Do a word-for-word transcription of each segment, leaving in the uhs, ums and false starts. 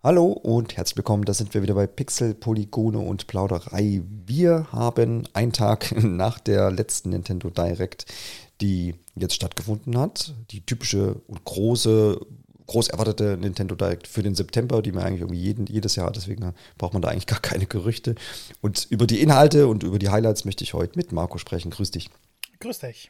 Hallo und herzlich willkommen, da sind wir wieder bei Pixel, Polygone und Plauderei. Wir haben einen Tag nach der letzten Nintendo Direct, die jetzt stattgefunden hat, die typische und große, groß erwartete Nintendo Direct für den September, die man eigentlich irgendwie jeden, jedes Jahr hat, deswegen braucht man da eigentlich gar keine Gerüchte. Und über die Inhalte und über die Highlights möchte ich heute mit Marco sprechen. Grüß dich. Grüß dich.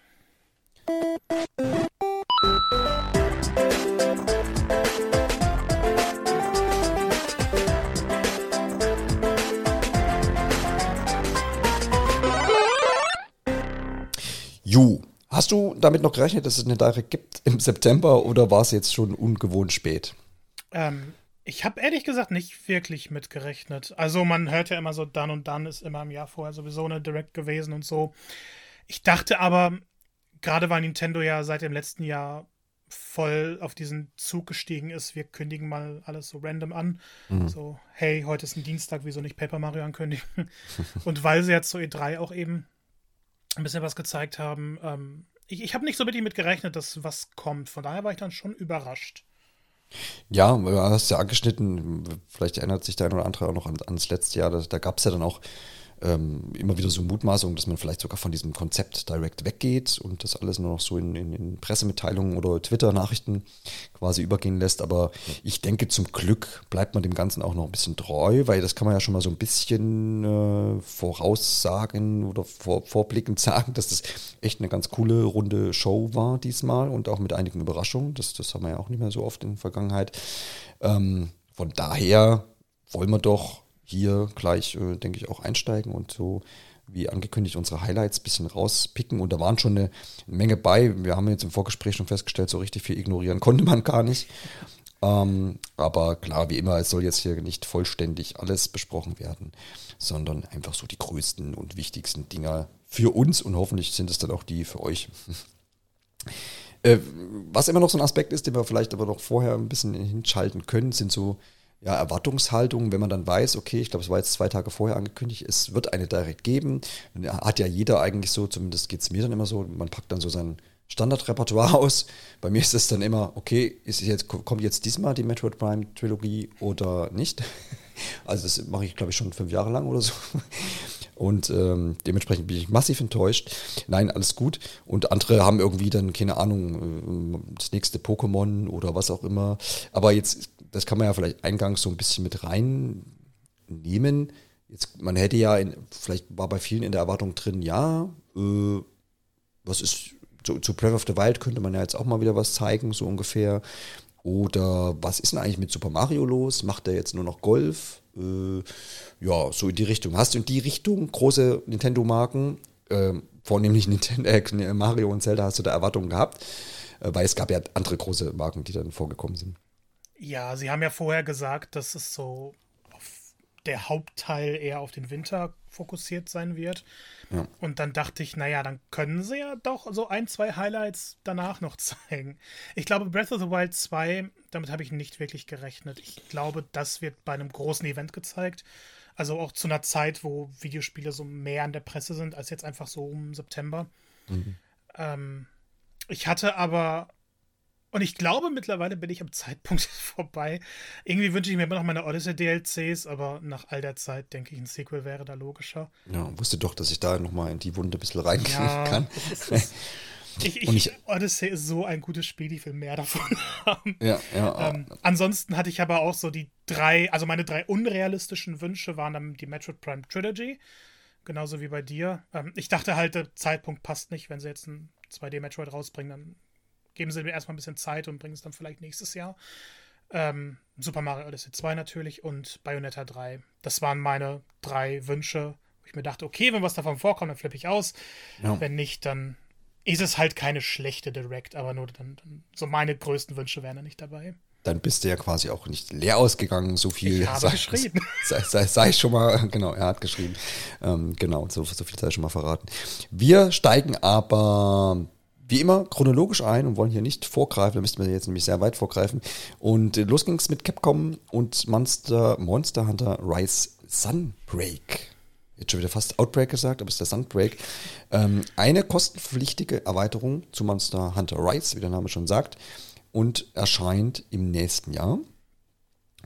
Jo, hast du damit noch gerechnet, dass es eine Direct gibt im September oder war es jetzt schon ungewohnt spät? Ähm, ich habe ehrlich gesagt nicht wirklich mitgerechnet. Also man hört ja immer so, dann und dann ist immer im Jahr vorher sowieso eine Direct gewesen und so. Ich dachte aber, gerade weil Nintendo ja seit dem letzten Jahr voll auf diesen Zug gestiegen ist, wir kündigen mal alles so random an. Mhm. So, hey, heute ist ein Dienstag, wieso nicht Paper Mario ankündigen? Und weil sie jetzt zur E drei auch eben ein bisschen was gezeigt haben. Ähm, ich ich habe nicht so wirklich mit gerechnet, dass was kommt. Von daher war ich dann schon überrascht. Ja, du hast ja angeschnitten, vielleicht erinnert sich der eine oder andere auch noch an, ans letzte Jahr. Da, da gab es ja dann auch ähm, immer wieder so Mutmaßungen, dass man vielleicht sogar von diesem Konzept Direct weggeht und das alles nur noch so in, in, in Pressemitteilungen oder Twitter-Nachrichten quasi übergehen lässt. Aber ich denke, zum Glück bleibt man dem Ganzen auch noch ein bisschen treu, weil das kann man ja schon mal so ein bisschen äh, voraussagen oder vor, vorblickend sagen, dass das echt eine ganz coole, runde Show war diesmal und auch mit einigen Überraschungen. Das, das haben wir ja auch nicht mehr so oft in der Vergangenheit. Ähm, von daher wollen wir doch hier gleich, äh, denke ich, auch einsteigen und so wie angekündigt unsere Highlights ein bisschen rauspicken. Und da waren schon eine Menge bei. Wir haben jetzt im Vorgespräch schon festgestellt, so richtig viel ignorieren konnte man gar nicht. Ähm, aber klar, wie immer, es soll jetzt hier nicht vollständig alles besprochen werden, sondern einfach so die größten und wichtigsten Dinger für uns und hoffentlich sind es dann auch die für euch. äh, was immer noch so ein Aspekt ist, den wir vielleicht aber noch vorher ein bisschen hinschalten können, sind so ja, Erwartungshaltung, wenn man dann weiß, okay, ich glaube, es war jetzt zwei Tage vorher angekündigt, es wird eine Direct geben. Hat ja jeder eigentlich so, zumindest geht es mir dann immer so, man packt dann so sein Standardrepertoire aus. Bei mir ist es dann immer, okay, ist jetzt, kommt jetzt diesmal die Metroid Prime Trilogie oder nicht? Also das mache ich, glaube ich, schon fünf Jahre lang oder so. Und ähm, dementsprechend bin ich massiv enttäuscht. Nein, alles gut. Und andere haben irgendwie dann, keine Ahnung, das nächste Pokémon oder was auch immer. Aber jetzt, das kann man ja vielleicht eingangs so ein bisschen mit reinnehmen. Jetzt, man hätte ja, in, vielleicht war bei vielen in der Erwartung drin, ja, äh, was ist, zu, zu Breath of the Wild könnte man ja jetzt auch mal wieder was zeigen, so ungefähr. Oder was ist denn eigentlich mit Super Mario los? Macht er jetzt nur noch Golf? Äh, ja, so in die Richtung. Hast du in die Richtung große Nintendo-Marken, äh, vornehmlich Nintendo, äh, Mario und Zelda, hast du da Erwartungen gehabt? Äh, weil es gab ja andere große Marken, die dann vorgekommen sind. Ja, sie haben ja vorher gesagt, dass es so auf der Hauptteil eher auf den Winter fokussiert sein wird. Ja. Und dann dachte ich, naja, dann können sie ja doch so ein, zwei Highlights danach noch zeigen. Ich glaube, Breath of the Wild zwei, damit habe ich nicht wirklich gerechnet. Ich glaube, das wird bei einem großen Event gezeigt. Also auch zu einer Zeit, wo Videospiele so mehr an der Presse sind, als jetzt einfach so um September. Mhm. Ähm, ich hatte aber, und ich glaube, mittlerweile bin ich am Zeitpunkt vorbei. Irgendwie wünsche ich mir immer noch meine Odyssey-D L Cs, aber nach all der Zeit denke ich, ein Sequel wäre da logischer. Ja, wusste doch, dass ich da nochmal in die Wunde ein bisschen reingehen ja, kann. Das ist, ich, ich, ich, Odyssey ist so ein gutes Spiel, ich will mehr davon haben. Ja, ja. Ähm, ansonsten hatte ich aber auch so die drei, also meine drei unrealistischen Wünsche waren dann die Metroid Prime Trilogy, genauso wie bei dir. Ähm, ich dachte halt, der Zeitpunkt passt nicht, wenn sie jetzt ein zwei D-Metroid rausbringen, dann geben sie mir erstmal ein bisschen Zeit und bringen es dann vielleicht nächstes Jahr. Ähm, Super Mario Odyssey zwei natürlich und Bayonetta drei. Das waren meine drei Wünsche, wo ich mir dachte, okay, wenn was davon vorkommt, dann flippe ich aus. Ja. Wenn nicht, dann ist es halt keine schlechte Direct, aber nur dann, dann so meine größten Wünsche wären da nicht dabei. Dann bist du ja quasi auch nicht leer ausgegangen, so viel. Ich habe sei, geschrieben. Sei, sei, sei schon mal, genau, er hat geschrieben. Ähm, genau, so, so viel sei schon mal verraten. Wir steigen aber wie immer chronologisch ein und wollen hier nicht vorgreifen, da müssten wir jetzt nämlich sehr weit vorgreifen. Und los ging es mit Capcom und Monster, Monster Hunter Rise Sunbreak. Jetzt schon wieder fast Outbreak gesagt, aber es ist der Sunbreak. Ähm, eine kostenpflichtige Erweiterung zu Monster Hunter Rise, wie der Name schon sagt, und erscheint im nächsten Jahr.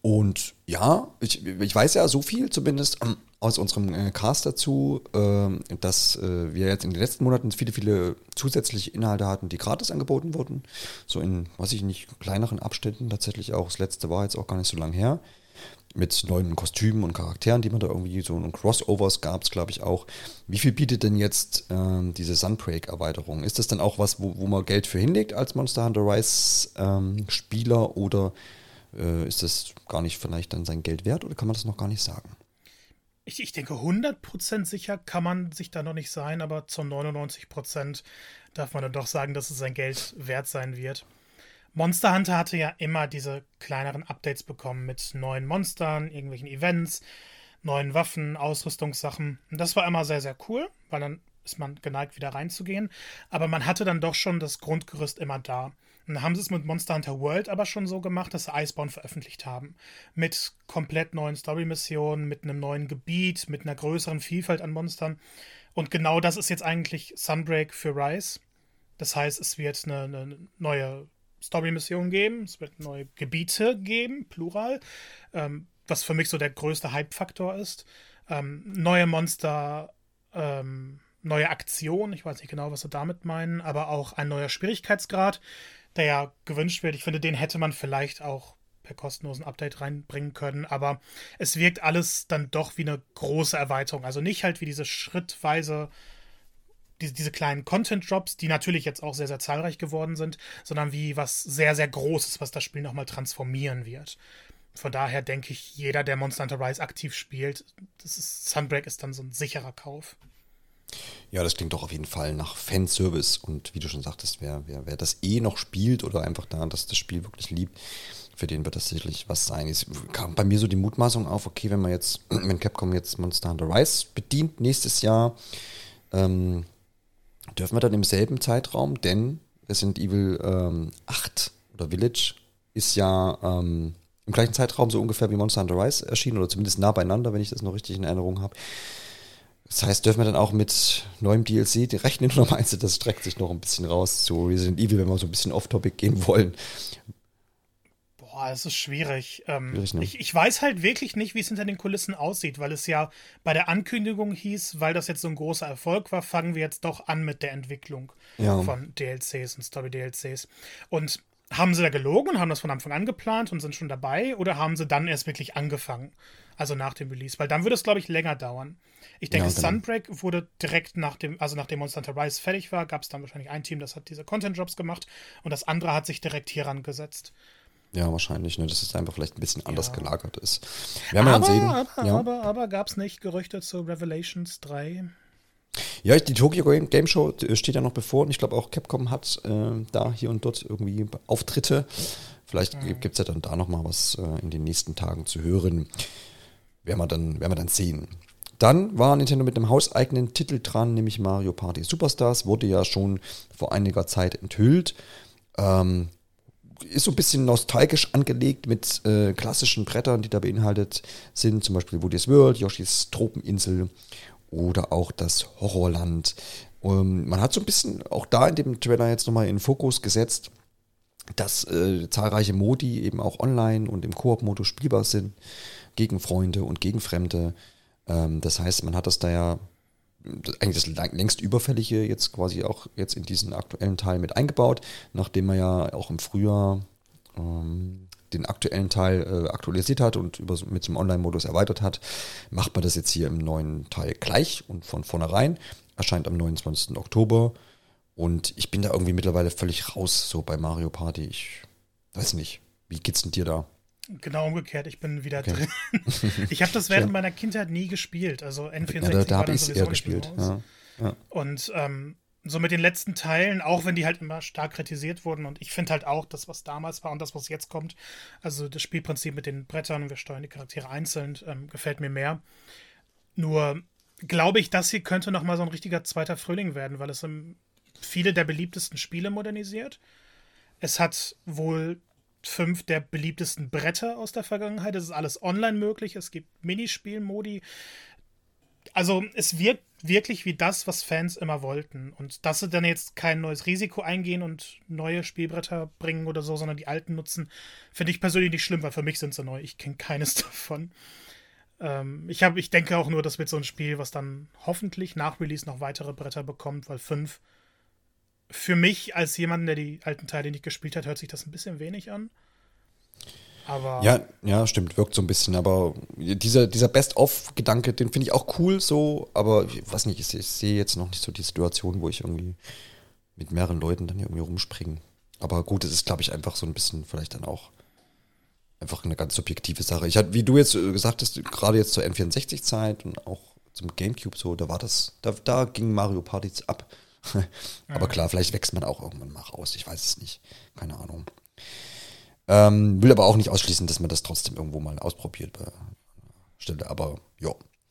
Und ja, ich, ich weiß ja so viel zumindest ähm, aus unserem äh, Cast dazu, ähm, dass äh, wir jetzt in den letzten Monaten viele, viele zusätzliche Inhalte hatten, die gratis angeboten wurden. So in, weiß ich nicht, kleineren Abständen tatsächlich auch. Das letzte war jetzt auch gar nicht so lange her. Mit neuen Kostümen und Charakteren, die man da irgendwie so und Crossovers gab es, glaube ich, auch. Wie viel bietet denn jetzt ähm, diese Sunbreak-Erweiterung? Ist das dann auch was, wo, wo man Geld für hinlegt als Monster Hunter Rise ähm, Spieler oder äh, ist das gar nicht vielleicht dann sein Geld wert oder kann man das noch gar nicht sagen? Ich, ich denke, hundert Prozent sicher kann man sich da noch nicht sein, aber zu neunundneunzig Prozent darf man dann doch sagen, dass es sein Geld wert sein wird. Monster Hunter hatte ja immer diese kleineren Updates bekommen mit neuen Monstern, irgendwelchen Events, neuen Waffen, Ausrüstungssachen. Und das war immer sehr, sehr cool, weil dann ist man geneigt, wieder reinzugehen. Aber man hatte dann doch schon das Grundgerüst immer da. Und dann haben sie es mit Monster Hunter World aber schon so gemacht, dass sie Iceborne veröffentlicht haben. Mit komplett neuen Story-Missionen, mit einem neuen Gebiet, mit einer größeren Vielfalt an Monstern. Und genau das ist jetzt eigentlich Sunbreak für Rise. Das heißt, es wird eine, eine neue Story-Mission geben, es wird neue Gebiete geben, plural, ähm, was für mich so der größte Hype-Faktor ist. Ähm, neue Monster, ähm, neue Aktionen, ich weiß nicht genau, was sie damit meinen, aber auch ein neuer Schwierigkeitsgrad, der ja gewünscht wird. Ich finde, den hätte man vielleicht auch per kostenlosen Update reinbringen können, aber es wirkt alles dann doch wie eine große Erweiterung. Also nicht halt wie diese schrittweise Diese, diese kleinen Content-Drops, die natürlich jetzt auch sehr, sehr zahlreich geworden sind, sondern wie was sehr, sehr Großes, was das Spiel nochmal transformieren wird. Von daher denke ich, jeder, der Monster Hunter Rise aktiv spielt, das ist, Sunbreak ist dann so ein sicherer Kauf. Ja, das klingt doch auf jeden Fall nach Fanservice und wie du schon sagtest, wer, wer, wer das eh noch spielt oder einfach da, dass das Spiel wirklich liebt, für den wird das sicherlich was sein. Es kam bei mir so die Mutmaßung auf, okay, wenn man jetzt, wenn Capcom jetzt Monster Hunter Rise bedient nächstes Jahr, ähm, dürfen wir dann im selben Zeitraum, denn Resident Evil ähm, acht oder Village ist ja ähm, im gleichen Zeitraum so ungefähr wie Monster Hunter Rise erschienen oder zumindest nah beieinander, wenn ich das noch richtig in Erinnerung habe. Das heißt, dürfen wir dann auch mit neuem D L C rechnen oder meinst du, das streckt sich noch ein bisschen raus zu Resident Evil, wenn wir so ein bisschen off-topic gehen wollen? Boah, es ist schwierig. Ähm, Schwierig, ne? ich, ich weiß halt wirklich nicht, wie es hinter den Kulissen aussieht, weil es ja bei der Ankündigung hieß, weil das jetzt so ein großer Erfolg war, fangen wir jetzt doch an mit der Entwicklung Ja. von D L Cs und Story-D L Cs. Und haben sie da gelogen und haben das von Anfang an geplant und sind schon dabei oder haben sie dann erst wirklich angefangen? Also nach dem Release, weil dann würde es, glaube ich, länger dauern. Ich denke, Ja, genau. Sunbreak wurde direkt nach dem, also nachdem Monster Hunter Rise fertig war, gab es dann wahrscheinlich ein Team, das hat diese Content-Jobs gemacht und das andere hat sich direkt hier rangesetzt. Ja, wahrscheinlich, ne, dass es einfach vielleicht ein bisschen anders Ja. gelagert ist. Wir haben ja Aber, dann sehen. aber, ja. aber, aber gab es nicht Gerüchte zu Revelations drei? Ja, die Tokyo Game Show steht ja noch bevor und ich glaube auch Capcom hat äh, da hier und dort irgendwie Auftritte. Vielleicht mhm. gibt es ja dann da nochmal was äh, in den nächsten Tagen zu hören. Werden wir dann, werden wir dann sehen. Dann war Nintendo mit einem hauseigenen Titel dran, nämlich Mario Party Superstars. Wurde ja schon vor einiger Zeit enthüllt. Ähm, ist so ein bisschen nostalgisch angelegt mit äh, klassischen Brettern, die da beinhaltet sind. Zum Beispiel Woody's World, Yoshis Tropeninsel oder auch das Horrorland. Ähm, man hat so ein bisschen auch da in dem Trailer jetzt nochmal in den Fokus gesetzt, dass äh, zahlreiche Modi eben auch online und im Koop-Modus spielbar sind, gegen Freunde und gegen Fremde. Ähm, das heißt, man hat das da ja eigentlich das längst Überfällige jetzt quasi auch jetzt in diesen aktuellen Teil mit eingebaut, nachdem man ja auch im Frühjahr ähm, den aktuellen Teil äh, aktualisiert hat und über, mit dem Online-Modus erweitert hat, macht man das jetzt hier im neuen Teil gleich und von vornherein. Erscheint am neunundzwanzigsten Oktober und ich bin da irgendwie mittlerweile völlig raus, so bei Mario Party. Ich weiß nicht, wie geht's denn dir da? Genau umgekehrt, ich bin wieder Okay. drin. Ich habe das während meiner Kindheit nie gespielt. Also N vierundsechzig Ja, da da war habe dann ich es sowieso eher nicht gespielt. im Haus. Ja. Ja. Und ähm, so mit den letzten Teilen, auch wenn die halt immer stark kritisiert wurden, und ich finde halt auch, das, was damals war und das, was jetzt kommt, also das Spielprinzip mit den Brettern und wir steuern die Charaktere einzeln, ähm, gefällt mir mehr. Nur glaube ich, das hier könnte nochmal so ein richtiger zweiter Frühling werden, weil es um viele der beliebtesten Spiele modernisiert. Es hat wohl fünf der beliebtesten Bretter aus der Vergangenheit. Es ist alles online möglich. Es gibt Minispielmodi. Also es wirkt wirklich wie das, was Fans immer wollten. Und dass sie dann jetzt kein neues Risiko eingehen und neue Spielbretter bringen oder so, sondern die alten nutzen, finde ich persönlich nicht schlimm, weil für mich sind sie neu. Ich kenne keines davon. Ähm, ich, hab, ich denke auch nur, das wird so ein Spiel, was dann hoffentlich nach Release noch weitere Bretter bekommt, weil fünf für mich als jemanden, der die alten Teile nicht gespielt hat, hört sich das ein bisschen wenig an. Aber ja, ja, stimmt, wirkt so ein bisschen, aber dieser, dieser Best-of-Gedanke, den finde ich auch cool so, aber ich weiß nicht, ich, ich sehe jetzt noch nicht so die Situation, wo ich irgendwie mit mehreren Leuten dann irgendwie rumspringe. Aber gut, es ist, glaube ich, einfach so ein bisschen vielleicht dann auch einfach eine ganz subjektive Sache. Ich hatte, wie du jetzt gesagt hast, gerade jetzt zur N vierundsechzig-Zeit und auch zum Gamecube so, da war das, da, da ging Mario Party ab. Aber klar, vielleicht wächst man auch irgendwann mal raus, ich weiß es nicht, keine Ahnung. Ähm, will aber auch nicht ausschließen, dass man das trotzdem irgendwo mal ausprobiert bei Stelle, aber ja.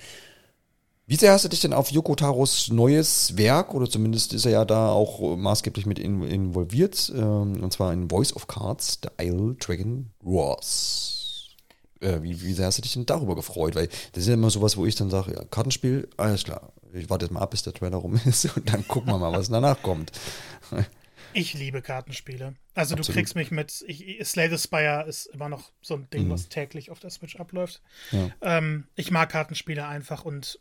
Wie sehr hast du dich denn auf Yoko Taros neues Werk, oder zumindest ist er ja da auch maßgeblich mit in, involviert, ähm, und zwar in Voice of Cards, The Isle Dragon Roars. Äh, wie, wie sehr hast du dich denn darüber gefreut? Weil das ist ja immer sowas, wo ich dann sage, ja, Kartenspiel, alles klar, ich warte jetzt mal ab, bis der Trailer rum ist und dann gucken wir mal, was danach kommt. ich liebe Kartenspiele. Also Absolut. Du kriegst mich mit, ich, Slay the Spire ist immer noch so ein Ding, Mhm. was täglich auf der Switch abläuft. Ja. Ähm, ich mag Kartenspiele einfach und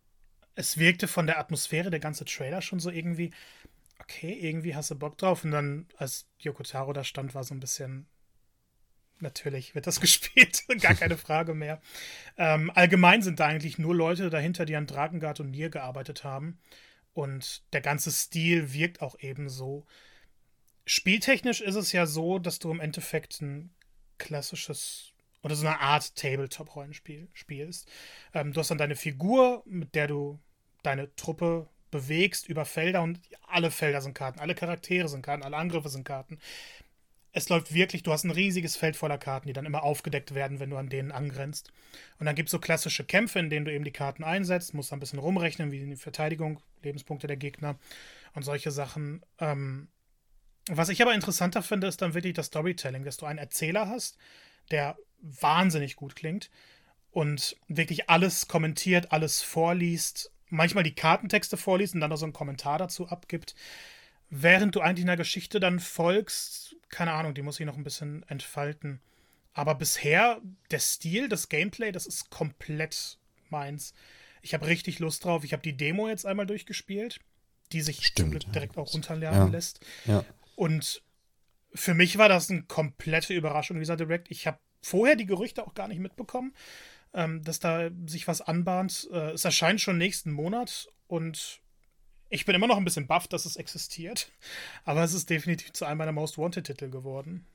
es wirkte von der Atmosphäre, der ganze Trailer schon so irgendwie, okay, irgendwie hast du Bock drauf. Und dann, als Yoko Taro da stand, war so ein bisschen, natürlich wird das gespielt, gar keine Frage mehr. Ähm, allgemein sind da eigentlich nur Leute dahinter, die an Drakengard und Nier gearbeitet haben. Und der ganze Stil wirkt auch eben so. Spieltechnisch ist es ja so, dass du im Endeffekt ein klassisches oder so eine Art Tabletop-Rollenspiel spielst. Ähm, du hast dann deine Figur, mit der du deine Truppe bewegst über Felder und alle Felder sind Karten, alle Charaktere sind Karten, alle Angriffe sind Karten. Es läuft wirklich, du hast ein riesiges Feld voller Karten, die dann immer aufgedeckt werden, wenn du an denen angrenzt. Und dann gibt es so klassische Kämpfe, in denen du eben die Karten einsetzt, musst ein bisschen rumrechnen, wie die Verteidigung, Lebenspunkte der Gegner und solche Sachen. Ähm, was ich aber interessanter finde, ist dann wirklich das Storytelling, dass du einen Erzähler hast, der wahnsinnig gut klingt und wirklich alles kommentiert, alles vorliest, manchmal die Kartentexte vorliest und dann noch so einen Kommentar dazu abgibt, während du eigentlich einer Geschichte dann folgst. Keine Ahnung, die muss ich noch ein bisschen entfalten. Aber bisher, der Stil, das Gameplay, das ist komplett meins. Ich habe richtig Lust drauf. Ich habe die Demo jetzt einmal durchgespielt, die sich Stimmt, zum Glück ja. direkt auch runterlernen Ja. lässt. Ja. Und für mich war das eine komplette Überraschung, dieser Direct. Ich habe vorher die Gerüchte auch gar nicht mitbekommen, ähm, dass da sich was anbahnt. Äh, es erscheint schon nächsten Monat und ich bin immer noch ein bisschen baff, dass es existiert. Aber es ist definitiv zu einem meiner Most Wanted-Titel geworden.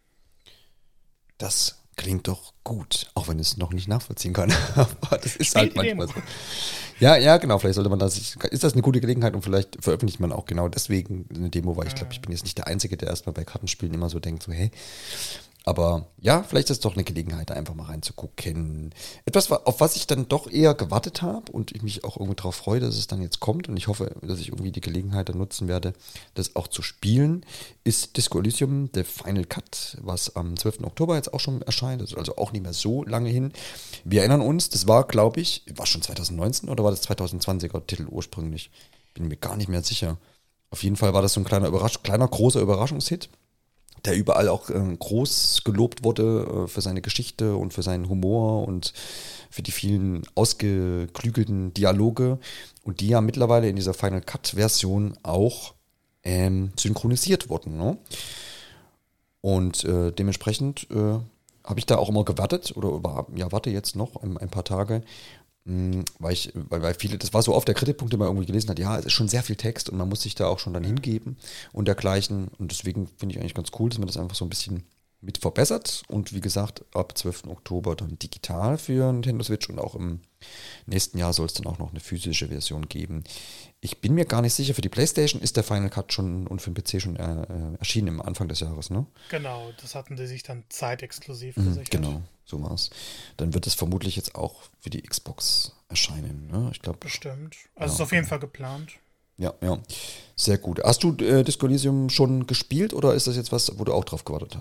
Das klingt doch gut, auch wenn ich es noch nicht nachvollziehen kann. Aber das ist Spielt halt die manchmal Demo. so. Ja, ja, genau, vielleicht sollte man das, ist das eine gute Gelegenheit und vielleicht veröffentlicht man auch genau deswegen eine Demo, weil ich glaube, ich bin jetzt nicht der Einzige, der erstmal bei Kartenspielen immer so denkt, so, hey. Aber ja, vielleicht ist es doch eine Gelegenheit, da einfach mal reinzugucken. Etwas, auf was ich dann doch eher gewartet habe und ich mich auch irgendwie darauf freue, dass es dann jetzt kommt und ich hoffe, dass ich irgendwie die Gelegenheit dann nutzen werde, das auch zu spielen, ist Disco Elysium, The Final Cut, was am zwölften Oktober jetzt auch schon erscheint, das ist also auch nicht mehr so lange hin. Wir erinnern uns, das war, glaube ich, war schon zwanzig neunzehn oder war das zwanzig zwanziger Titel ursprünglich? Bin mir gar nicht mehr sicher. Auf jeden Fall war das so ein kleiner, Überrasch kleiner großer Überraschungshit, der überall auch äh, groß gelobt wurde äh, für seine Geschichte und für seinen Humor und für die vielen ausgeklügelten Dialoge und die ja mittlerweile in dieser Final Cut-Version auch ähm, synchronisiert wurden. Ne? Und äh, dementsprechend äh, habe ich da auch immer gewartet oder war, ja, warte jetzt noch ein, ein paar Tage, mh, weil ich, weil, weil viele, das war so oft der Kritikpunkt, den man irgendwie gelesen hat, ja, es ist schon sehr viel Text und man muss sich da auch schon dann hingeben und dergleichen. Und deswegen finde ich eigentlich ganz cool, dass man das einfach so ein bisschen mit verbessert. Und wie gesagt, ab zwölften Oktober dann digital für Nintendo Switch und auch im nächsten Jahr soll es dann auch noch eine physische Version geben. Ich bin mir gar nicht sicher, für die PlayStation ist der Final Cut schon und für den P C schon äh, erschienen im Anfang des Jahres, ne? Genau, das hatten die sich dann zeitexklusiv Mhm, gesichert. genau, so war's. Dann wird es vermutlich jetzt auch für die Xbox erscheinen, ne? Ich glaube. Bestimmt. Also Ja, es ist auf jeden genau. Fall geplant. Ja, ja. Sehr gut. Hast du äh, Disco Elysium schon gespielt oder ist das jetzt was, wo du auch drauf gewartet hast?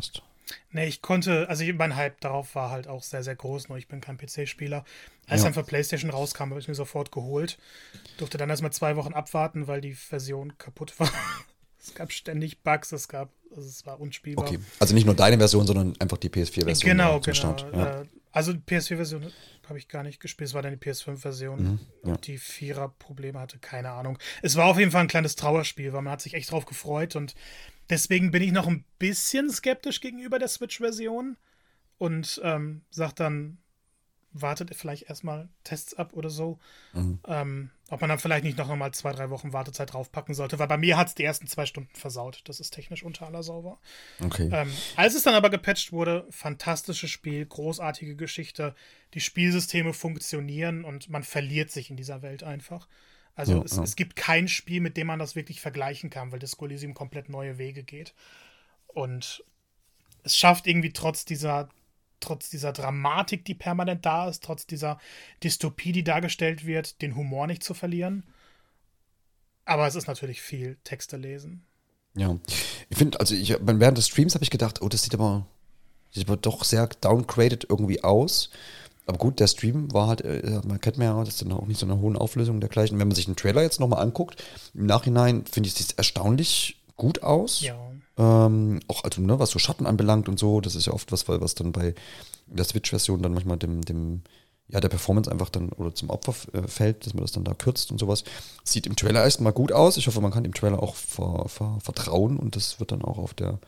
Nee, ich konnte, also mein Hype darauf war halt auch sehr, sehr groß, nur ich bin kein P C-Spieler. Als Ja. dann für PlayStation rauskam, habe ich mir sofort geholt. Durfte dann erstmal zwei Wochen abwarten, weil die Version kaputt war. Es gab ständig Bugs, es gab, also es war unspielbar. Okay, also nicht nur deine Version, sondern einfach die P S vier Version. Genau, zum genau. Start. Ja. Äh, Also die P S vier Version habe ich gar nicht gespielt, es war dann die P S fünf Version. Mhm, ja. Ob die Vierer Probleme hatte, keine Ahnung. Es war auf jeden Fall ein kleines Trauerspiel, weil man hat sich echt drauf gefreut und deswegen bin ich noch ein bisschen skeptisch gegenüber der Switch-Version und ähm, sag dann, wartet vielleicht erstmal Tests ab oder so. Mhm. Ähm, ob man dann vielleicht nicht noch mal zwei, drei Wochen Wartezeit draufpacken sollte, weil bei mir hat es die ersten zwei Stunden versaut. Das ist technisch unter aller Sauber. Okay. Ähm, als es dann aber gepatcht wurde, fantastisches Spiel, großartige Geschichte, die Spielsysteme funktionieren und man verliert sich in dieser Welt einfach. Also Ja, es, ja. es gibt kein Spiel, mit dem man das wirklich vergleichen kann, weil Disco Elysium komplett neue Wege geht. Und es schafft irgendwie trotz dieser, trotz dieser Dramatik, die permanent da ist, trotz dieser Dystopie, die dargestellt wird, den Humor nicht zu verlieren. Aber es ist natürlich viel Texte lesen. Ja. Ich finde, also ich, während des Streams habe ich gedacht, oh, das sieht aber, sieht aber doch sehr downgraded irgendwie aus. Aber gut, der Stream war halt, äh, man kennt ja, das ist dann auch nicht so eine hohe Auflösung und dergleichen. Wenn man sich den Trailer jetzt nochmal anguckt, im Nachhinein finde ich, sieht es erstaunlich gut aus. Ja. Ähm, auch also, ne, was so Schatten anbelangt und so, das ist ja oft was, was dann bei der Switch-Version dann manchmal dem, dem, ja, der Performance einfach dann oder zum Opfer äh, fällt, dass man das dann da kürzt und sowas. Sieht im Trailer erstmal gut aus. Ich hoffe, man kann dem Trailer auch ver, ver, vertrauen und das wird dann auch auf der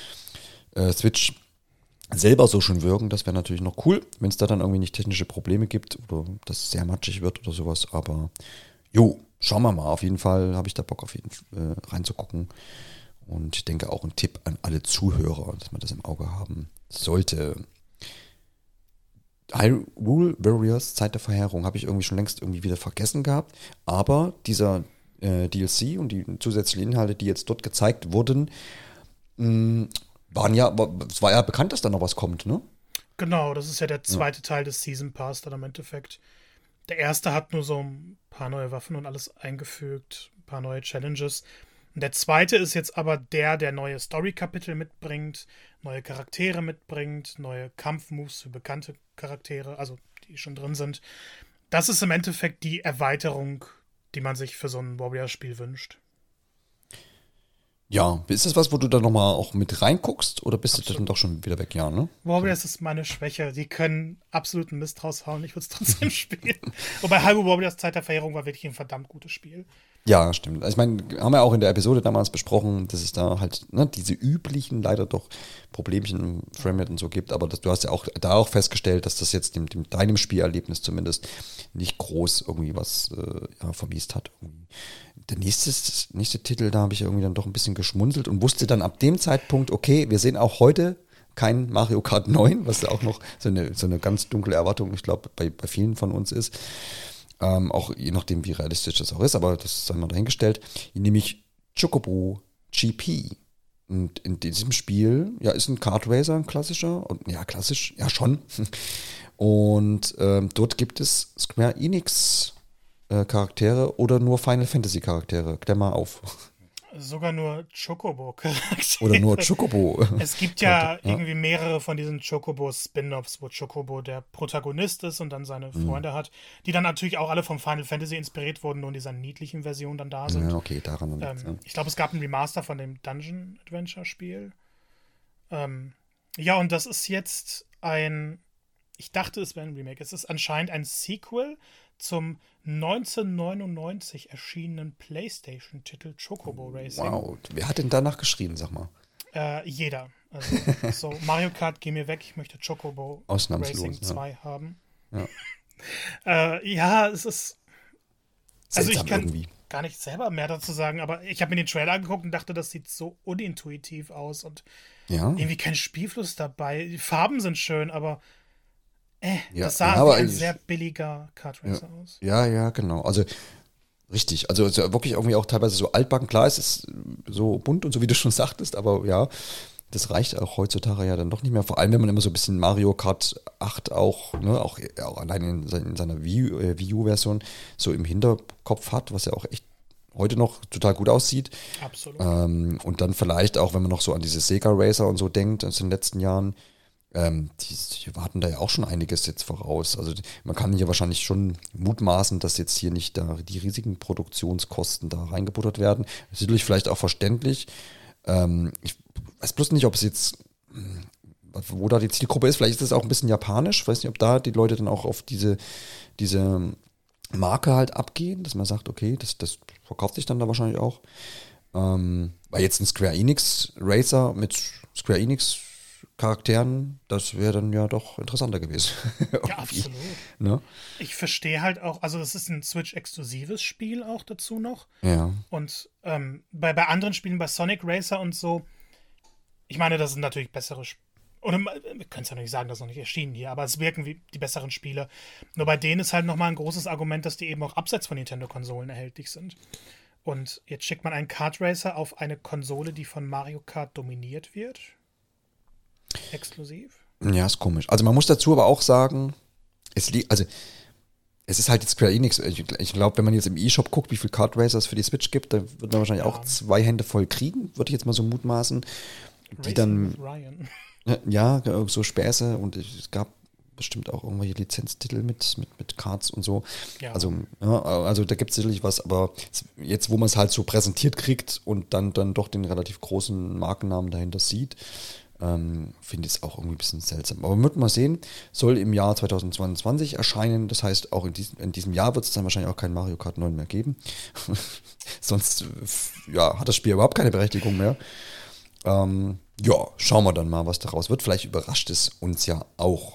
äh, Switch selber so schon wirken. Das wäre natürlich noch cool, wenn es da dann irgendwie nicht technische Probleme gibt oder dass es sehr matschig wird oder sowas. Aber jo, schauen wir mal. Auf jeden Fall habe ich da Bock auf jeden Fall äh, reinzugucken. Und ich denke auch ein Tipp an alle Zuhörer, dass man das im Auge haben sollte. Hyrule Warriors Zeit der Verheerung habe ich irgendwie schon längst irgendwie wieder vergessen gehabt. Aber dieser äh, D L C und die zusätzlichen Inhalte, die jetzt dort gezeigt wurden, mh, waren ja, es war ja bekannt, dass da noch was kommt, ne? Genau, das ist ja der zweite ja. Teil des Season Pass dann im Endeffekt. Der erste hat nur so ein paar neue Waffen und alles eingefügt, ein paar neue Challenges. Und der zweite ist jetzt aber der, der neue Story-Kapitel mitbringt, neue Charaktere mitbringt, neue Kampfmoves für bekannte Charaktere, also die schon drin sind. Das ist im Endeffekt die Erweiterung, die man sich für so ein Warrior-Spiel wünscht. Ja, ist das was, wo du dann nochmal auch mit reinguckst oder bist absolut. Du dann doch schon wieder weg? Ja, ne? Warriors ist meine Schwäche. Die können absoluten Mist raushauen. Ich würde es trotzdem spielen. Wobei Hyrule Warriors Zeit der Verheerung war wirklich ein verdammt gutes Spiel. Ja, stimmt. Also ich meine, haben wir auch in der Episode damals besprochen, dass es da halt ne, diese üblichen, leider doch Problemchen im Framerate und so gibt, aber das, du hast ja auch da auch festgestellt, dass das jetzt dem, dem deinem Spielerlebnis zumindest nicht groß irgendwie was äh, ja, vermiest hat. Der nächste, nächste Titel, da habe ich irgendwie dann doch ein bisschen geschmunzelt und wusste dann ab dem Zeitpunkt, okay, wir sehen auch heute kein Mario Kart neun, was ja auch noch so eine, so eine ganz dunkle Erwartung, ich glaube, bei, bei vielen von uns ist. Ähm, auch je nachdem, wie realistisch das auch ist, aber das sei mal dahingestellt. Nämlich Chocobo G P. Und in diesem Spiel, ja, ist ein Kart Racer, ein klassischer. Und ja, klassisch, ja schon. Und ähm, dort gibt es Square Enix äh, Charaktere oder nur Final Fantasy Charaktere. Klär mal auf. Sogar nur Chocobo-Charaktere. Oder nur Chocobo. Es gibt ja, ja irgendwie mehrere von diesen Chocobo-Spin-Offs, wo Chocobo der Protagonist ist und dann seine Freunde mhm. hat, die dann natürlich auch alle vom Final Fantasy inspiriert wurden und in dieser niedlichen Version dann da sind. Ja, okay, daran. Ähm, ja. Ich glaube, es gab ein Remaster von dem Dungeon-Adventure-Spiel. Ähm, ja, und das ist jetzt ein, ich dachte, es wäre ein Remake. Es ist anscheinend ein Sequel zum neunzehnhundertneunundneunzig erschienenen PlayStation-Titel Chocobo Racing. Wow, wer hat denn danach geschrien, sag mal? Äh, jeder. Also, so, Mario Kart, geh mir weg, ich möchte Chocobo Racing ja. zwei haben. Ja, äh, ja es ist. Also, seltsam ich kann irgendwie. gar nicht selber mehr dazu sagen, aber ich habe mir den Trailer angeguckt und dachte, das sieht so unintuitiv aus und ja. irgendwie kein Spielfluss dabei. Die Farben sind schön, aber. Äh, ja, das sah ja, wie ein sehr billiger Kartracer ja, aus. Ja, ja, genau. Also richtig. Also wirklich irgendwie auch teilweise so altbacken. Klar, es ist so bunt und so, wie du schon sagtest, aber ja, das reicht auch heutzutage ja dann doch nicht mehr. Vor allem, wenn man immer so ein bisschen Mario Kart acht auch, ne, auch, auch allein in, in seiner Wii, äh, Wii U-Version so im Hinterkopf hat, was ja auch echt heute noch total gut aussieht. Absolut. Ähm, und dann vielleicht auch, wenn man noch so an diese Sega Racer und so denkt aus den letzten Jahren, ähm, die, die warten da ja auch schon einiges jetzt voraus. Also die, man kann hier wahrscheinlich schon mutmaßen, dass jetzt hier nicht da die riesigen Produktionskosten da reingebuttert werden. Das ist natürlich vielleicht auch verständlich. Ähm, ich weiß bloß nicht, ob es jetzt, wo da die Zielgruppe ist. Vielleicht ist es auch ein bisschen japanisch. Ich weiß nicht, ob da die Leute dann auch auf diese, diese Marke halt abgehen, dass man sagt, okay, das, das verkauft sich dann da wahrscheinlich auch. Ähm, weil jetzt ein Square Enix Racer mit Square Enix Charakteren, das wäre dann ja doch interessanter gewesen. Ja, absolut. Ne? Ich verstehe halt auch, also es ist ein Switch-exklusives Spiel auch dazu noch. Ja. Und ähm, bei, bei anderen Spielen, bei Sonic Racer und so, ich meine, das sind natürlich bessere Spiele. Oder wir können es ja noch nicht sagen, das ist noch nicht erschienen hier, aber es wirken wie die besseren Spiele. Nur bei denen ist halt nochmal ein großes Argument, dass die eben auch abseits von Nintendo-Konsolen erhältlich sind. Und jetzt schickt man einen Kart Racer auf eine Konsole, die von Mario Kart dominiert wird. Exklusiv. Ja, ist komisch. Also man muss dazu aber auch sagen, es liegt, also es ist halt jetzt Square Enix. Ich, ich glaube, wenn man jetzt im E-Shop guckt, wie viel Kart Racers für die Switch gibt, dann wird man wahrscheinlich ja auch zwei Hände voll kriegen, würde ich jetzt mal so mutmaßen. Die Racing dann, Ryan. ja, so Späße und es gab bestimmt auch irgendwelche Lizenztitel mit, mit, mit Cards und so. Ja. Also, ja, also da gibt es sicherlich was, aber jetzt, wo man es halt so präsentiert kriegt und dann, dann doch den relativ großen Markennamen dahinter sieht, ähm, finde ich es auch irgendwie ein bisschen seltsam. Aber wir müssen mal sehen, soll im Jahr zweitausendzweiundzwanzig erscheinen, das heißt, auch in diesem, in diesem Jahr wird es dann wahrscheinlich auch kein Mario Kart neun mehr geben. Sonst ja, hat das Spiel überhaupt keine Berechtigung mehr. Ähm, ja, schauen wir dann mal, was daraus wird. Vielleicht überrascht es uns ja auch.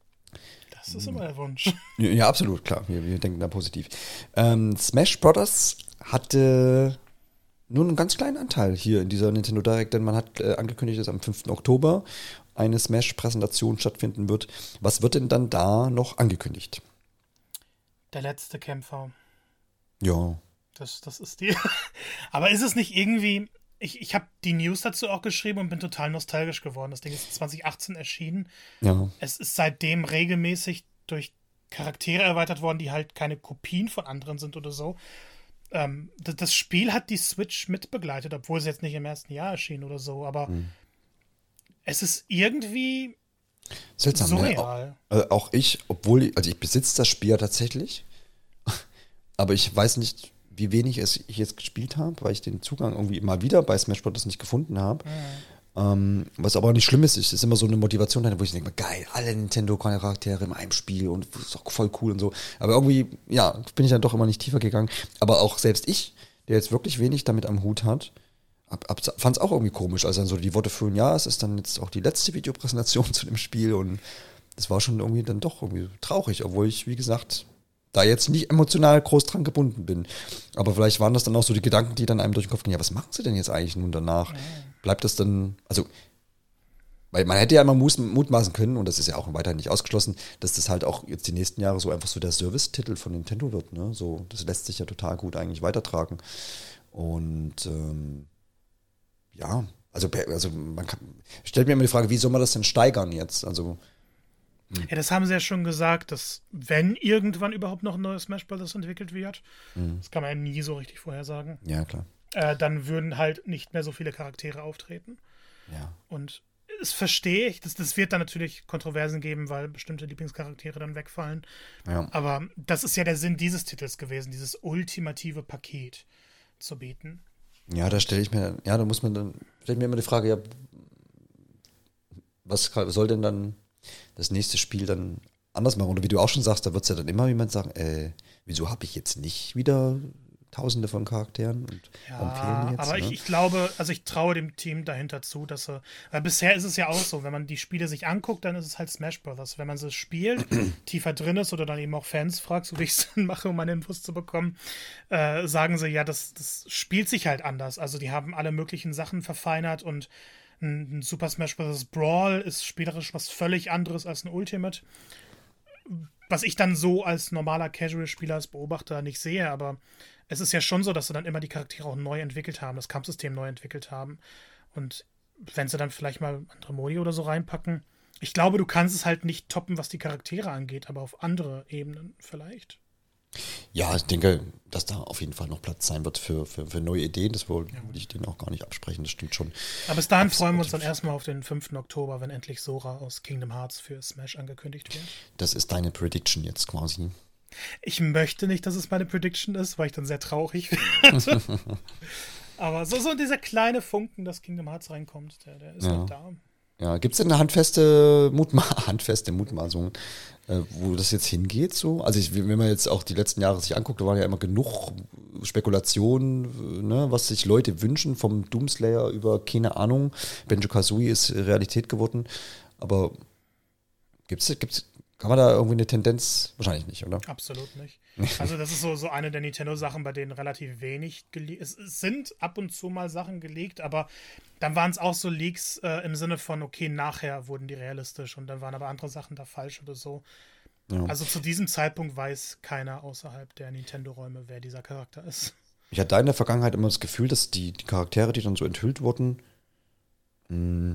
Das ist immer der Wunsch. Ja, ja, absolut, klar. Wir, wir denken da positiv. Ähm, Smash Brothers hatte nur einen ganz kleinen Anteil hier in dieser Nintendo Direct, denn man hat äh, angekündigt, dass am fünften Oktober eine Smash-Präsentation stattfinden wird. Was wird denn dann da noch angekündigt? Der letzte Kämpfer. Ja. Das, das ist die. Aber ist es nicht irgendwie... Ich, ich habe die News dazu auch geschrieben und bin total nostalgisch geworden. Das Ding ist zwanzig achtzehn erschienen. Ja. Es ist seitdem regelmäßig durch Charaktere erweitert worden, die halt keine Kopien von anderen sind oder so. Ähm, das, das Spiel hat die Switch mitbegleitet, obwohl es jetzt nicht im ersten Jahr erschien oder so. Aber hm. es ist irgendwie seltsam, surreal. Ne? Auch, äh, auch ich, obwohl, ich, also ich besitze das Spiel ja tatsächlich, aber ich weiß nicht, wie wenig es ich jetzt gespielt habe, weil ich den Zugang irgendwie mal wieder bei Smash Bros. Nicht gefunden habe. Mhm. Ähm, was aber auch nicht schlimm ist, es ist immer so eine Motivation, wo ich denke, geil, alle Nintendo-Charaktere in einem Spiel und das ist auch voll cool und so. Aber irgendwie, ja, bin ich dann doch immer nicht tiefer gegangen. Aber auch selbst ich, der jetzt wirklich wenig damit am Hut hat, fand es auch irgendwie komisch, als dann so die Worte fühlen, ja, es ist dann jetzt auch die letzte Videopräsentation zu dem Spiel und das war schon irgendwie dann doch irgendwie traurig, obwohl ich, wie gesagt, da jetzt nicht emotional groß dran gebunden bin. Aber vielleicht waren das dann auch so die Gedanken, die dann einem durch den Kopf gehen, ja, was machen sie denn jetzt eigentlich nun danach? Bleibt das dann, also, weil man hätte ja immer mutmaßen können, und das ist ja auch weiterhin nicht ausgeschlossen, dass das halt auch jetzt die nächsten Jahre so einfach so der Service-Titel von Nintendo wird, ne? So, das lässt sich ja total gut eigentlich weitertragen. Und, ähm, ja, also, also man kann, stellt mir immer die Frage, wie soll man das denn steigern jetzt? Also, ja, das haben sie ja schon gesagt, dass wenn irgendwann überhaupt noch ein neues Smash Bros. Entwickelt wird, mhm. das kann man ja nie so richtig vorhersagen. Ja, klar. Äh, dann würden halt nicht mehr so viele Charaktere auftreten. Ja. Und das verstehe ich. Das, das wird dann natürlich Kontroversen geben, weil bestimmte Lieblingscharaktere dann wegfallen. Ja. Aber das ist ja der Sinn dieses Titels gewesen, dieses ultimative Paket zu bieten. Ja, da stelle ich mir, ja, da muss man dann, stelle ich mir immer die Frage, ja, was soll denn dann das nächste Spiel dann anders machen? Oder wie du auch schon sagst, da wird es ja dann immer jemand sagen, äh, wieso habe ich jetzt nicht wieder tausende von Charakteren und ja, jetzt, aber ne? ich, ich glaube, also ich traue dem Team dahinter zu, dass sie, weil bisher ist es ja auch so, wenn man die Spiele sich anguckt, dann ist es halt Smash Brothers. Wenn man sie spielt, tiefer drin ist oder dann eben auch Fans fragt, so wie ich es dann mache, um meine Infos zu bekommen, äh, sagen sie, ja, das, das spielt sich halt anders. Also die haben alle möglichen Sachen verfeinert und ein Super Smash Bros. Brawl ist spielerisch was völlig anderes als ein Ultimate. Was ich dann so als normaler Casual-Spieler, als Beobachter nicht sehe, aber es ist ja schon so, dass sie dann immer die Charaktere auch neu entwickelt haben, das Kampfsystem neu entwickelt haben. Und wenn sie dann vielleicht mal andere Modi oder so reinpacken, ich glaube, du kannst es halt nicht toppen, was die Charaktere angeht, aber auf andere Ebenen vielleicht. Ja, ich denke, dass da auf jeden Fall noch Platz sein wird für, für, für neue Ideen. Das würde ja. ich denen auch gar nicht absprechen, das stimmt schon. Aber bis dahin freuen wir uns dann erstmal auf den fünften Oktober, wenn endlich Sora aus Kingdom Hearts für Smash angekündigt wird. Das ist deine Prediction jetzt quasi. Ich möchte nicht, dass es meine Prediction ist, weil ich dann sehr traurig werde. Aber so, so dieser kleine Funken, dass Kingdom Hearts reinkommt, der, der ist ja. halt da. Ja, gibt es denn eine handfeste, Mutma- handfeste Mutmaßung, äh, wo das jetzt hingeht? So? Also ich, wenn man jetzt auch die letzten Jahre sich anguckt, da waren ja immer genug Spekulationen, ne, was sich Leute wünschen, vom Doomslayer über, keine Ahnung, Banjo-Kazooie ist Realität geworden. Aber gibt's, gibt's, kann man da irgendwie eine Tendenz? Wahrscheinlich nicht, oder? Absolut nicht. Also das ist so, so eine der Nintendo-Sachen, bei denen relativ wenig geleakt ist. Es sind ab und zu mal Sachen geleakt, aber dann waren es auch so Leaks äh, im Sinne von, okay, nachher wurden die realistisch und dann waren aber andere Sachen da falsch oder so. Ja. Also zu diesem Zeitpunkt weiß keiner außerhalb der Nintendo-Räume, wer dieser Charakter ist. Ich hatte in der Vergangenheit immer das Gefühl, dass die, die Charaktere, die dann so enthüllt wurden, mh,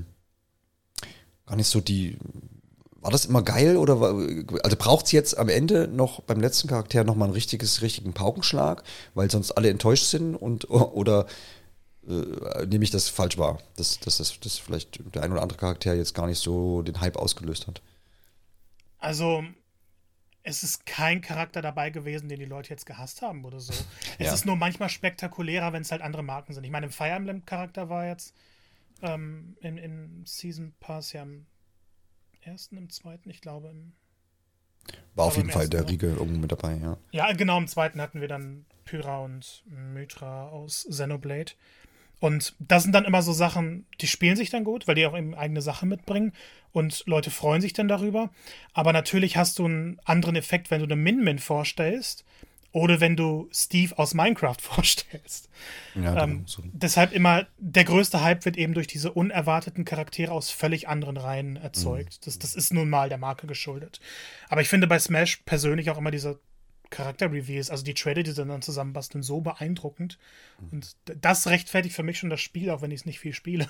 gar nicht so die... War das immer geil oder war, also braucht es jetzt am Ende noch beim letzten Charakter nochmal einen richtiges, richtigen Paukenschlag, weil sonst alle enttäuscht sind und oder äh, nehme ich das falsch wahr, dass, dass, dass, dass vielleicht der ein oder andere Charakter jetzt gar nicht so den Hype ausgelöst hat? Also es ist kein Charakter dabei gewesen, den die Leute jetzt gehasst haben oder so. Es ja. ist nur manchmal spektakulärer, wenn es halt andere Marken sind. Ich meine, im Fire Emblem-Charakter war jetzt ähm, in, in Season Pass ja im ersten, im zweiten, ich glaube im war auf jeden Fall der Riege irgendwo mit dabei, ja. Ja, genau, im zweiten hatten wir dann Pyra und Mythra aus Xenoblade. Und das sind dann immer so Sachen, die spielen sich dann gut, weil die auch eben eigene Sache mitbringen und Leute freuen sich dann darüber. Aber natürlich hast du einen anderen Effekt, wenn du eine Min-Min vorstellst oder wenn du Steve aus Minecraft vorstellst. Ja, ähm, so. Deshalb immer, der größte Hype wird eben durch diese unerwarteten Charaktere aus völlig anderen Reihen erzeugt. Mhm. Das, das ist nun mal der Marke geschuldet. Aber ich finde bei Smash persönlich auch immer diese Charakter-Reveals, also die Trailer, die sie dann zusammenbasteln, so beeindruckend. Mhm. Und das rechtfertigt für mich schon das Spiel, auch wenn ich es nicht viel spiele.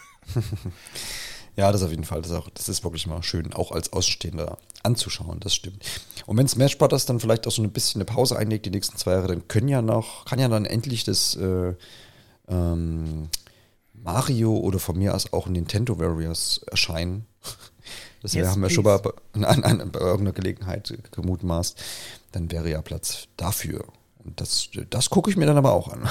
Ja, das auf jeden Fall. Das ist, auch, das ist wirklich mal schön, auch als Außenstehender anzuschauen, das stimmt. Und wenn Smash Brothers dann vielleicht auch so ein bisschen eine Pause einlegt, die nächsten zwei Jahre, dann können ja noch, kann ja dann endlich das äh, ähm, Mario oder von mir aus auch Nintendo Warriors erscheinen. Das yes, haben wir please. schon mal bei, an, an, bei irgendeiner Gelegenheit gemutmaßt. Dann wäre ja Platz dafür. Und das, das gucke ich mir dann aber auch an.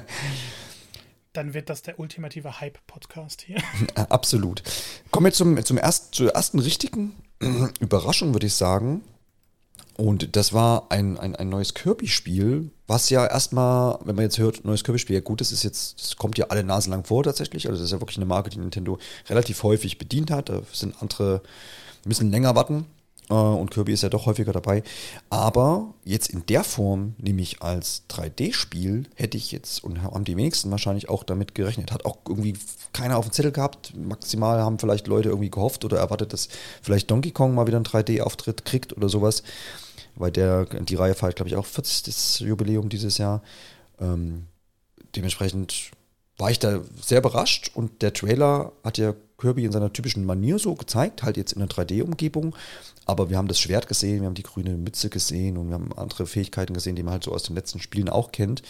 Dann wird das der ultimative Hype-Podcast hier. Absolut. Kommen wir zum, zum erst, zur ersten richtigen Überraschung, würde ich sagen. Und das war ein, ein, ein neues Kirby-Spiel, was ja erstmal, wenn man jetzt hört, neues Kirby-Spiel, ja gut, das ist jetzt, das kommt ja alle Nase lang vor tatsächlich. Also das ist ja wirklich eine Marke, die Nintendo relativ häufig bedient hat. Da sind andere, müssen länger warten. Und Kirby ist ja doch häufiger dabei. Aber jetzt in der Form, nämlich als drei D-Spiel, hätte ich jetzt, und haben die wenigsten wahrscheinlich auch damit gerechnet. Hat auch irgendwie keiner auf dem Zettel gehabt. Maximal haben vielleicht Leute irgendwie gehofft oder erwartet, dass vielleicht Donkey Kong mal wieder einen drei D-Auftritt kriegt oder sowas. Weil der, die Reihe feiert, glaube ich, auch vierzigstes Jubiläum dieses Jahr. Ähm, dementsprechend war ich da sehr überrascht. Und der Trailer hat ja Kirby in seiner typischen Manier so gezeigt, halt jetzt in einer drei D-Umgebung. Aber wir haben das Schwert gesehen, wir haben die grüne Mütze gesehen und wir haben andere Fähigkeiten gesehen, die man halt so aus den letzten Spielen auch kennt.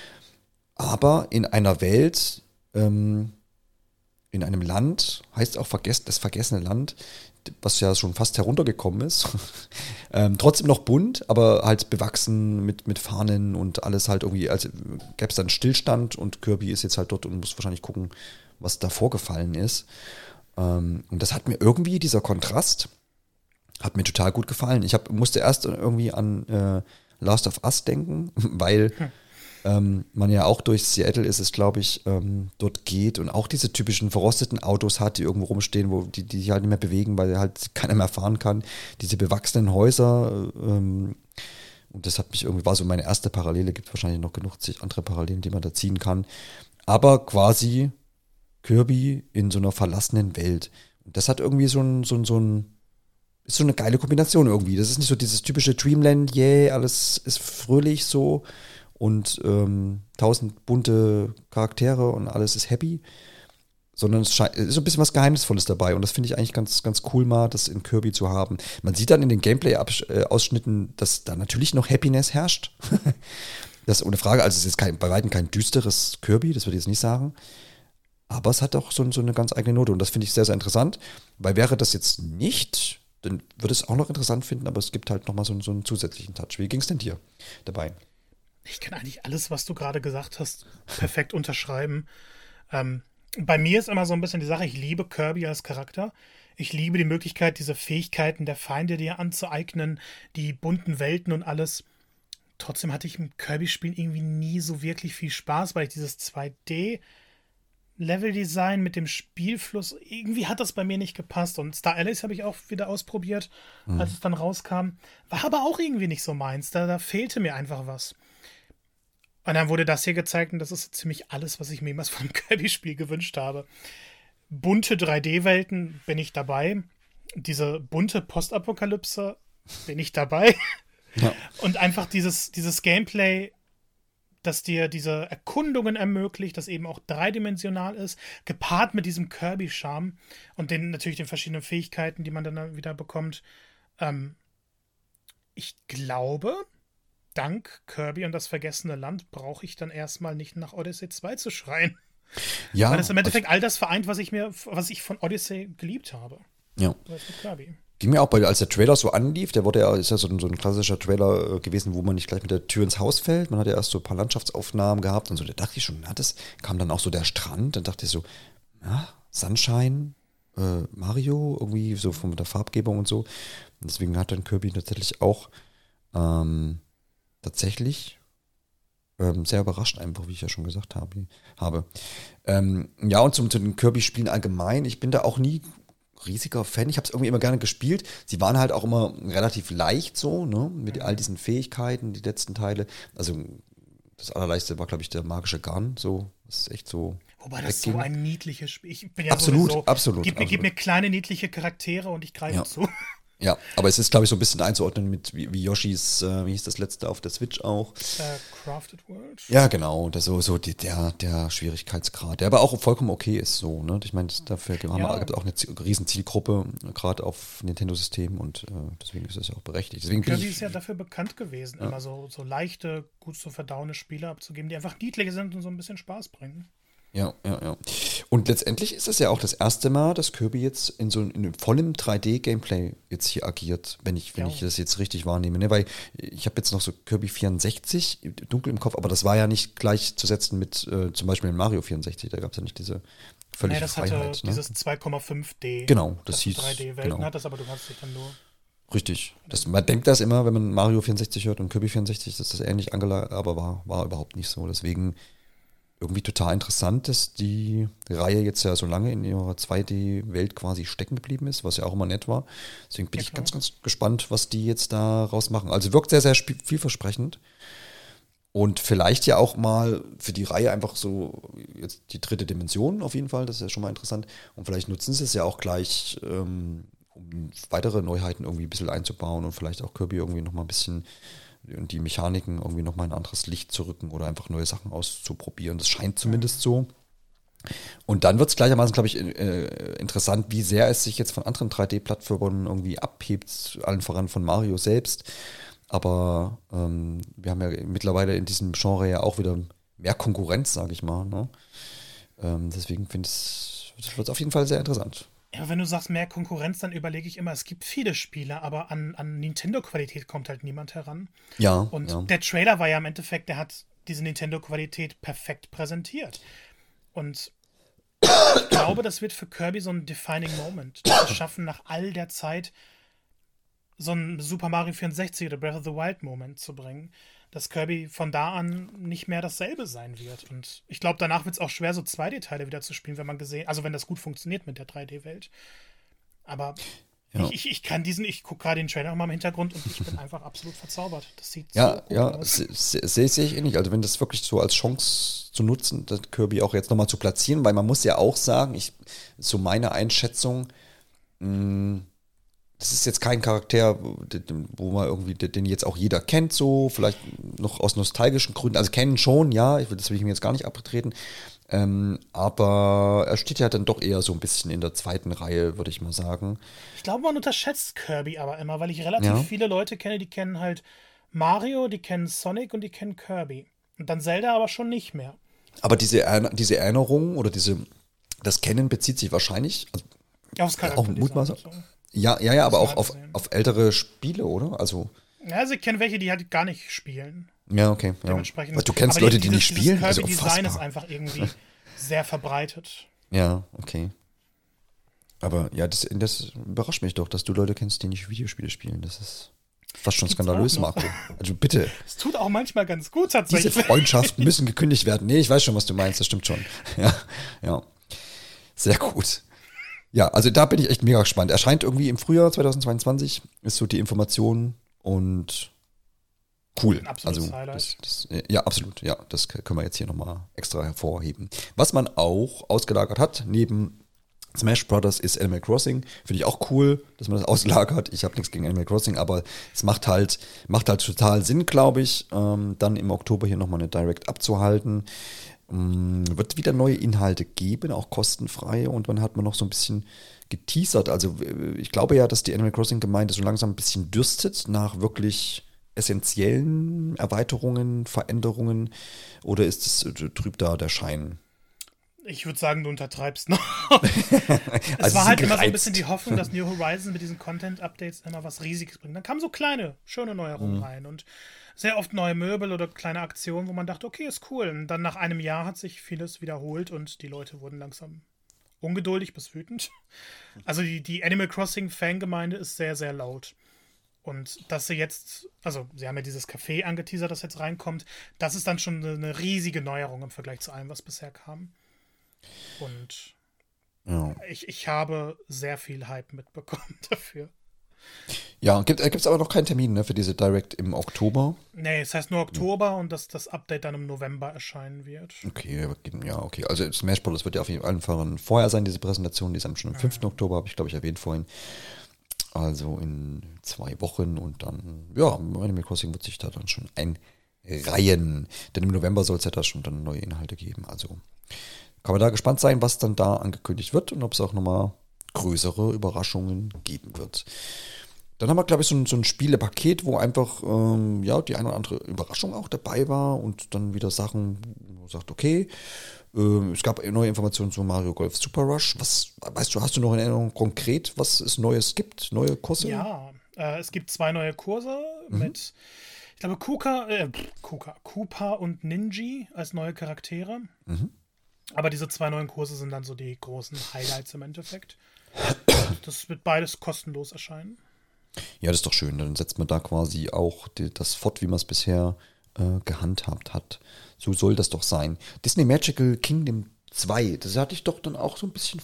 Aber in einer Welt, ähm, in einem Land, heißt auch vergessen, das vergessene Land, was ja schon fast heruntergekommen ist. ähm, trotzdem noch bunt, aber halt bewachsen mit, mit Fahnen und alles halt irgendwie, als gäbe es dann Stillstand und Kirby ist jetzt halt dort und muss wahrscheinlich gucken, was da vorgefallen ist. Ähm, und das hat mir irgendwie, dieser Kontrast, hat mir total gut gefallen. Ich hab, musste erst irgendwie an äh, Last of Us denken, weil hm. ähm, man ja auch durch Seattle ist es, glaube ich, ähm, dort geht und auch diese typischen verrosteten Autos hat, die irgendwo rumstehen, wo die, die sich halt nicht mehr bewegen, weil halt keiner mehr fahren kann. Diese bewachsenen Häuser ähm, und das hat mich irgendwie, war so meine erste Parallele, gibt wahrscheinlich noch genug zig andere Parallelen, die man da ziehen kann. Aber quasi Kirby in so einer verlassenen Welt. Und das hat irgendwie so ein, so ein, so ein ist so eine geile Kombination irgendwie. Das ist nicht so dieses typische Dreamland, yeah, alles ist fröhlich so und ähm, tausend bunte Charaktere und alles ist happy, sondern es scheint, ist so ein bisschen was Geheimnisvolles dabei. Und das finde ich eigentlich ganz, ganz cool, mal das in Kirby zu haben. Man sieht dann in den Gameplay-Ausschnitten, dass da natürlich noch Happiness herrscht. Das ist ohne Frage. Also es ist kein, bei weitem kein düsteres Kirby, das würde ich jetzt nicht sagen. Aber es hat auch so, so eine ganz eigene Note. Und das finde ich sehr, sehr interessant. Weil wäre das jetzt nicht, dann würde es auch noch interessant finden, aber es gibt halt nochmal so, so einen zusätzlichen Touch. Wie ging es denn dir dabei? Ich kann eigentlich alles, was du gerade gesagt hast, perfekt unterschreiben. Ähm, Bei mir ist immer so ein bisschen die Sache, ich liebe Kirby als Charakter. Ich liebe die Möglichkeit, diese Fähigkeiten der Feinde dir anzueignen, die bunten Welten und alles. Trotzdem hatte ich im Kirby-Spiel irgendwie nie so wirklich viel Spaß, weil ich dieses zwei D-Level-Design mit dem Spielfluss, irgendwie hat das bei mir nicht gepasst. Und Star Allies habe ich auch wieder ausprobiert, mhm. als es dann rauskam. War aber auch irgendwie nicht so meins. Da, da fehlte mir einfach was. Und dann wurde das hier gezeigt und das ist so ziemlich alles, was ich mir jemals von einem Kirby-Spiel gewünscht habe. Bunte drei D-Welten bin ich dabei. Diese bunte Postapokalypse bin ich dabei. Ja. Und einfach dieses, dieses Gameplay, das dir diese Erkundungen ermöglicht, das eben auch dreidimensional ist, gepaart mit diesem Kirby-Charme und den, natürlich den verschiedenen Fähigkeiten, die man dann wieder bekommt. Ähm, ich glaube... Dank Kirby und das vergessene Land brauche ich dann erstmal nicht nach Odyssey zwei zu schreien. Ja. Weil es im Endeffekt all das vereint, was ich mir, was ich von Odyssey geliebt habe. Ja. Das mit Kirby. Ging mir auch, bei, als der Trailer so anlief, der wurde ja, ist ja so ein, so ein klassischer Trailer gewesen, wo man nicht gleich mit der Tür ins Haus fällt. Man hat ja erst so ein paar Landschaftsaufnahmen gehabt und so, da dachte ich schon, na, das kam dann auch so der Strand, dann dachte ich so, ja, Sunshine, äh, Mario, irgendwie so von der Farbgebung und so. Und deswegen hat dann Kirby tatsächlich auch ähm, tatsächlich ähm, sehr überrascht einfach, wie ich ja schon gesagt habe. habe. Ähm, ja, und zum, zu den Kirby-Spielen allgemein, ich bin da auch nie riesiger Fan. Ich habe es irgendwie immer gerne gespielt. Sie waren halt auch immer relativ leicht so, ne, mit all diesen Fähigkeiten, die letzten Teile. Also das allerleichteste war, glaube ich, der magische Garn, so, das ist echt so. Wobei das wegging. So ein niedliches Spiel. Ich bin ja absolut, sowieso, absolut. Gib mir, absolut. gib mir kleine, niedliche Charaktere und ich greife ja. zu. Ja, aber es ist, glaube ich, so ein bisschen einzuordnen mit wie, wie Yoshis, äh, wie hieß das letzte auf der Switch auch? Uh, Crafted World? Ja, genau, das so, so die, der, der Schwierigkeitsgrad, der aber auch vollkommen okay ist, so, ne? Ich meine, dafür haben ja. wir gibt auch eine riesen Zielgruppe, gerade auf Nintendo-Systemen und äh, deswegen ist es ja auch berechtigt. Deswegen bin Kirby ich, ist ja dafür bekannt gewesen, ja. immer so, so leichte, gut zu verdauende Spiele abzugeben, die einfach niedlich sind und so ein bisschen Spaß bringen. Ja, ja, ja. Und letztendlich ist es ja auch das erste Mal, dass Kirby jetzt in so in einem vollen drei D-Gameplay jetzt hier agiert, wenn ich, wenn ja. ich das jetzt richtig wahrnehme. Ne? Weil ich habe jetzt noch so Kirby vierundsechzig dunkel im Kopf, aber das war ja nicht gleichzusetzen mit äh, zum Beispiel Mario vierundsechzig. Da gab es ja nicht diese völlige nee, das Freiheit. Hatte ne? Dieses zwei Komma fünf D. Genau, das, das hieß drei D-Welten genau. hat das, aber du kannst dich dann nur. Richtig. Das, man denkt das immer, wenn man Mario vierundsechzig hört und Kirby vierundsechzig, dass das ähnlich angelagert, aber war, war überhaupt nicht so. Deswegen irgendwie total interessant, dass die Reihe jetzt ja so lange in ihrer zwei D-Welt quasi stecken geblieben ist, was ja auch immer nett war. Deswegen bin ja, ich ganz, ganz gespannt, was die jetzt daraus machen. Also wirkt sehr, sehr vielversprechend. Und vielleicht ja auch mal für die Reihe einfach so jetzt die dritte Dimension auf jeden Fall, das ist ja schon mal interessant. Und vielleicht nutzen sie es ja auch gleich, ähm, um weitere Neuheiten irgendwie ein bisschen einzubauen und vielleicht auch Kirby irgendwie nochmal ein bisschen und die Mechaniken irgendwie nochmal in ein anderes Licht zu rücken oder einfach neue Sachen auszuprobieren. Das scheint zumindest so. Und dann wird es gleichermaßen, glaube ich, äh, interessant, wie sehr es sich jetzt von anderen drei D-Plattformen irgendwie abhebt, allen voran von Mario selbst. Aber ähm, wir haben ja mittlerweile in diesem Genre ja auch wieder mehr Konkurrenz, sage ich mal. Ne? Ähm, deswegen finde ich, es wird auf jeden Fall sehr interessant. Ja, wenn du sagst mehr Konkurrenz, dann überlege ich immer, es gibt viele Spiele, aber an, an Nintendo-Qualität kommt halt niemand heran. Ja. Und ja. der Trailer war ja im Endeffekt, der hat diese Nintendo-Qualität perfekt präsentiert. Und ich glaube, das wird für Kirby so ein defining Moment. Das schaffen nach all der Zeit so ein Super Mario vierundsechzig oder Breath of the Wild Moment zu bringen, dass Kirby von da an nicht mehr dasselbe sein wird. Und ich glaube, danach wird es auch schwer, so zwei D-Teile wieder zu spielen, wenn man gesehen, also wenn das gut funktioniert mit der drei D-Welt. Aber ja. ich, ich, ich kann diesen, ich gucke gerade den Trailer nochmal im Hintergrund und ich bin einfach absolut verzaubert. Das sieht ja, so gut ja, aus. Ja, sehe seh ich ähnlich. Also wenn das wirklich so als Chance zu nutzen, das Kirby auch jetzt nochmal zu platzieren, weil man muss ja auch sagen, ich, so meine Einschätzung, mh, das ist jetzt kein Charakter, wo man irgendwie, den jetzt auch jeder kennt, so, vielleicht noch aus nostalgischen Gründen, also kennen schon, ja, das will ich mir jetzt gar nicht abtreten, Ähm, aber er steht ja dann doch eher so ein bisschen in der zweiten Reihe, würde ich mal sagen. Ich glaube, man unterschätzt Kirby aber immer, weil ich relativ Ja. viele Leute kenne, die kennen halt Mario, die kennen Sonic und die kennen Kirby. Und dann Zelda aber schon nicht mehr. Aber diese, Erinner- diese Erinnerung oder diese, das Kennen bezieht sich wahrscheinlich, also Aufs auch Charakterdesign. Mutmaßer. und so. Ja, ja, ja, aber Muss auch man auf, sehen. auf ältere Spiele, oder? Also, Ja, also ich kenne welche, die halt gar nicht spielen. ja, okay. Ja. Dementsprechend. Weil du kennst aber Leute, die dieses, nicht dieses spielen? Also Kirby-Design ist unfassbar. einfach irgendwie sehr verbreitet. Ja, okay. Aber ja, das, das überrascht mich doch, dass du Leute kennst, die nicht Videospiele spielen. Das ist fast schon Gibt's skandalös, auch noch. Marco. Also bitte, Es tut auch manchmal ganz gut diese tatsächlich. Freundschaften müssen gekündigt werden. Nee, ich weiß schon, was du meinst, das stimmt schon. Ja, ja. Sehr gut. Ja, also da bin ich echt mega gespannt. Erscheint irgendwie im Frühjahr zweitausendzweiundzwanzig, ist so die Information und cool. Ein absolutes Also Highlight. das, das, äh, ja, absolut. Ja, das können wir jetzt hier nochmal extra hervorheben. Was man auch ausgelagert hat, neben Smash Brothers, ist Animal Crossing. Finde ich auch cool, dass man das auslagert. Ich habe nichts gegen Animal Crossing, aber es macht halt, macht halt total Sinn, glaube ich, ähm, dann im Oktober hier nochmal eine Direct abzuhalten. Ähm, wird wieder neue Inhalte geben, auch kostenfrei. Und dann hat man noch so ein bisschen geteasert. Also äh, ich glaube ja, dass die Animal Crossing-Gemeinde so langsam ein bisschen dürstet nach wirklich essentiellen Erweiterungen, Veränderungen. Oder ist es, äh, trübt da der Schein? Ich würde sagen, du untertreibst noch. Es Also war sie halt immer so ein gereizt. bisschen die Hoffnung, dass New Horizons mit diesen Content-Updates immer was Riesiges bringt. Dann kamen so kleine, schöne Neuerungen rein und sehr oft neue Möbel oder kleine Aktionen, wo man dachte, okay, ist cool. Und dann nach einem Jahr hat sich vieles wiederholt und die Leute wurden langsam ungeduldig bis wütend. Also die, die Animal Crossing-Fangemeinde ist sehr, sehr laut. Und dass sie jetzt, also sie haben ja dieses Café angeteasert, das jetzt reinkommt, das ist dann schon eine, eine riesige Neuerung im Vergleich zu allem, was bisher kam. Und Ja. ich, ich habe sehr viel Hype mitbekommen dafür. Ja, gibt es aber noch keinen Termin ne, für diese Direct im Oktober. Nee, es heißt nur Oktober und dass das Update dann im November erscheinen wird. Okay, ja, okay. Also Smash Bros. Wird ja auf jeden Fall vorher sein, diese Präsentation. Die ist dann schon am fünften Oktober, habe ich, glaube ich, erwähnt vorhin. Also in zwei Wochen und dann, ja, Animal Crossing wird sich da dann schon einreihen. Denn im November soll es ja da schon dann neue Inhalte geben. Also kann man da gespannt sein, was dann da angekündigt wird und ob es auch nochmal größere Überraschungen geben wird. Dann haben wir, glaube ich, so ein, so ein Spielepaket, wo einfach ähm, ja, die eine oder andere Überraschung auch dabei war und dann wieder Sachen, wo man sagt, okay, äh, es gab neue Informationen zu Mario Golf Super Rush. Was, weißt du, hast du noch in Erinnerung konkret, was es Neues gibt? Neue Kurse? Ja, äh, es gibt zwei neue Kurse Mhm. mit, ich glaube, Kuka, äh, Kuka, Koopa und Ninji als neue Charaktere. Mhm. Aber diese zwei neuen Kurse sind dann so die großen Highlights im Endeffekt. Das wird beides kostenlos erscheinen. Ja, das ist doch schön. Dann setzt man da quasi auch die, das fort, wie man es bisher äh, gehandhabt hat. So soll das doch sein. Disney Magical Kingdom zwei, das hatte ich doch dann auch so ein bisschen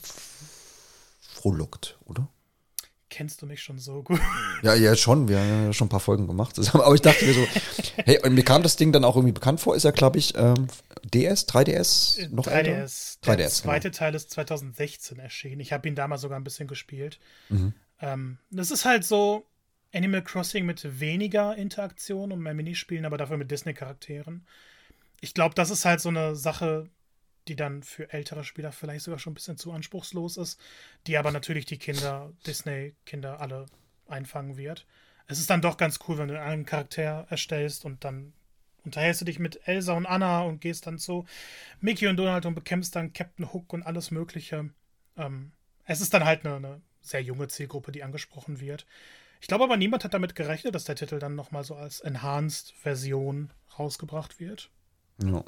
f- frohlockt, oder? Kennst du mich schon so gut? Ja, ja, schon. Wir haben ja schon ein paar Folgen gemacht zusammen. Aber ich dachte mir so, hey, und mir kam das Ding dann auch irgendwie bekannt vor. Ist ja, glaube ich, ähm, D S, drei D S, noch drei D älter? S. drei Der D S, zweite Teil ist zwanzig sechzehn erschienen. Ich habe ihn damals sogar ein bisschen gespielt. Mhm. Ähm, das ist halt so Animal Crossing mit weniger Interaktion und mehr Minispielen, aber dafür mit Disney-Charakteren. Ich glaube, das ist halt so eine Sache, die dann für ältere Spieler vielleicht sogar schon ein bisschen zu anspruchslos ist, die aber natürlich die Kinder, Disney-Kinder alle einfangen wird. Es ist dann doch ganz cool, wenn du einen Charakter erstellst und dann unterhältst du dich mit Elsa und Anna und gehst dann zu Mickey und Donald und bekämpfst dann Captain Hook und alles Mögliche. Ähm, es ist dann halt eine, eine sehr junge Zielgruppe, die angesprochen wird. Ich glaube aber, niemand hat damit gerechnet, dass der Titel dann nochmal so als Enhanced-Version rausgebracht wird. Ja.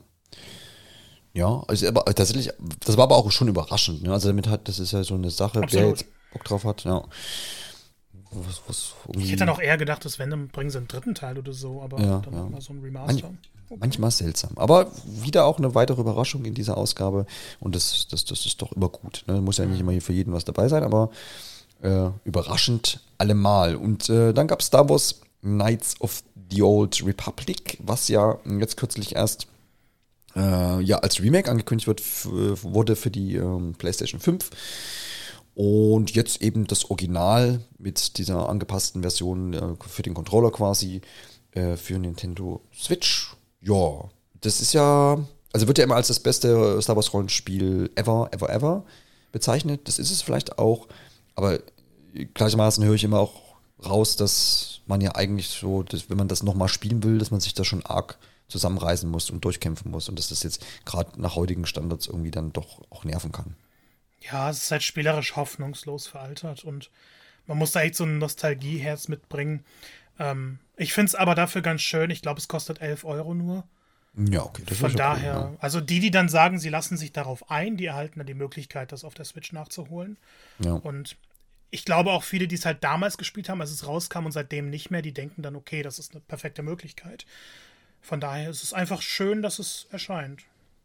Ja, also aber tatsächlich, das war aber auch schon überraschend. Ne? Also damit hat, das ist ja so eine Sache, wer Absolut. jetzt Bock drauf hat, ja. Was, was Ich hätte dann auch eher gedacht, dass wenn, dann bringen sie einen dritten Teil oder so, aber Ja, dann ja. mal so ein Remaster. Man, manchmal seltsam. Aber wieder auch eine weitere Überraschung in dieser Ausgabe. Und das, das, das ist doch immer gut. Ne? Muss ja nicht immer hier für jeden was dabei sein, aber äh, überraschend allemal. Und äh, dann gab es Star Wars Knights of the Old Republic, was ja jetzt kürzlich erst äh, ja, als Remake angekündigt wird, f- wurde für die ähm, PlayStation fünf. Und jetzt eben das Original mit dieser angepassten Version äh, für den Controller quasi äh, für Nintendo Switch. Ja, das ist ja, also wird ja immer als das beste Star Wars Rollenspiel ever, ever, ever bezeichnet. Das ist es vielleicht auch, aber gleichermaßen höre ich immer auch raus, dass man ja eigentlich so, dass, wenn man das nochmal spielen will, dass man sich da schon arg zusammenreißen muss und durchkämpfen muss und dass das jetzt gerade nach heutigen Standards irgendwie dann doch auch nerven kann. Ja, es ist halt spielerisch hoffnungslos veraltert und man muss da echt so ein Nostalgieherz mitbringen. Ähm, ich finde es aber dafür ganz schön. Ich glaube, es kostet elf Euro nur. Ja, okay. Das Von ist okay, daher, ja. Also die, die dann sagen, sie lassen sich darauf ein, die erhalten dann die Möglichkeit, das auf der Switch nachzuholen. Ja. Und ich glaube auch viele, die es halt damals gespielt haben, als es rauskam und seitdem nicht mehr, die denken dann, okay, das ist eine perfekte Möglichkeit. Von daher ist es einfach schön, dass es erscheint.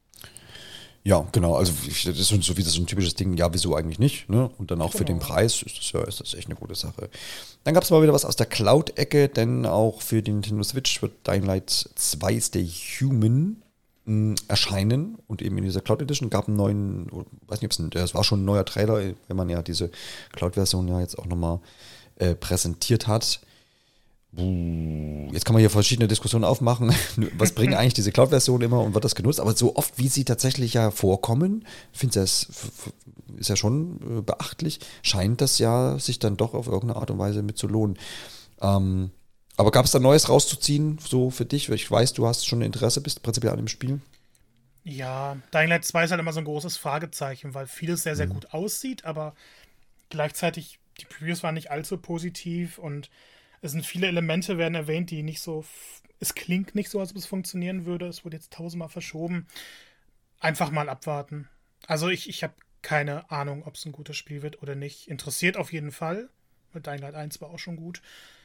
Ja, genau. Also das ist so wie das so ein typisches Ding, ja, wieso eigentlich nicht? Ne? Und dann auch genau. für den Preis ist das ja ist das echt eine gute Sache. Dann gab es mal wieder was aus der Cloud-Ecke, denn auch für die Nintendo Switch wird Dying Light zwei Stay Human mh, erscheinen. Und eben in dieser Cloud Edition gab einen neuen, ich weiß nicht, ob es ein, das war schon ein neuer Trailer, wenn man ja diese Cloud-Version ja jetzt auch nochmal äh, präsentiert hat. Jetzt kann man hier verschiedene Diskussionen aufmachen. Was bringen eigentlich diese Cloud-Versionen immer und wird das genutzt? Aber so oft, wie sie tatsächlich ja vorkommen, finde ich, das ist ja schon beachtlich, scheint das ja sich dann doch auf irgendeine Art und Weise mit zu lohnen. Ähm, aber gab es da Neues rauszuziehen, so für dich? Ich weiß, du hast schon Interesse, bist prinzipiell an dem Spiel. Ja, Dying Light zwei ist halt immer so ein großes Fragezeichen, weil vieles sehr, sehr mhm. gut aussieht, aber gleichzeitig, die Previews waren nicht allzu positiv und es sind viele Elemente, werden erwähnt, die nicht so, es klingt nicht so, als ob es funktionieren würde. Es wurde jetzt tausendmal verschoben. Einfach mal abwarten. Also ich, ich habe keine Ahnung, ob es ein gutes Spiel wird oder nicht. Interessiert auf jeden Fall. Mit Dying Light eins war auch schon gut.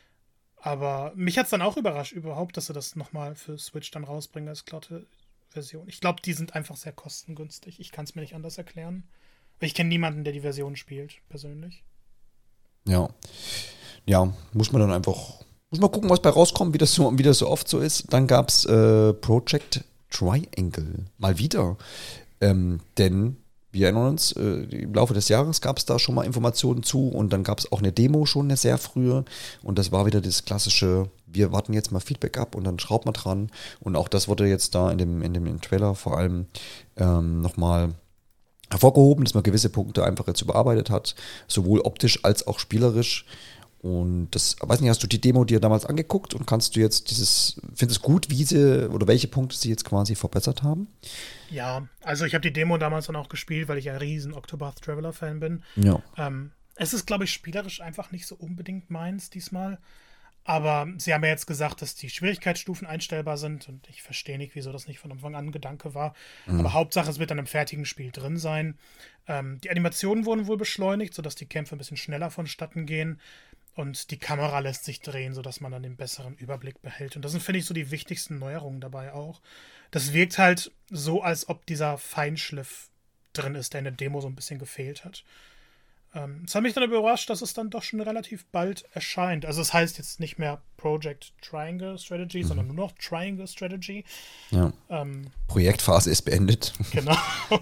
Aber mich hat es dann auch überrascht überhaupt, dass sie das nochmal für Switch dann rausbringen als Cloud-Version. Ich glaube, die sind einfach sehr kostengünstig. Ich kann es mir nicht anders erklären. Weil ich kenne niemanden, der die Version spielt, persönlich. Ja. Ja, muss man dann einfach, muss mal gucken, was bei rauskommt, wie das so, wie das so oft so ist. Dann gab es äh, Project Triangle, mal wieder. Ähm, denn, wir erinnern uns, äh, im Laufe des Jahres gab es da schon mal Informationen zu und dann gab es auch eine Demo schon, eine sehr frühe. Und das war wieder das klassische, wir warten jetzt mal Feedback ab und dann schraubt man dran. Und auch das wurde jetzt da in dem, in dem, in dem Trailer vor allem ähm, nochmal hervorgehoben, dass man gewisse Punkte einfach jetzt überarbeitet hat, sowohl optisch als auch spielerisch. Und das, weiß nicht, hast du die Demo dir damals angeguckt und kannst du jetzt dieses, findest du gut, wie sie oder welche Punkte sie jetzt quasi verbessert haben? Ja, also ich habe die Demo damals dann auch gespielt, weil ich ein riesen Octopath Traveler Fan bin. Ja. Ähm, es ist, glaube ich, spielerisch einfach nicht so unbedingt meins diesmal. Aber sie haben ja jetzt gesagt, dass die Schwierigkeitsstufen einstellbar sind und ich verstehe nicht, wieso das nicht von Anfang an ein Gedanke war. Mhm. Aber Hauptsache, es wird dann im fertigen Spiel drin sein. Ähm, die Animationen wurden wohl beschleunigt, sodass die Kämpfe ein bisschen schneller vonstatten gehen. Und die Kamera lässt sich drehen, sodass man dann den besseren Überblick behält. Und das sind, finde ich, so die wichtigsten Neuerungen dabei auch. Das wirkt halt so, als ob dieser Feinschliff drin ist, der in der Demo so ein bisschen gefehlt hat. Ähm, es hat mich dann überrascht, dass es dann doch schon relativ bald erscheint. Also es heißt jetzt nicht mehr Project Triangle Strategy, mhm. sondern nur noch Triangle Strategy. Ja. Ähm, Projektphase ist beendet. Genau.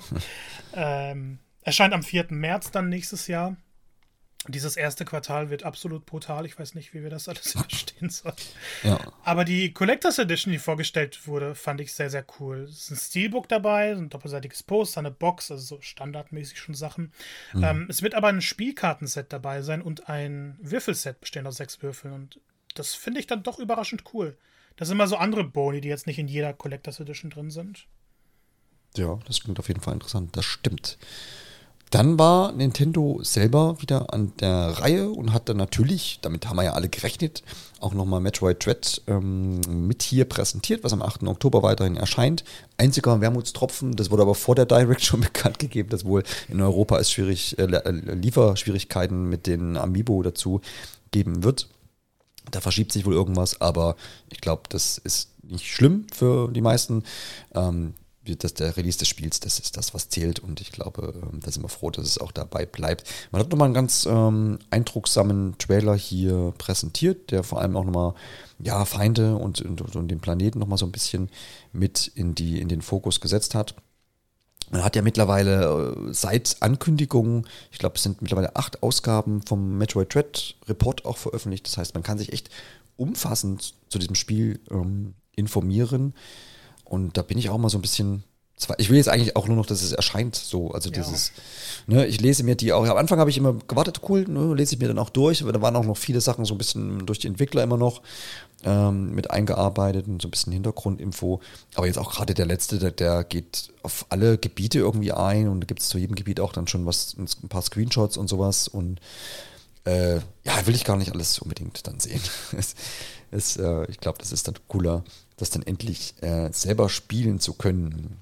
ähm, erscheint am vierten März dann nächstes Jahr. Dieses erste Quartal wird absolut brutal. Ich weiß nicht, wie wir das alles überstehen sollen. Ja. Aber die Collectors Edition, die vorgestellt wurde, fand ich sehr, sehr cool. Es ist ein Steelbook dabei, ein doppelseitiges Poster, eine Box, also so standardmäßig schon Sachen. Mhm. Ähm, es wird aber ein Spielkartenset dabei sein und ein Würfelset bestehend aus sechs Würfeln. Und das finde ich dann doch überraschend cool. Das sind immer so andere Boni, die jetzt nicht in jeder Collectors Edition drin sind. Ja, das klingt auf jeden Fall interessant. Das stimmt. Dann war Nintendo selber wieder an der Reihe und hat dann natürlich, damit haben wir ja alle gerechnet, auch nochmal Metroid Dread ähm, mit hier präsentiert, was am achten Oktober weiterhin erscheint. Einziger Wermutstropfen, das wurde aber vor der Direct schon bekannt gegeben, dass wohl in Europa es schwierig, äh, Lieferschwierigkeiten mit den Amiibo dazu geben wird. Da verschiebt sich wohl irgendwas, aber ich glaube, das ist nicht schlimm für die meisten. Ähm, dass der Release des Spiels, das ist das, was zählt und ich glaube, da sind wir froh, dass es auch dabei bleibt. Man hat nochmal einen ganz ähm, eindruckssamen Trailer hier präsentiert, der vor allem auch nochmal ja, Feinde und, und, und den Planeten nochmal so ein bisschen mit in, die, in den Fokus gesetzt hat. Man hat ja mittlerweile äh, seit Ankündigung, ich glaube, es sind mittlerweile acht Ausgaben vom Metroid Dread Report auch veröffentlicht. Das heißt, man kann sich echt umfassend zu diesem Spiel ähm, informieren. Und da bin ich auch mal so ein bisschen zwei, ich will jetzt eigentlich auch nur noch, dass es erscheint, so, also ja. dieses, ne, ich lese mir die auch, am Anfang habe ich immer gewartet, cool, ne, lese ich mir dann auch durch, aber da waren auch noch viele Sachen so ein bisschen durch die Entwickler immer noch ähm, mit eingearbeitet und so ein bisschen Hintergrundinfo, aber jetzt auch gerade der letzte, der, der geht auf alle Gebiete irgendwie ein und da gibt es zu jedem Gebiet auch dann schon was, ein paar Screenshots und sowas und äh, ja, will ich gar nicht alles unbedingt dann sehen. es, es, äh, ich glaube, das ist dann cooler, das dann endlich äh, selber spielen zu können.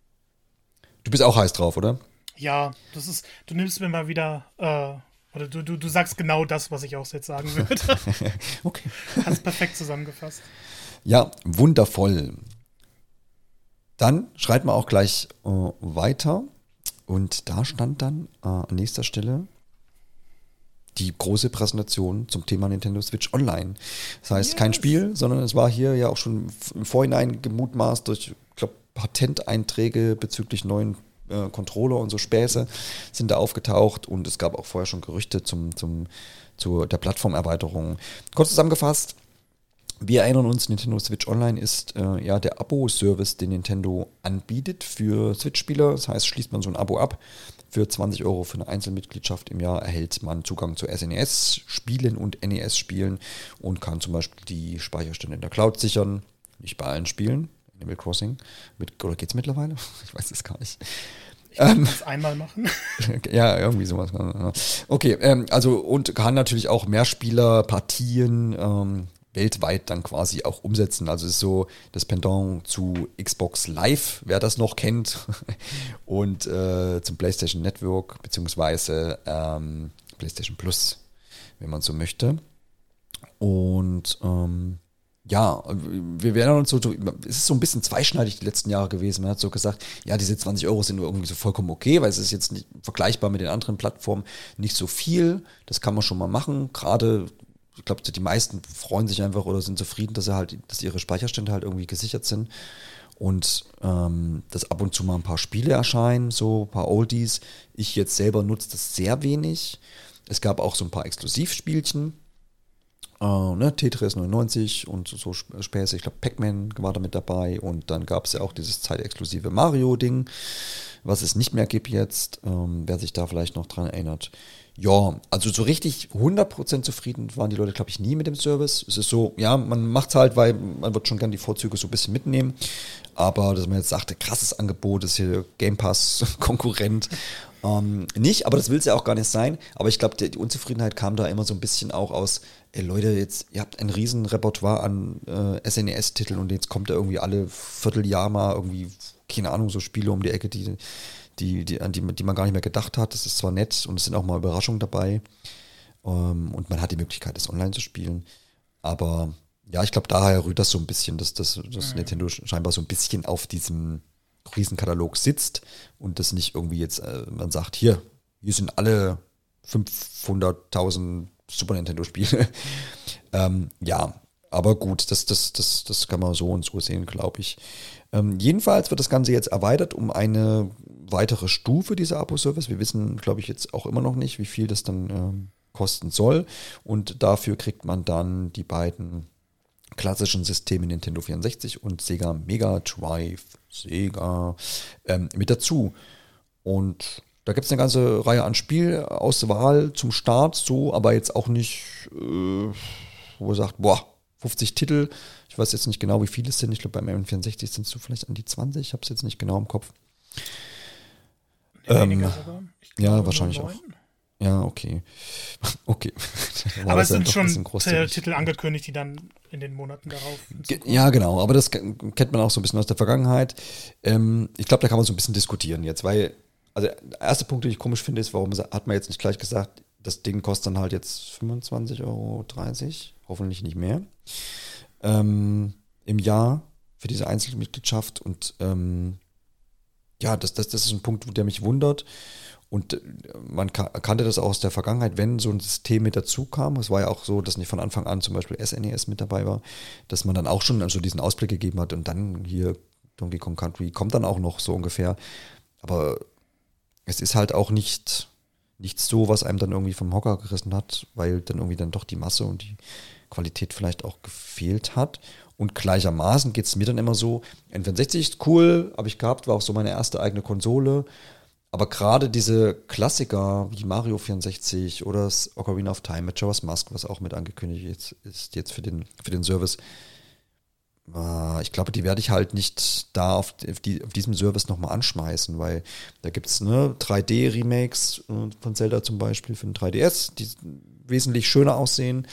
Du bist auch heiß drauf, oder? Ja, das ist, du nimmst mir mal wieder, äh, oder du, du, du sagst genau das, was ich auch jetzt sagen würde. Okay. Hast perfekt zusammengefasst. Ja, wundervoll. Dann schreiten wir auch gleich äh, weiter. Und da stand dann äh, an nächster Stelle die große Präsentation zum Thema Nintendo Switch Online. Das heißt, yes. kein Spiel, sondern es war hier ja auch schon im Vorhinein gemutmaßt durch, ich glaube, Patenteinträge bezüglich neuen äh, Controller und so Späße sind da aufgetaucht und es gab auch vorher schon Gerüchte zum, zum, zu der Plattformerweiterung. Kurz zusammengefasst, wir erinnern uns, Nintendo Switch Online ist äh, ja der Abo-Service, den Nintendo anbietet für Switch-Spieler. Das heißt, schließt man so ein Abo ab. Für zwanzig Euro für eine Einzelmitgliedschaft im Jahr erhält man Zugang zu S N E S-Spielen und N E S-Spielen und kann zum Beispiel die Speicherstände in der Cloud sichern. Nicht bei allen Spielen. Animal Crossing. Mit, oder geht's mittlerweile? Ich weiß es gar nicht. Ich kann es einmal machen. Ja, irgendwie sowas. Okay, ähm, also und kann natürlich auch Mehrspielerpartien ähm, weltweit dann quasi auch umsetzen. Also es ist so das Pendant zu Xbox Live, wer das noch kennt, und äh, zum PlayStation Network, beziehungsweise ähm, PlayStation Plus, wenn man so möchte. Und ähm, ja, wir werden uns so, es ist so ein bisschen zweischneidig die letzten Jahre gewesen. Man hat so gesagt, ja, diese zwanzig Euro sind nur irgendwie so vollkommen okay, weil es ist jetzt nicht vergleichbar mit den anderen Plattformen nicht so viel. Das kann man schon mal machen, gerade ich glaube, die meisten freuen sich einfach oder sind zufrieden, dass sie halt, dass ihre Speicherstände halt irgendwie gesichert sind und ähm, dass ab und zu mal ein paar Spiele erscheinen, so ein paar Oldies. Ich jetzt selber nutze das sehr wenig. Es gab auch so ein paar Exklusivspielchen, äh, ne, Tetris neunundneunzig und so Späße. Ich glaube, Pac-Man war da mit dabei und dann gab es ja auch dieses zeitexklusive Mario-Ding, was es nicht mehr gibt jetzt, ähm, wer sich da vielleicht noch dran erinnert. Ja, also so richtig hundert Prozent zufrieden waren die Leute, glaube ich, nie mit dem Service. Es ist so, ja, man macht es halt, weil man wird schon gerne die Vorzüge so ein bisschen mitnehmen. Aber dass man jetzt sagte, krasses Angebot, ist hier Game Pass Konkurrent. Ähm, nicht, aber das will es ja auch gar nicht sein. Aber ich glaube, die, die Unzufriedenheit kam da immer so ein bisschen auch aus, ey Leute, jetzt, ihr habt ein riesen Repertoire an äh, S N E S-Titeln und jetzt kommt da irgendwie alle Vierteljahr mal irgendwie, keine Ahnung, so Spiele um die Ecke, die Die, die, an die, die man gar nicht mehr gedacht hat. Das ist zwar nett und es sind auch mal Überraschungen dabei. Ähm, und man hat die Möglichkeit, das online zu spielen. Aber ja, ich glaube, daher rührt das so ein bisschen, dass, dass, dass mhm. Nintendo scheinbar so ein bisschen auf diesem Riesenkatalog sitzt und das nicht irgendwie jetzt, äh, man sagt, hier, hier sind alle fünfhunderttausend Super Nintendo-Spiele. ähm, ja, aber gut, das, das, das, das kann man so und so sehen, glaube ich. Ähm, jedenfalls wird das Ganze jetzt erweitert um eine weitere Stufe dieser Abo-Service. Wir wissen, glaube ich, jetzt auch immer noch nicht, wie viel das dann ähm, kosten soll. Und dafür kriegt man dann die beiden klassischen Systeme Nintendo vierundsechzig und Sega Mega Drive, Sega, ähm, mit dazu. Und da gibt es eine ganze Reihe an Spielauswahl zum Start, so, aber jetzt auch nicht, äh, wo man sagt, boah, fünfzig Titel. Ich weiß jetzt nicht genau, wie viele es sind. Ich glaube, beim M vierundsechzig sind es so vielleicht an die zwanzig. Ich habe es jetzt nicht genau im Kopf. Ähm, ja, wahrscheinlich auch. Ja, okay. Okay. Aber es sind schon Titel angekündigt, die dann in den Monaten darauf. Ja, genau. Aber das kennt man auch so ein bisschen aus der Vergangenheit. Ähm, ich glaube, da kann man so ein bisschen diskutieren jetzt, weil, also der erste Punkt, den ich komisch finde, ist, warum hat man jetzt nicht gleich gesagt, das Ding kostet dann halt jetzt fünfundzwanzig Euro dreißig, hoffentlich nicht mehr, ähm, im Jahr für diese Einzelmitgliedschaft. Und ähm, ja, das, das, das ist ein Punkt, der mich wundert. Und man kannte das auch aus der Vergangenheit, wenn so ein System mit dazu kam. Es war ja auch so, dass nicht von Anfang an zum Beispiel S N E S mit dabei war, dass man dann auch schon also diesen Ausblick gegeben hat und dann hier Donkey Kong Country kommt dann auch noch so ungefähr. Aber es ist halt auch nicht, nicht so, was einem dann irgendwie vom Hocker gerissen hat, weil dann irgendwie dann doch die Masse und die Qualität vielleicht auch gefehlt hat. Und gleichermaßen geht es mir dann immer so, N vierundsechzig ist cool, habe ich gehabt, war auch so meine erste eigene Konsole. Aber gerade diese Klassiker wie Mario vierundsechzig oder das Ocarina of Time mit Majora's Mask, was auch mit angekündigt ist, ist jetzt für den, für den Service, äh, ich glaube, die werde ich halt nicht da auf, auf, die, auf diesem Service nochmal anschmeißen, weil da gibt es ne, drei D-Remakes äh, von Zelda zum Beispiel für den drei D S, die wesentlich schöner aussehen.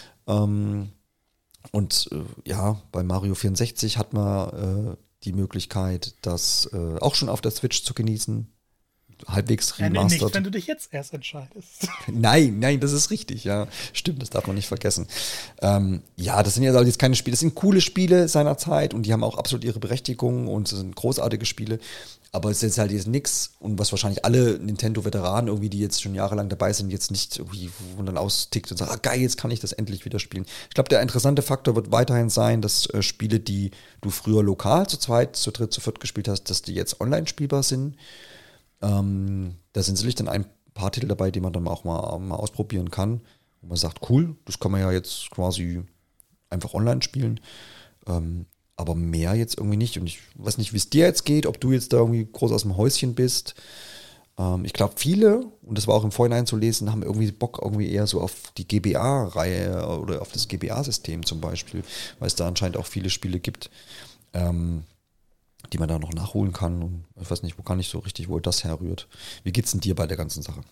Ähm, und äh, ja, bei Mario vierundsechzig hat man äh, die Möglichkeit, das äh, auch schon auf der Switch zu genießen. Halbwegs remastered. Ja, nicht, wenn du dich jetzt erst entscheidest. Nein, nein, das ist richtig, ja. Stimmt, das darf man nicht vergessen. Ähm, ja, das sind ja jetzt keine Spiele, das sind coole Spiele seiner Zeit und die haben auch absolut ihre Berechtigung und es sind großartige Spiele. Aber es ist jetzt halt jetzt nix und was wahrscheinlich alle Nintendo-Veteranen irgendwie, die jetzt schon jahrelang dabei sind, jetzt nicht irgendwie wundern austickt und sagen, ah geil, jetzt kann ich das endlich wieder spielen. Ich glaube, der interessante Faktor wird weiterhin sein, dass äh, Spiele, die du früher lokal zu zweit, zu dritt, zu viert gespielt hast, dass die jetzt online spielbar sind. Ähm, da sind sicherlich dann ein paar Titel dabei, die man dann auch mal, mal ausprobieren kann. Wo man sagt, cool, das kann man ja jetzt quasi einfach online spielen. Ähm, aber mehr jetzt irgendwie nicht. Und ich weiß nicht, wie es dir jetzt geht, ob du jetzt da irgendwie groß aus dem Häuschen bist. Ähm, ich glaube, viele, und das war auch im Vorhinein zu lesen, haben irgendwie Bock irgendwie eher so auf die G B A-Reihe oder auf das G B A-System zum Beispiel, weil es da anscheinend auch viele Spiele gibt. Ähm, die man da noch nachholen kann. Und ich weiß nicht, wo kann ich so richtig, wo das herrührt. Wie geht's denn dir bei der ganzen Sache?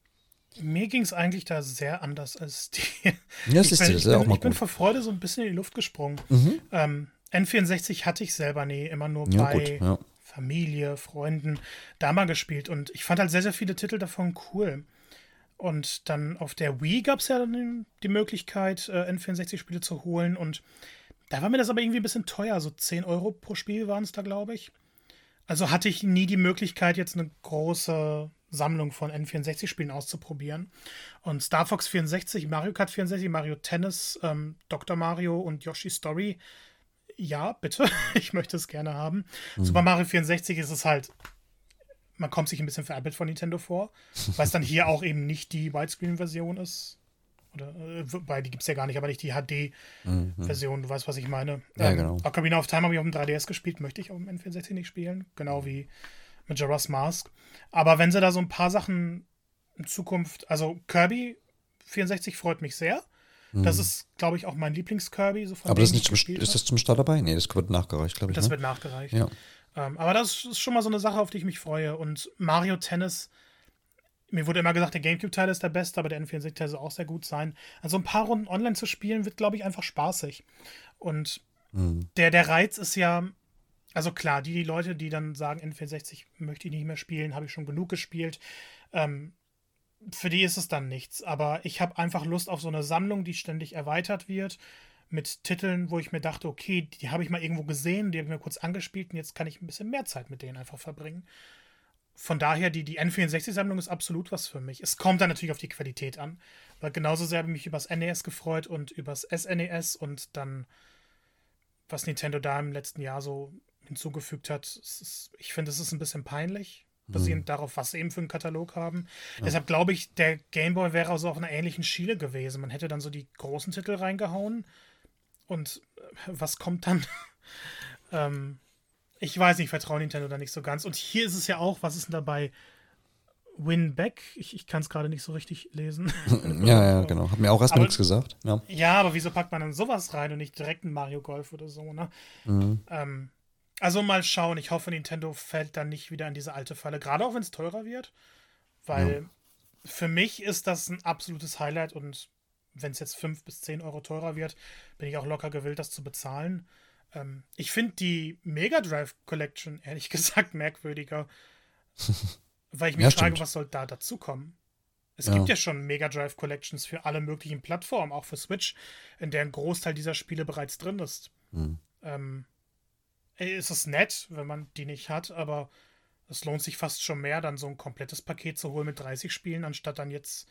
Mir ging es eigentlich da sehr anders als die. Ja, das ist, bin, das ist ja auch mal ich bin gut. vor Freude so ein bisschen in die Luft gesprungen. Mhm. Ähm, N vierundsechzig hatte ich selber nie, immer nur Ja, bei gut, ja. Familie, Freunden, da mal gespielt. Und ich fand halt sehr, sehr viele Titel davon cool. Und dann auf der Wii gab es ja dann die Möglichkeit, äh, N vierundsechzig-Spiele zu holen. Und da war mir das aber irgendwie ein bisschen teuer. So zehn Euro pro Spiel waren es da, glaube ich. Also hatte ich nie die Möglichkeit, jetzt eine große Sammlung von N vierundsechzig-Spielen auszuprobieren. Und Star Fox vierundsechzig, Mario Kart vierundsechzig, Mario Tennis, ähm, Doktor Mario und Yoshi's Story. Ja, bitte. Ich möchte es gerne haben. Mhm. Super Mario vierundsechzig ist es halt, man kommt sich ein bisschen veräppelt von Nintendo vor, weil es dann hier auch eben nicht die Widescreen-Version ist. Oder, äh, wobei, die gibt es ja gar nicht, aber nicht die H D-Version, mhm. Du weißt, was ich meine. Ja, ähm, genau. Ocarina of Time habe ich auf dem drei D S gespielt, möchte ich auf dem N vierundsechzig nicht spielen, genau wie Majora's Mask. Aber wenn sie da so ein paar Sachen in Zukunft, also Kirby vierundsechzig freut mich sehr. Mhm. Das ist, glaube ich, auch mein Lieblings-Kirby. So aber das ist, nicht zum, ist das zum Start dabei? Nee, das wird nachgereicht, glaube ich. Das ne? wird nachgereicht. Ja. Ähm, aber das ist schon mal so eine Sache, auf die ich mich freue. Und Mario Tennis, mir wurde immer gesagt, der GameCube-Teil ist der beste, aber der N vierundsechzig-Teil soll auch sehr gut sein. Also ein paar Runden online zu spielen, wird, glaube ich, einfach spaßig. Und mhm. der, der Reiz ist ja, also klar, die, die Leute, die dann sagen, N vierundsechzig möchte ich nicht mehr spielen, habe ich schon genug gespielt, ähm, für die ist es dann nichts. Aber ich habe einfach Lust auf so eine Sammlung, die ständig erweitert wird, mit Titeln, wo ich mir dachte, okay, die habe ich mal irgendwo gesehen, die habe ich mir kurz angespielt und jetzt kann ich ein bisschen mehr Zeit mit denen einfach verbringen. Von daher, die, die N vierundsechzig-Sammlung ist absolut was für mich. Es kommt dann natürlich auf die Qualität an, weil genauso sehr habe ich mich übers N E S gefreut und übers S N E S und dann, was Nintendo da im letzten Jahr so hinzugefügt hat, es ist, ich finde, es ist ein bisschen peinlich, basierend mhm. darauf, was sie eben für einen Katalog haben. Ja. Deshalb glaube ich, der Game Boy wäre also auf einer ähnlichen Schiene gewesen. Man hätte dann so die großen Titel reingehauen und was kommt dann? ähm, ich weiß nicht, ich vertraue Nintendo da nicht so ganz. Und hier ist es ja auch, was ist denn dabei? Winback? Ich, ich kann es gerade nicht so richtig lesen. ja, ja, genau. Hat mir auch erstmal nichts gesagt. Ja. ja, aber wieso packt man dann sowas rein und nicht direkt ein Mario Golf oder so, ne? Mhm. Ähm, also mal schauen. Ich hoffe, Nintendo fällt dann nicht wieder in diese alte Falle. Gerade auch, wenn es teurer wird. Weil ja. für mich ist das ein absolutes Highlight und wenn es jetzt fünf bis zehn Euro teurer wird, bin ich auch locker gewillt, das zu bezahlen. Ähm, ich finde die Mega Drive Collection, ehrlich gesagt, merkwürdiger. Weil ich mich ja, frage, stimmt. was soll da dazukommen? Es ja. gibt ja schon Mega Drive Collections für alle möglichen Plattformen, auch für Switch, in der ein Großteil dieser Spiele bereits drin ist. Mhm. Ähm, es ist nett, wenn man die nicht hat, aber es lohnt sich fast schon mehr, dann so ein komplettes Paket zu holen mit dreißig Spielen, anstatt dann jetzt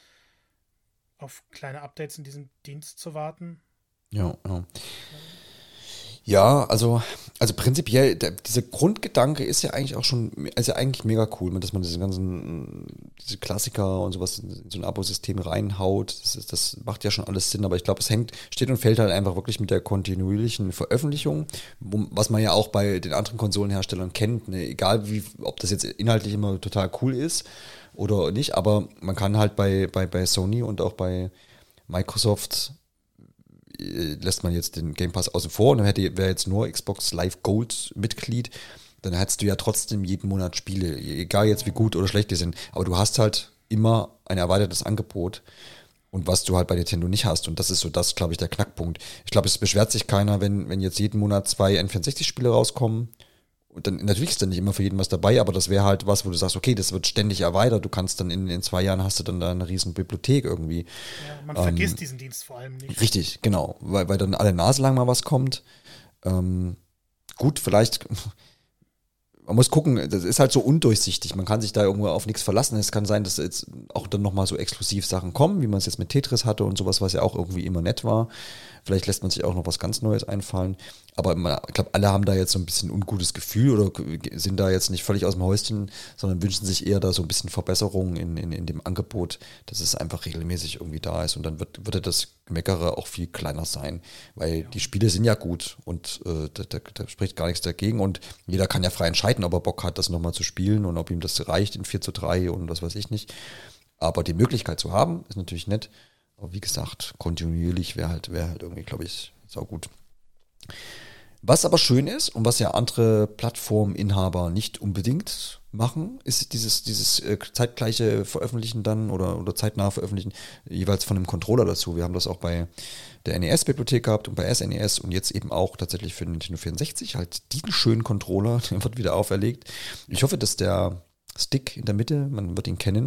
auf kleine Updates in diesem Dienst zu warten. Ja, ja. Ja, also, Also prinzipiell, der, dieser Grundgedanke ist ja eigentlich auch schon, ist ja eigentlich mega cool, dass man diese ganzen, diese Klassiker und sowas in so ein Abo-System reinhaut. Das, ist, das macht ja schon alles Sinn, aber ich glaube, es hängt, steht und fällt halt einfach wirklich mit der kontinuierlichen Veröffentlichung, wo, was man ja auch bei den anderen Konsolenherstellern kennt, ne? Egal wie, ob das jetzt inhaltlich immer total cool ist oder nicht, aber man kann halt bei, bei, bei Sony und auch bei Microsoft lässt man jetzt den Game Pass außen vor und dann hätte wäre jetzt nur Xbox Live Gold Mitglied, dann hättest du ja trotzdem jeden Monat Spiele, egal jetzt wie gut oder schlecht die sind, aber du hast halt immer ein erweitertes Angebot und was du halt bei Nintendo nicht hast und das ist so das, glaube ich, der Knackpunkt. Ich glaube, es beschwert sich keiner, wenn, wenn jetzt jeden Monat zwei N vierundsechzig Spiele rauskommen. Und dann, natürlich ist dann nicht immer für jeden was dabei, aber das wäre halt was, wo du sagst, okay, das wird ständig erweitert. Du kannst dann in, in zwei Jahren hast du dann da eine riesen Bibliothek irgendwie. Ja, man ähm, vergisst diesen Dienst vor allem nicht. Richtig, genau, weil, weil dann alle Nase lang mal was kommt. Ähm, gut, vielleicht, man muss gucken, das ist halt so undurchsichtig. Man kann sich da irgendwo auf nichts verlassen. Es kann sein, dass jetzt auch dann nochmal so exklusiv Sachen kommen, wie man es jetzt mit Tetris hatte und sowas, was ja auch irgendwie immer nett war. Vielleicht lässt man sich auch noch was ganz Neues einfallen. Aber man, ich glaube, alle haben da jetzt so ein bisschen ein ungutes Gefühl oder sind da jetzt nicht völlig aus dem Häuschen, sondern wünschen sich eher da so ein bisschen Verbesserungen in, in, in dem Angebot, dass es einfach regelmäßig irgendwie da ist. Und dann wird, würde das Meckere auch viel kleiner sein, weil ja. Die Spiele sind ja gut und äh, da, da, da spricht gar nichts dagegen. Und jeder kann ja frei entscheiden, ob er Bock hat, das nochmal zu spielen und ob ihm das reicht in vier zu drei und was weiß ich nicht. Aber die Möglichkeit zu haben, ist natürlich nett. Aber wie gesagt, kontinuierlich wäre halt, wäre halt irgendwie, glaube ich, saugut. Was aber schön ist und was ja andere Plattforminhaber nicht unbedingt machen, ist dieses, dieses äh, zeitgleiche Veröffentlichen dann oder, oder zeitnah Veröffentlichen jeweils von einem Controller dazu. Wir haben das auch bei der N E S-Bibliothek gehabt und bei S N E S und jetzt eben auch tatsächlich für den Nintendo vierundsechzig halt diesen schönen Controller, der wird wieder auferlegt. Ich hoffe, dass der Stick in der Mitte, man wird ihn kennen,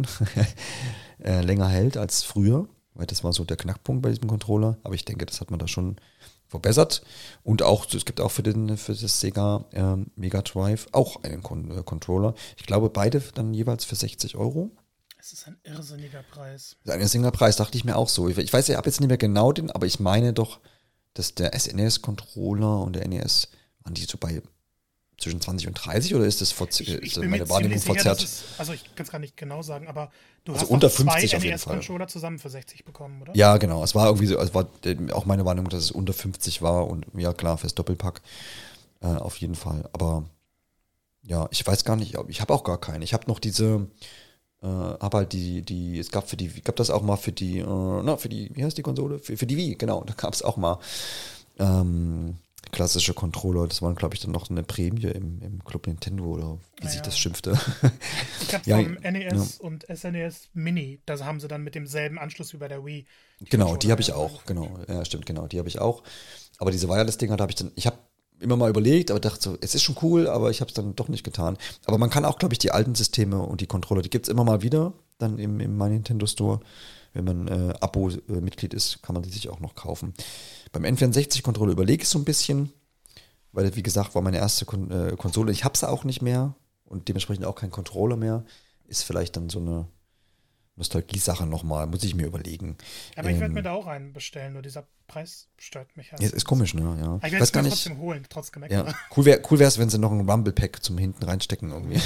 äh, länger hält als früher. Weil das war so der Knackpunkt bei diesem Controller. Aber ich denke, das hat man da schon verbessert. Und auch, es gibt auch für, den, für das Sega ähm, Mega Drive auch einen Con- äh, Controller. Ich glaube, beide dann jeweils für sechzig Euro. Es ist ein irrsinniger Preis. Das ist ein irrsinniger Preis, dachte ich mir auch so. Ich, ich weiß, ich habe jetzt nicht mehr genau den, aber ich meine doch, dass der S N E S-Controller und der N E S, waren die so bei zwischen zwanzig und dreißig oder ist das vor, ich, ich ist meine Wahrnehmung sicher, verzerrt? Ist, also ich kann es gar nicht genau sagen, aber du also hast unter zwei fünfzig auf N E jeden Fall. S-Controller zusammen für sechzig bekommen, oder? Ja, genau. Es war irgendwie so, es war auch meine Wahrnehmung, dass es unter fünfzig war und ja klar, fürs Doppelpack äh, auf jeden Fall. Aber ja, ich weiß gar nicht, ich habe auch gar keine. Ich habe noch diese, äh, habe halt die, die, es gab für die, gab das auch mal für die, äh, na, für die, wie heißt die Konsole? Für, für die Wii, genau, da gab es auch mal ähm, klassische Controller, das waren, glaube ich, dann noch eine Prämie im, im Club Nintendo oder wie Ah, sich ja. das schimpfte. Ich habe Ja, vom N E S ja. und S N E S Mini, da haben sie dann mit demselben Anschluss wie bei der Wii. Genau, die habe ich Controller, auch, genau. Ja, stimmt, genau, die habe ich auch. Aber diese Wireless-Dinger, da habe ich dann, ich habe immer mal überlegt, aber dachte so, es ist schon cool, aber ich habe es dann doch nicht getan. Aber man kann auch, glaube ich, die alten Systeme und die Controller, die gibt es immer mal wieder, dann im, im My Nintendo Store. Wenn man äh, Abo-Mitglied ist, kann man die sich auch noch kaufen. Beim N vierundsechzig-Controller überlege ich so ein bisschen, weil, wie gesagt, war meine erste Kon- äh, Konsole. Ich habe sie auch nicht mehr und dementsprechend auch kein Controller mehr. Ist vielleicht dann so eine Nostalgie-Sache nochmal, muss ich mir überlegen. Aber ich werde Ähm, mir da auch einen bestellen, nur dieser Preis stört mich halt. ja, ist komisch, ne? Ja. Aber ich werde es mir trotzdem holen, trotz Gemecker. Ja, cool wäre cool wär's, wenn sie noch ein Rumble-Pack zum hinten reinstecken irgendwie.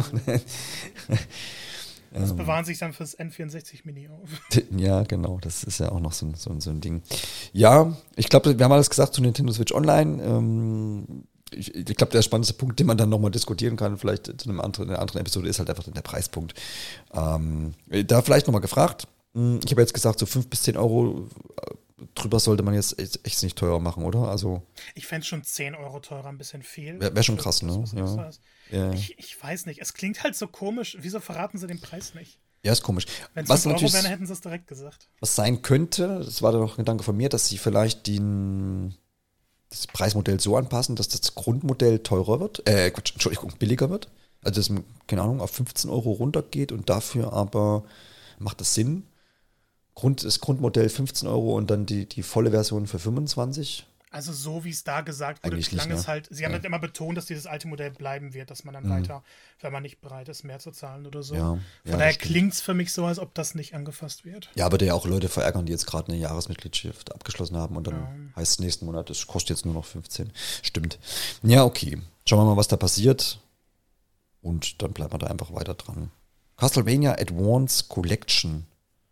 Das bewahren sich dann fürs N vierundsechzig Mini auf. Ja, genau, das ist ja auch noch so, ein- so, ein- so ein Ding. Ja, ich glaube, wir haben alles gesagt zu Nintendo Switch Online. Ähm, ich ich glaube, der spannendste Punkt, den man dann nochmal diskutieren kann, vielleicht zu einem anderen, einer anderen Episode, ist halt einfach der Preispunkt. Ähm, da vielleicht nochmal gefragt. Hm, Ich habe jetzt gesagt, so fünf bis zehn Euro äh, drüber sollte man jetzt echt, echt nicht teurer machen, oder? Also Ich fände schon zehn Euro teurer ein bisschen viel. wäre wär schon Für krass, das, ne? was Ja. extra ist. Ja. Ich, ich weiß nicht, es klingt halt so komisch. Wieso verraten sie den Preis nicht? Ja, ist komisch. Wenn es Was fünf Euro natürlich wären, hätten sie es direkt gesagt. was sein könnte, das war dann noch ein Gedanke von mir, dass sie vielleicht den, das Preismodell so anpassen, dass das Grundmodell teurer wird, äh, Quatsch, Entschuldigung, billiger wird. Also, dass man, keine Ahnung, auf fünfzehn Euro runtergeht und dafür aber macht das Sinn. Grund, das Grundmodell fünfzehn Euro und dann die, die volle Version für fünfundzwanzig. Also so wie es da gesagt wurde, Eigentlich klang nicht, es ne? halt, sie haben Ja. halt immer betont, dass dieses alte Modell bleiben wird, dass man dann Mhm. weiter, wenn man nicht bereit ist, mehr zu zahlen oder so. Ja, Von ja, daher das stimmt. klingt es für mich so, als ob das nicht angefasst wird. Ja, aber der ja auch Leute verärgern, die jetzt gerade eine Jahresmitgliedschaft abgeschlossen haben und dann Ja. heißt es nächsten Monat, es kostet jetzt nur noch fünfzehn. Stimmt. Ja, okay. Schauen wir mal, was da passiert. Und dann bleiben wir da einfach weiter dran. Castlevania Advance Collection.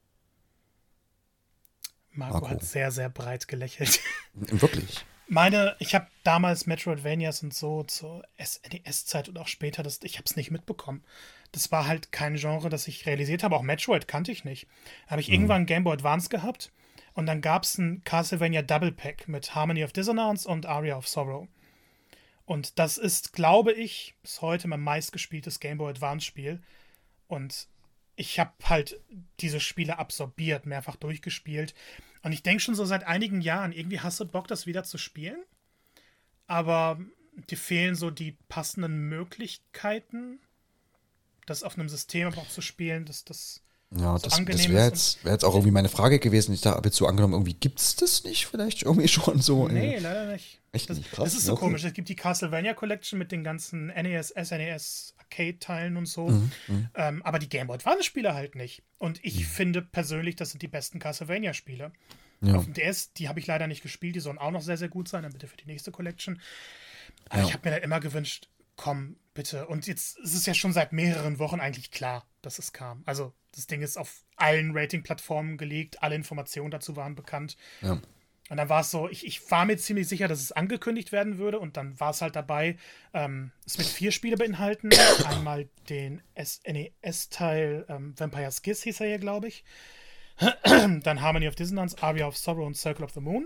Marco, Marco. hat sehr, sehr breit gelächelt. Wirklich. Meine, ich habe damals Metroidvanias und so zur S N E S-Zeit und auch später, das, ich habe es nicht mitbekommen. Das war halt kein Genre, das ich realisiert habe. Auch Metroid kannte ich nicht. Habe ich irgendwann ein Game Boy Advance gehabt und dann gab es ein Castlevania Double Pack mit Harmony of Dissonance und Aria of Sorrow. Und das ist, glaube ich, bis heute mein meistgespieltes Game Boy Advance Spiel. Und ich habe halt diese Spiele absorbiert, mehrfach durchgespielt. Und ich denke schon so seit einigen Jahren, irgendwie hast du Bock, das wieder zu spielen. Aber dir fehlen so die passenden Möglichkeiten, das auf einem System aber auch zu spielen, dass das Ja, so das, angenehm das wäre ist. jetzt, wär jetzt auch irgendwie meine Frage gewesen. Ich habe jetzt so angenommen, irgendwie gibt es das nicht vielleicht irgendwie schon so? Nee, äh, leider nicht. Echt Das, nicht? Krass. das ist so Okay. komisch. Es gibt die Castlevania Collection mit den ganzen N E S, S N E S Arcade-Teilen und so. Mhm, mhm. Ähm, aber die Game Boy Advance-Spiele halt nicht. Und ich finde persönlich, das sind die besten Castlevania-Spiele. Ja. Auf dem D S, die habe ich leider nicht gespielt. Die sollen auch noch sehr, sehr gut sein. Dann bitte für die nächste Collection. Aber Ja. ich habe mir da immer gewünscht, komm, bitte. Und jetzt ist es ja schon seit mehreren Wochen eigentlich klar, dass es kam. Also das Ding ist auf allen Rating-Plattformen gelegt. Alle Informationen dazu waren bekannt. Ja. Und dann war es so, ich, ich war mir ziemlich sicher, dass es angekündigt werden würde. Und dann war es halt dabei, ähm, es wird vier Spiele beinhalten. Einmal den S N E S-Teil ähm, Vampire's Kiss hieß er hier, glaube ich. Dann Harmony of Dissonance, Aria of Sorrow und Circle of the Moon.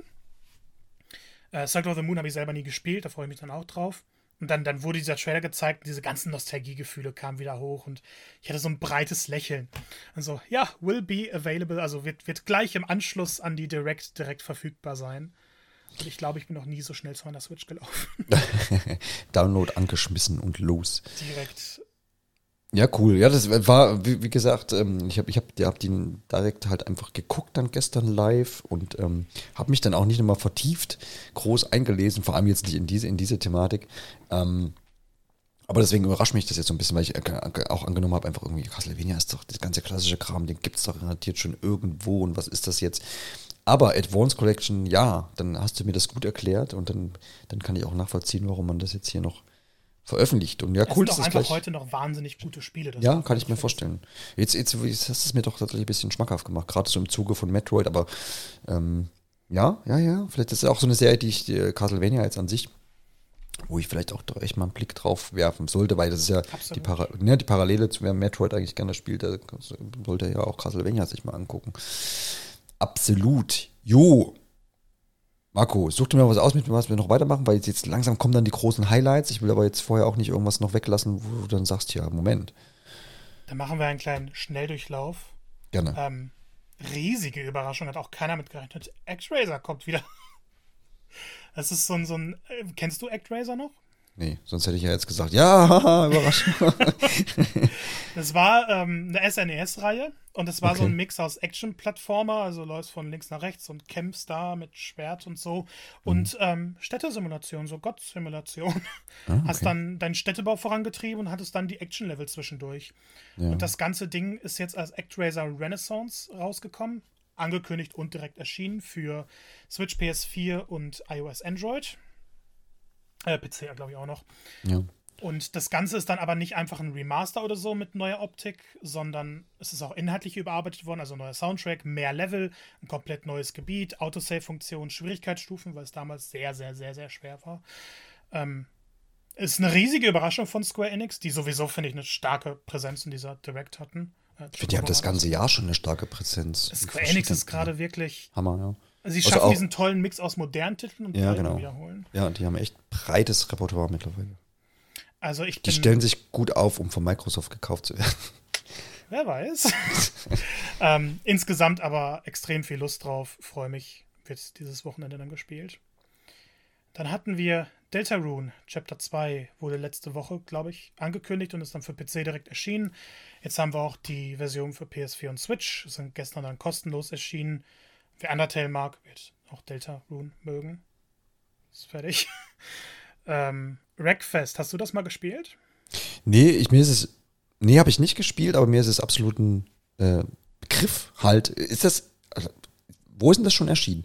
Äh, Circle of the Moon habe ich selber nie gespielt, da freue ich mich dann auch drauf. Und dann, dann wurde dieser Trailer gezeigt und diese ganzen Nostalgiegefühle kamen wieder hoch und ich hatte so ein breites Lächeln. Und so, ja, will be available, also wird, wird gleich im Anschluss an die Direct direkt verfügbar sein. Und ich glaube, ich bin noch nie so schnell zu meiner Switch gelaufen. Download angeschmissen und los. Direkt. Ja, cool. Ja, das war, wie, wie gesagt, ähm, ich habe ich hab, hab den direkt halt einfach geguckt dann gestern live und ähm, habe mich dann auch nicht nochmal vertieft groß eingelesen, vor allem jetzt nicht in diese, in diese Thematik. Ähm, aber deswegen überrascht mich das jetzt so ein bisschen, weil ich äh, auch angenommen habe, einfach irgendwie, Castlevania ist doch das ganze klassische Kram, den gibt es doch garantiert schon irgendwo und was ist das jetzt? Aber Advance Collection, ja, dann hast du mir das gut erklärt und dann, dann kann ich auch nachvollziehen, warum man das jetzt hier noch veröffentlicht. Und ja, Es cool, sind das auch ist einfach gleich. heute noch wahnsinnig gute Spiele. Das Ja, darf kann man ich mir nicht vorstellen. Jetzt, jetzt, jetzt hast du es mir doch tatsächlich ein bisschen schmackhaft gemacht, gerade so im Zuge von Metroid, aber ähm, ja, ja, ja, vielleicht ist es auch so eine Serie, die ich, die Castlevania jetzt an sich, wo ich vielleicht auch doch echt mal einen Blick drauf werfen sollte, weil das ist ja die, Absolut. Para ne, die Parallele zu wer Metroid eigentlich gerne spielt, da sollte ja auch Castlevania sich mal angucken. Absolut. Jo. Marco, such dir mal was aus, mit was wir noch weitermachen, weil jetzt, jetzt langsam kommen dann die großen Highlights. Ich will aber jetzt vorher auch nicht irgendwas noch weglassen, wo du dann sagst, ja, Moment. Dann machen wir einen kleinen Schnelldurchlauf. Gerne. Ähm, riesige Überraschung, hat auch keiner mitgerechnet. ActRaiser kommt wieder. Das ist so ein, so ein äh, kennst du ActRaiser noch? Nee, sonst hätte ich ja jetzt gesagt, ja, haha, Überraschung. Das war ähm, eine S N E S-Reihe und es war Okay. so ein Mix aus Action-Plattformer, also läufst von links nach rechts und kämpfst da mit Schwert und so und ähm, Städtesimulation, so Gott-Simulation. Ah, Hast okay. dann deinen Städtebau vorangetrieben und hattest dann die Action-Level zwischendurch. Ja. Und das ganze Ding ist jetzt als ActRaiser Renaissance rausgekommen, angekündigt und direkt erschienen für Switch, P S vier und iOS Android. Äh, P C, glaube ich, auch noch. Ja. Und das Ganze ist dann aber nicht einfach ein Remaster oder so mit neuer Optik, sondern es ist auch inhaltlich überarbeitet worden, also neuer Soundtrack, mehr Level, ein komplett neues Gebiet, Autosave-Funktion, Schwierigkeitsstufen, weil es damals sehr, sehr, sehr, sehr schwer war. Ähm, ist eine riesige Überraschung von Square Enix, die sowieso, finde ich, eine starke Präsenz in dieser Direct hatten. Äh, Ich finde, die haben das ganze Jahr schon eine starke Präsenz. Square Enix ist gerade wirklich. Hammer, ja. Also sie Also schaffen auch- diesen tollen Mix aus modernen Titeln und Ja, alten genau. wiederholen. Ja, die haben echt breites Repertoire mittlerweile. Also ich Die bin, stellen sich gut auf, um von Microsoft gekauft zu werden. wer weiß. ähm, insgesamt aber extrem viel Lust drauf. Freue mich, wird dieses Wochenende dann gespielt. Dann hatten wir Deltarune Chapter zwei, wurde letzte Woche, glaube ich, angekündigt und ist dann für P C direkt erschienen. Jetzt haben wir auch die Version für P S vier und Switch, sind gestern dann kostenlos erschienen. Wer Undertale mag, wird auch Deltarune mögen. ist fertig. ähm, Wreckfest, hast du das mal gespielt? Nee, ich, mir ist es, nee, habe ich nicht gespielt, aber mir ist es absolut ein äh, Begriff halt. Ist das, also, wo ist denn das schon erschienen?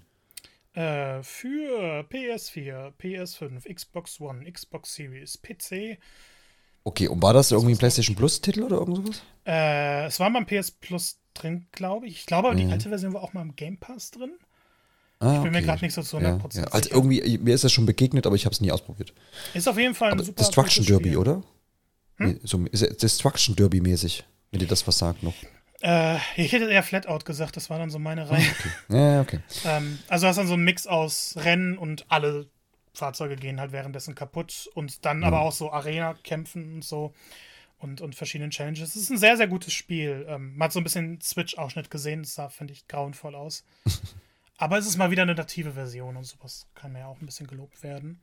Äh, für P S vier, P S fünf, Xbox One, Xbox Series, P C. Okay, und war das irgendwie ein PlayStation Plus-Titel oder irgend sowas? Äh, es war mal im P S Plus drin, glaube ich. Ich glaube, aber die Mhm. alte Version war auch mal im Game Pass drin. Ah, Ich bin okay. mir gerade nicht so zu hundert Prozent ja, ja. Also sicher. irgendwie, mir ist das schon begegnet, aber ich habe es nie ausprobiert. Ist auf jeden Fall ein Aber super Destruction gutes Derby, Spiel. oder? Hm? Nee, so, ist es Destruction Derby mäßig, wenn dir das was sagt noch. Äh, ich hätte eher Flatout gesagt, das war dann so meine Reihe. Okay. Ja, okay. ähm, also hast dann so einen Mix aus Rennen und alle Fahrzeuge gehen halt währenddessen kaputt und dann Ja. aber auch so Arena-Kämpfen und so und, und verschiedenen Challenges. Es ist ein sehr, sehr gutes Spiel. Ähm, man hat so ein bisschen Switch-Ausschnitt gesehen, das sah, finde ich, grauenvoll aus. Aber es ist mal wieder eine native Version und sowas kann ja auch ein bisschen gelobt werden.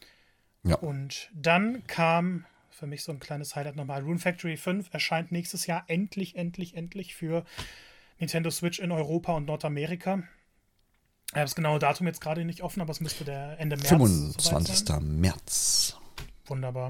Ja. Und dann kam für mich so ein kleines Highlight nochmal. Rune Factory fünf erscheint nächstes Jahr endlich, endlich, endlich für Nintendo Switch in Europa und Nordamerika. Ich habe das genaue Datum jetzt gerade nicht offen, aber es müsste der Ende März fünfundzwanzigster März. Wunderbar.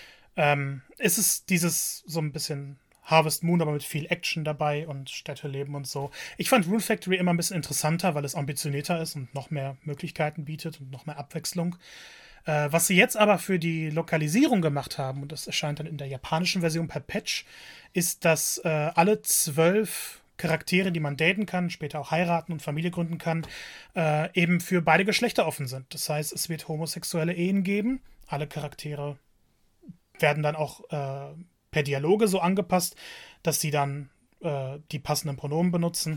Ähm, ist es dieses so ein bisschen Harvest Moon, aber mit viel Action dabei und Städteleben und so. Ich fand Rune Factory immer ein bisschen interessanter, weil es ambitionierter ist und noch mehr Möglichkeiten bietet und noch mehr Abwechslung. Äh, was sie jetzt aber für die Lokalisierung gemacht haben, und das erscheint dann in der japanischen Version per Patch, ist, dass äh, alle zwölf Charaktere, die man daten kann, später auch heiraten und Familie gründen kann, äh, eben für beide Geschlechter offen sind. Das heißt, es wird homosexuelle Ehen geben. Alle Charaktere werden dann auch äh, per Dialoge so angepasst, dass sie dann äh, die passenden Pronomen benutzen.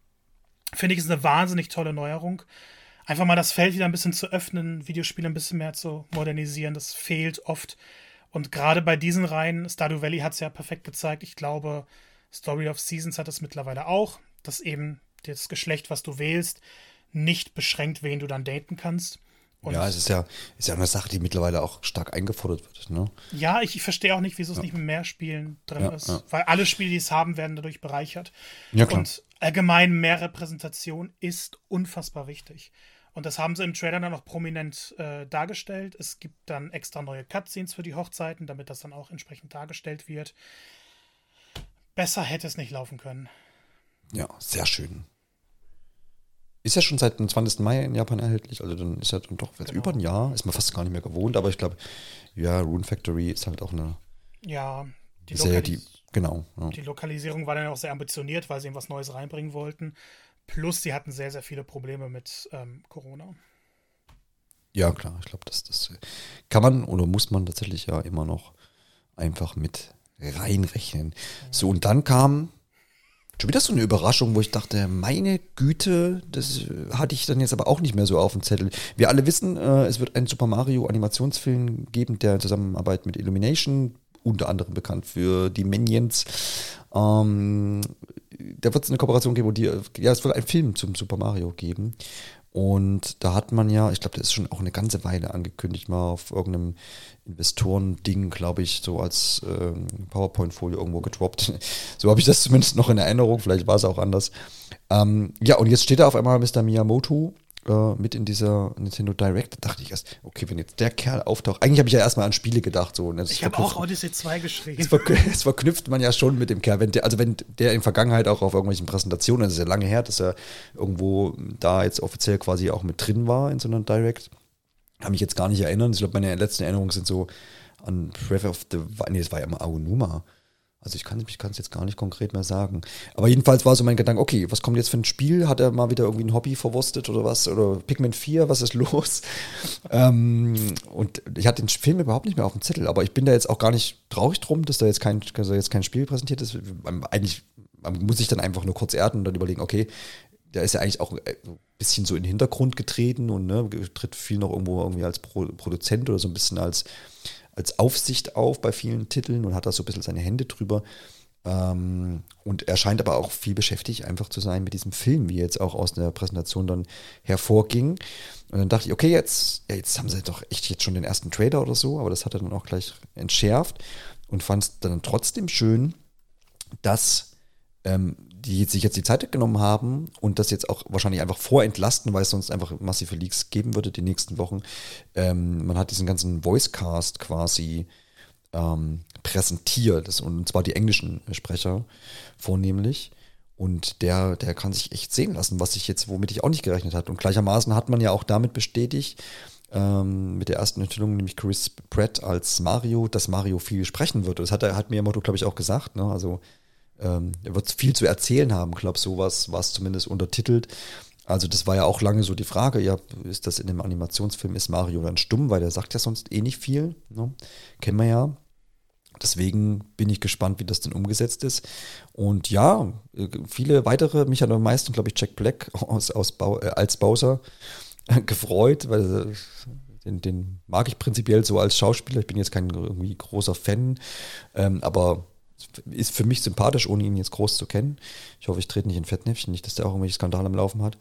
Finde ich, ist eine wahnsinnig tolle Neuerung. Einfach mal das Feld wieder ein bisschen zu öffnen, Videospiele ein bisschen mehr zu modernisieren, das fehlt oft. Und gerade bei diesen Reihen, Stardew Valley hat es ja perfekt gezeigt, ich glaube, Story of Seasons hat es mittlerweile auch, dass eben das Geschlecht, was du wählst, nicht beschränkt, wen du dann daten kannst. Und ja, es ist ja, ist ja eine Sache, die mittlerweile auch stark eingefordert wird. Ne? Ja, ich, ich verstehe auch nicht, wieso es Ja. nicht mit mehr Spielen drin Ja, ist. ja. Weil alle Spiele, die es haben, werden dadurch bereichert. Ja, klar. Und allgemein mehr Repräsentation ist unfassbar wichtig. Und das haben sie im Trailer dann auch prominent äh, dargestellt. Es gibt dann extra neue Cutscenes für die Hochzeiten, damit das dann auch entsprechend dargestellt wird. Besser hätte es nicht laufen können. Ja, sehr schön. Ist ja schon seit dem zwanzigsten Mai in Japan erhältlich, also dann ist ja dann doch jetzt Genau. über ein Jahr, ist man fast gar nicht mehr gewohnt, aber ich glaube, ja, Rune Factory ist halt auch eine Ja, die, Serie, Lokalis- die, genau. Ja. die Lokalisierung war dann auch sehr ambitioniert, weil sie eben was Neues reinbringen wollten. Plus, sie hatten sehr, sehr viele Probleme mit ähm, Corona. Ja, klar, ich glaube, das, das kann man oder muss man tatsächlich ja immer noch einfach mit reinrechnen. So, und dann kam schon wieder so eine Überraschung, wo ich dachte, meine Güte, das äh, hatte ich dann jetzt aber auch nicht mehr so auf dem Zettel. Wir alle wissen, äh, es wird einen Super Mario Animationsfilm geben, der in Zusammenarbeit mit Illumination, unter anderem bekannt für die Minions, ähm, da wird es eine Kooperation geben, wo die, ja, es wird einen Film zum Super Mario geben. Und da hat man ja, ich glaube, das ist schon auch eine ganze Weile angekündigt, mal auf irgendeinem Investoren-Ding, glaube ich, so als ähm, PowerPoint-Folie irgendwo gedroppt. So habe ich das zumindest noch in Erinnerung, vielleicht war es auch anders. Ähm, ja, und jetzt steht da auf einmal Mister Miyamoto äh, mit in dieser Nintendo Direct. Da dachte ich erst, okay, wenn jetzt der Kerl auftaucht, eigentlich habe ich ja erstmal an Spiele gedacht. So, ne, das Ich habe verknüpft- auch Odyssey zwei geschrieben. das, verk- das verknüpft man ja schon mit dem Kerl. Wenn der, also wenn der in Vergangenheit auch auf irgendwelchen Präsentationen, das ist ja lange her, dass er irgendwo da jetzt offiziell quasi auch mit drin war in so einer Direct, kann mich jetzt gar nicht erinnern. Ich glaube, meine letzten Erinnerungen sind so an Breath of the Wild. Nee, das war ja immer Aonuma. Also ich kann es jetzt gar nicht konkret mehr sagen. Aber jedenfalls war so mein Gedanke, okay, was kommt jetzt für ein Spiel? Hat er mal wieder irgendwie ein Hobby verwurstet oder was? Oder Pikmin vier, was ist los? ähm, und ich hatte den Film überhaupt nicht mehr auf dem Zettel, aber ich bin da jetzt auch gar nicht traurig drum, dass da jetzt kein, dass da jetzt kein Spiel präsentiert ist. Eigentlich man muss sich dann einfach nur kurz erden und dann überlegen, okay, der ist ja eigentlich auch ein bisschen so in den Hintergrund getreten und ne, tritt viel noch irgendwo irgendwie als Pro- Produzent oder so ein bisschen als, als Aufsicht auf bei vielen Titeln und hat da so ein bisschen seine Hände drüber. Ähm, und er scheint aber auch viel beschäftigt einfach zu sein mit diesem Film, wie jetzt auch aus der Präsentation dann hervorging. Und dann dachte ich, okay, jetzt, ja, jetzt haben sie doch echt jetzt schon den ersten Trailer oder so, aber das hat er dann auch gleich entschärft und fand es dann trotzdem schön, dass ähm, die sich jetzt die Zeit genommen haben und das jetzt auch wahrscheinlich einfach vorentlasten, weil es sonst einfach massive Leaks geben würde die nächsten Wochen. Ähm, man hat diesen ganzen Voicecast quasi ähm, präsentiert, das, und zwar die englischen Sprecher vornehmlich. Und der, der kann sich echt sehen lassen, was ich jetzt, womit ich auch nicht gerechnet hatte. Und gleichermaßen hat man ja auch damit bestätigt, ähm, mit der ersten Enthüllung, nämlich Chris Pratt als Mario, dass Mario viel sprechen wird. Das hat er, hat mir Motto, glaube ich, auch gesagt. Ne? Also ähm, er wird viel zu erzählen haben, glaube sowas war es zumindest untertitelt. Also das war ja auch lange so die Frage, ja, ist das in dem Animationsfilm, ist Mario dann stumm, weil der sagt ja sonst eh nicht viel. Ne? Kennen wir ja. Deswegen bin ich gespannt, wie das denn umgesetzt ist. Und ja, viele weitere, mich hat am meisten, glaube ich, Jack Black aus, aus Bau, äh, als Bowser äh, gefreut, weil äh, den, den mag ich prinzipiell so als Schauspieler. Ich bin jetzt kein irgendwie großer Fan, ähm, aber ist für mich sympathisch, ohne ihn jetzt groß zu kennen. Ich hoffe, ich trete nicht in Fettnäpfchen, nicht, dass der auch irgendwelche Skandale am Laufen hat.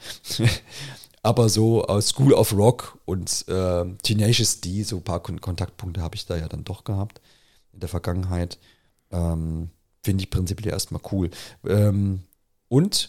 Aber so aus School of Rock und äh, Tenacious D, so ein paar Kon- Kontaktpunkte habe ich da ja dann doch gehabt in der Vergangenheit. Ähm, finde ich prinzipiell erstmal cool. Ähm, und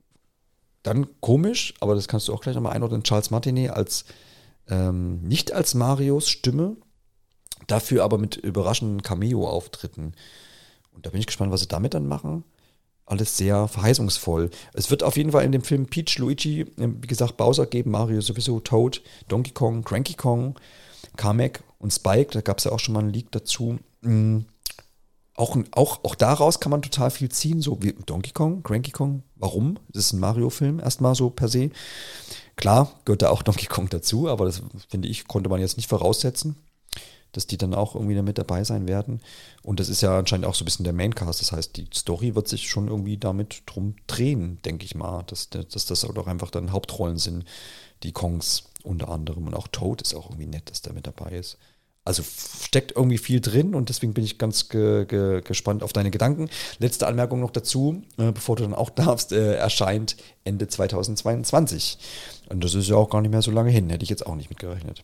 dann komisch, aber das kannst du auch gleich nochmal einordnen, Charles Martinet als ähm, nicht als Marios Stimme, dafür aber mit überraschenden Cameo-Auftritten. Und da bin ich gespannt, was sie damit dann machen. Alles sehr verheißungsvoll. Es wird auf jeden Fall in dem Film Peach, Luigi, wie gesagt, Bowser geben, Mario sowieso, Toad, Donkey Kong, Cranky Kong, Kamek und Spike. Da gab es ja auch schon mal einen Leak dazu. Mhm. Auch, auch, auch daraus kann man total viel ziehen, so wie Donkey Kong, Cranky Kong. Warum? Das ist ein Mario-Film, erstmal so per se. Klar, gehört da auch Donkey Kong dazu, aber das, finde ich, konnte man jetzt nicht voraussetzen, dass die dann auch irgendwie da mit dabei sein werden. Und das ist ja anscheinend auch so ein bisschen der Maincast. Das heißt, die Story wird sich schon irgendwie damit drum drehen, denke ich mal. Dass, dass das auch einfach dann Hauptrollen sind, die Kongs unter anderem. Und auch Toad ist auch irgendwie nett, dass der mit dabei ist. Also steckt irgendwie viel drin und deswegen bin ich ganz ge, ge, gespannt auf deine Gedanken. Letzte Anmerkung noch dazu, äh, bevor du dann auch darfst, äh, erscheint Ende zweitausendzweiundzwanzig. Und das ist ja auch gar nicht mehr so lange hin, hätte ich jetzt auch nicht mitgerechnet.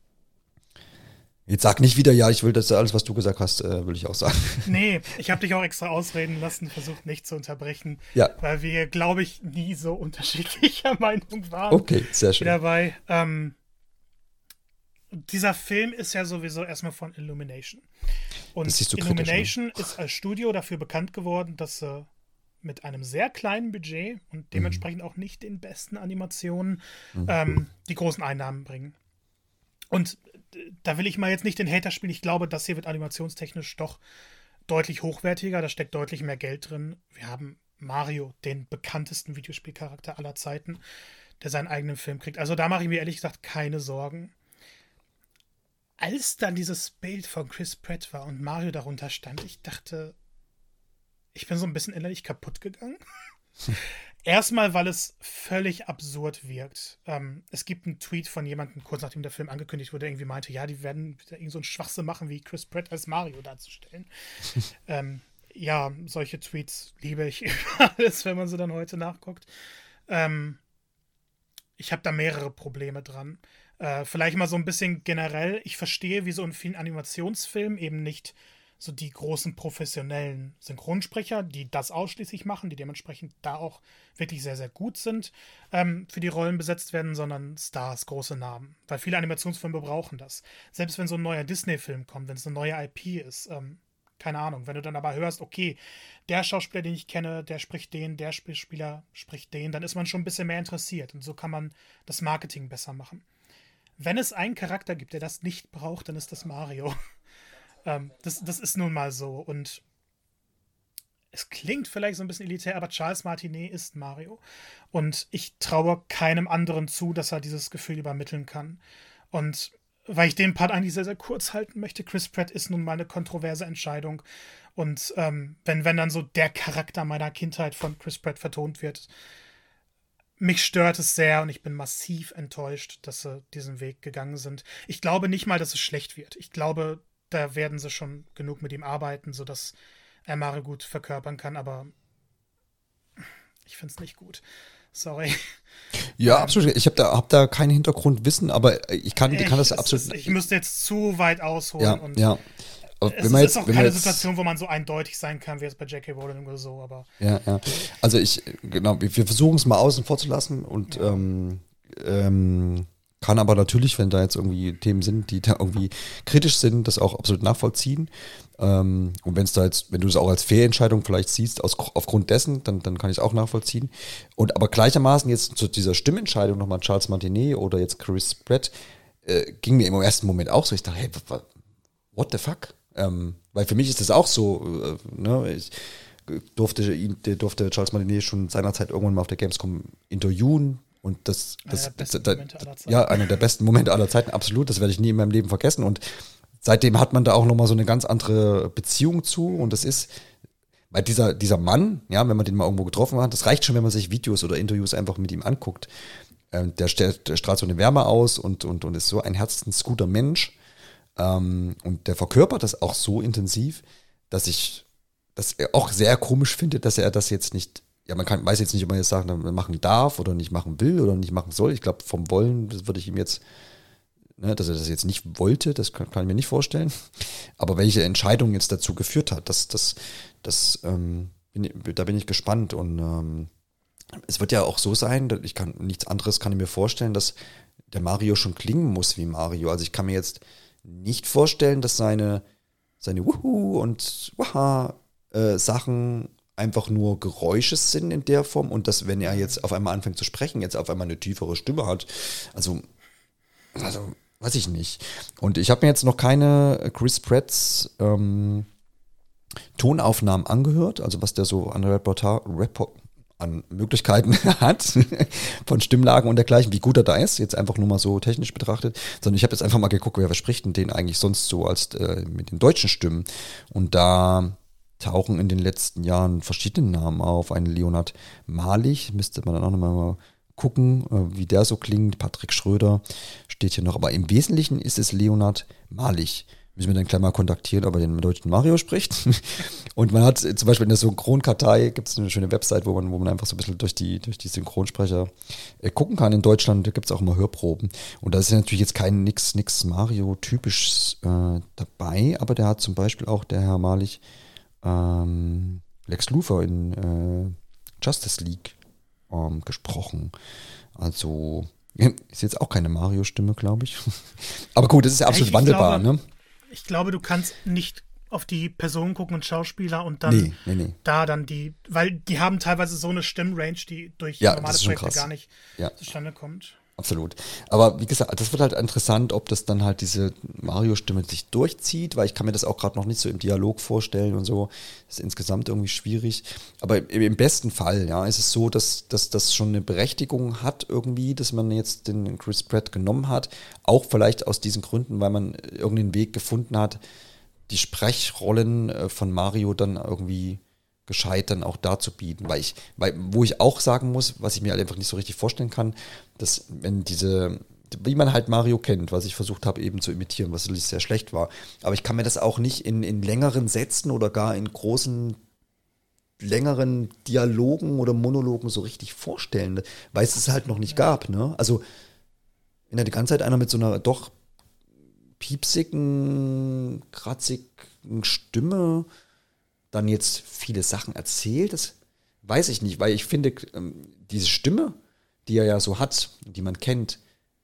Jetzt sag nicht wieder, ja, ich will das alles, was du gesagt hast, äh, will ich auch sagen. Nee, ich habe dich auch extra ausreden lassen, versucht nicht zu unterbrechen, ja. Weil wir, glaube ich, nie so unterschiedlicher Meinung waren. Okay, sehr schön. Dabei, ähm, dieser Film ist ja sowieso erstmal von Illumination. Und so Illumination kritisch, ne? ist als Studio dafür bekannt geworden, dass sie mit einem sehr kleinen Budget und dementsprechend mhm. auch nicht den besten Animationen mhm. ähm, die großen Einnahmen bringen. Und da will ich mal jetzt nicht den Hater spielen. Ich glaube, das hier wird animationstechnisch doch deutlich hochwertiger. Da steckt deutlich mehr Geld drin. Wir haben Mario, den bekanntesten Videospielcharakter aller Zeiten, der seinen eigenen Film kriegt. Also da mache ich mir ehrlich gesagt keine Sorgen. Als dann dieses Bild von Chris Pratt war und Mario darunter stand, ich dachte, ich bin so ein bisschen innerlich kaputt gegangen. Erstmal, weil es völlig absurd wirkt. Ähm, es gibt einen Tweet von jemandem, kurz nachdem der Film angekündigt wurde, der irgendwie meinte, ja, die werden irgendwie so einen Schwachsinn machen, wie Chris Pratt als Mario darzustellen. ähm, ja, solche Tweets liebe ich über alles, wenn man sie dann heute nachguckt. Ähm, ich habe da mehrere Probleme dran. Äh, vielleicht mal so ein bisschen generell. Ich verstehe, wie so in vielen Animationsfilmen eben nicht so die großen professionellen Synchronsprecher, die das ausschließlich machen, die dementsprechend da auch wirklich sehr, sehr gut sind, ähm, für die Rollen besetzt werden, sondern Stars, große Namen. Weil viele Animationsfilme brauchen das. Selbst wenn so ein neuer Disney-Film kommt, wenn es eine neue I P ist, ähm, keine Ahnung, wenn du dann aber hörst, okay, der Schauspieler, den ich kenne, der spricht den, der Spieler spricht den, dann ist man schon ein bisschen mehr interessiert und so kann man das Marketing besser machen. Wenn es einen Charakter gibt, der das nicht braucht, dann ist das Mario. ähm, das, das ist nun mal so. Und es klingt vielleicht so ein bisschen elitär, aber Charles Martinet ist Mario. Und ich traue keinem anderen zu, dass er dieses Gefühl übermitteln kann. Und weil ich den Part eigentlich sehr, sehr kurz halten möchte, Chris Pratt ist nun mal eine kontroverse Entscheidung. Und ähm, wenn, wenn dann so der Charakter meiner Kindheit von Chris Pratt vertont wird, mich stört es sehr und ich bin massiv enttäuscht, dass sie diesen Weg gegangen sind. Ich glaube nicht mal, dass es schlecht wird. Ich glaube, da werden sie schon genug mit ihm arbeiten, sodass er Mario gut verkörpern kann, aber ich finde es nicht gut. Sorry. Ja, ähm, absolut. Ich habe da, hab da kein Hintergrundwissen, aber ich kann, ich kann das absolut. Ist, ich müsste jetzt zu weit ausholen. Ja, und ja. Aber es wenn man ist jetzt, auch wenn keine man jetzt, Situation, wo man so eindeutig sein kann, wie jetzt bei J K. Rowling oder so, aber. Ja, ja. Also ich, genau, wir, wir versuchen es mal außen vor zu lassen und Ja. ähm, ähm, kann aber natürlich, wenn da jetzt irgendwie Themen sind, die da irgendwie kritisch sind, das auch absolut nachvollziehen. Ähm, und wenn es da jetzt, wenn du es auch als Fehlentscheidung vielleicht siehst, aus, aufgrund dessen, dann, dann kann ich es auch nachvollziehen. Und aber gleichermaßen jetzt zu dieser Stimmentscheidung nochmal Charles Martinet oder jetzt Chris Pratt, äh, ging mir im ersten Moment auch so. Ich dachte, hey, what the fuck? Ähm, weil für mich ist das auch so, äh, ne, ich durfte ihn, der durfte Charles Martinet schon seinerzeit irgendwann mal auf der Gamescom interviewen und das, das, Einer der besten da, Momente aller Zeiten. ja, einer der besten Momente aller Zeiten, absolut, das werde ich nie in meinem Leben vergessen und seitdem hat man da auch nochmal so eine ganz andere Beziehung zu und das ist, weil dieser, dieser Mann, ja, wenn man den mal irgendwo getroffen hat, das reicht schon, wenn man sich Videos oder Interviews einfach mit ihm anguckt, ähm, der, stellt, der strahlt so eine Wärme aus und, und, und ist so ein herzensguter Mensch. Ähm, und der verkörpert das auch so intensiv, dass ich das auch sehr komisch finde, dass er das jetzt nicht, ja, man kann, weiß jetzt nicht, ob man jetzt sagen, machen darf oder nicht machen will oder nicht machen soll. Ich glaube, vom Wollen, das würde ich ihm jetzt, ne, dass er das jetzt nicht wollte, das kann, kann ich mir nicht vorstellen. Aber welche Entscheidung jetzt dazu geführt hat, das, das, das, ähm, bin, da bin ich gespannt und ähm, es wird ja auch so sein, ich kann nichts anderes kann ich mir vorstellen, dass der Mario schon klingen muss wie Mario. Also ich kann mir jetzt nicht vorstellen, dass seine, seine Wuhu und Waha äh, Sachen einfach nur Geräusche sind in der Form und dass, wenn er jetzt auf einmal anfängt zu sprechen, jetzt auf einmal eine tiefere Stimme hat. Also, also weiß ich nicht. Und ich habe mir jetzt noch keine Chris Pratts ähm, Tonaufnahmen angehört, also was der so an Reportage, Report, an Möglichkeiten hat von Stimmlagen und dergleichen, wie gut er da ist, jetzt einfach nur mal so technisch betrachtet, sondern ich habe jetzt einfach mal geguckt, wer spricht denn den eigentlich sonst so als äh, mit den deutschen Stimmen und da tauchen in den letzten Jahren verschiedene Namen auf, ein Leonhard Malich, müsste man dann auch nochmal mal gucken, äh, wie der so klingt, Patrick Schröder steht hier noch, aber im Wesentlichen ist es Leonhard Malich. Müssen wir dann gleich mal kontaktieren, ob er den deutschen Mario spricht. Und man hat zum Beispiel in der Synchronkartei, gibt es eine schöne Website, wo man, wo man einfach so ein bisschen durch die, durch die Synchronsprecher äh, gucken kann. In Deutschland gibt es auch immer Hörproben. Und da ist ja natürlich jetzt kein nix, nix Mario-typisches äh, dabei, aber der hat zum Beispiel auch, der Herr Malich, ähm, Lex Luthor in äh, Justice League ähm, gesprochen. Also ist jetzt auch keine Mario-Stimme, glaube ich. Aber gut, das ist ja absolut ich wandelbar, glaube, ne? Ich glaube, du kannst nicht auf die Person gucken und Schauspieler und dann nee, nee, nee. da dann die, weil die haben teilweise so eine Stimmrange, die durch ja, normale Projekte gar nicht ja. zustande kommt. Absolut. Aber wie gesagt, das wird halt interessant, ob das dann halt diese Mario-Stimme sich durchzieht, weil ich kann mir das auch gerade noch nicht so im Dialog vorstellen und so. Das ist insgesamt irgendwie schwierig. Aber im besten Fall, ja, ist es so, dass, dass das schon eine Berechtigung hat irgendwie, dass man jetzt den Chris Pratt genommen hat. Auch vielleicht aus diesen Gründen, weil man irgendeinen Weg gefunden hat, die Sprechrollen von Mario dann irgendwie gescheit dann auch dazu bieten, weil ich, weil, wo ich auch sagen muss, was ich mir halt einfach nicht so richtig vorstellen kann, dass wenn diese, wie man halt Mario kennt, was ich versucht habe eben zu imitieren, was natürlich sehr schlecht war, aber ich kann mir das auch nicht in, in längeren Sätzen oder gar in großen, längeren Dialogen oder Monologen so richtig vorstellen, weil es es halt noch nicht gab, ne? Also, wenn da die ganze Zeit einer mit so einer doch piepsigen, kratzigen Stimme dann jetzt viele Sachen erzählt, das weiß ich nicht, weil ich finde, ähm, diese Stimme, die er ja so hat, die man kennt,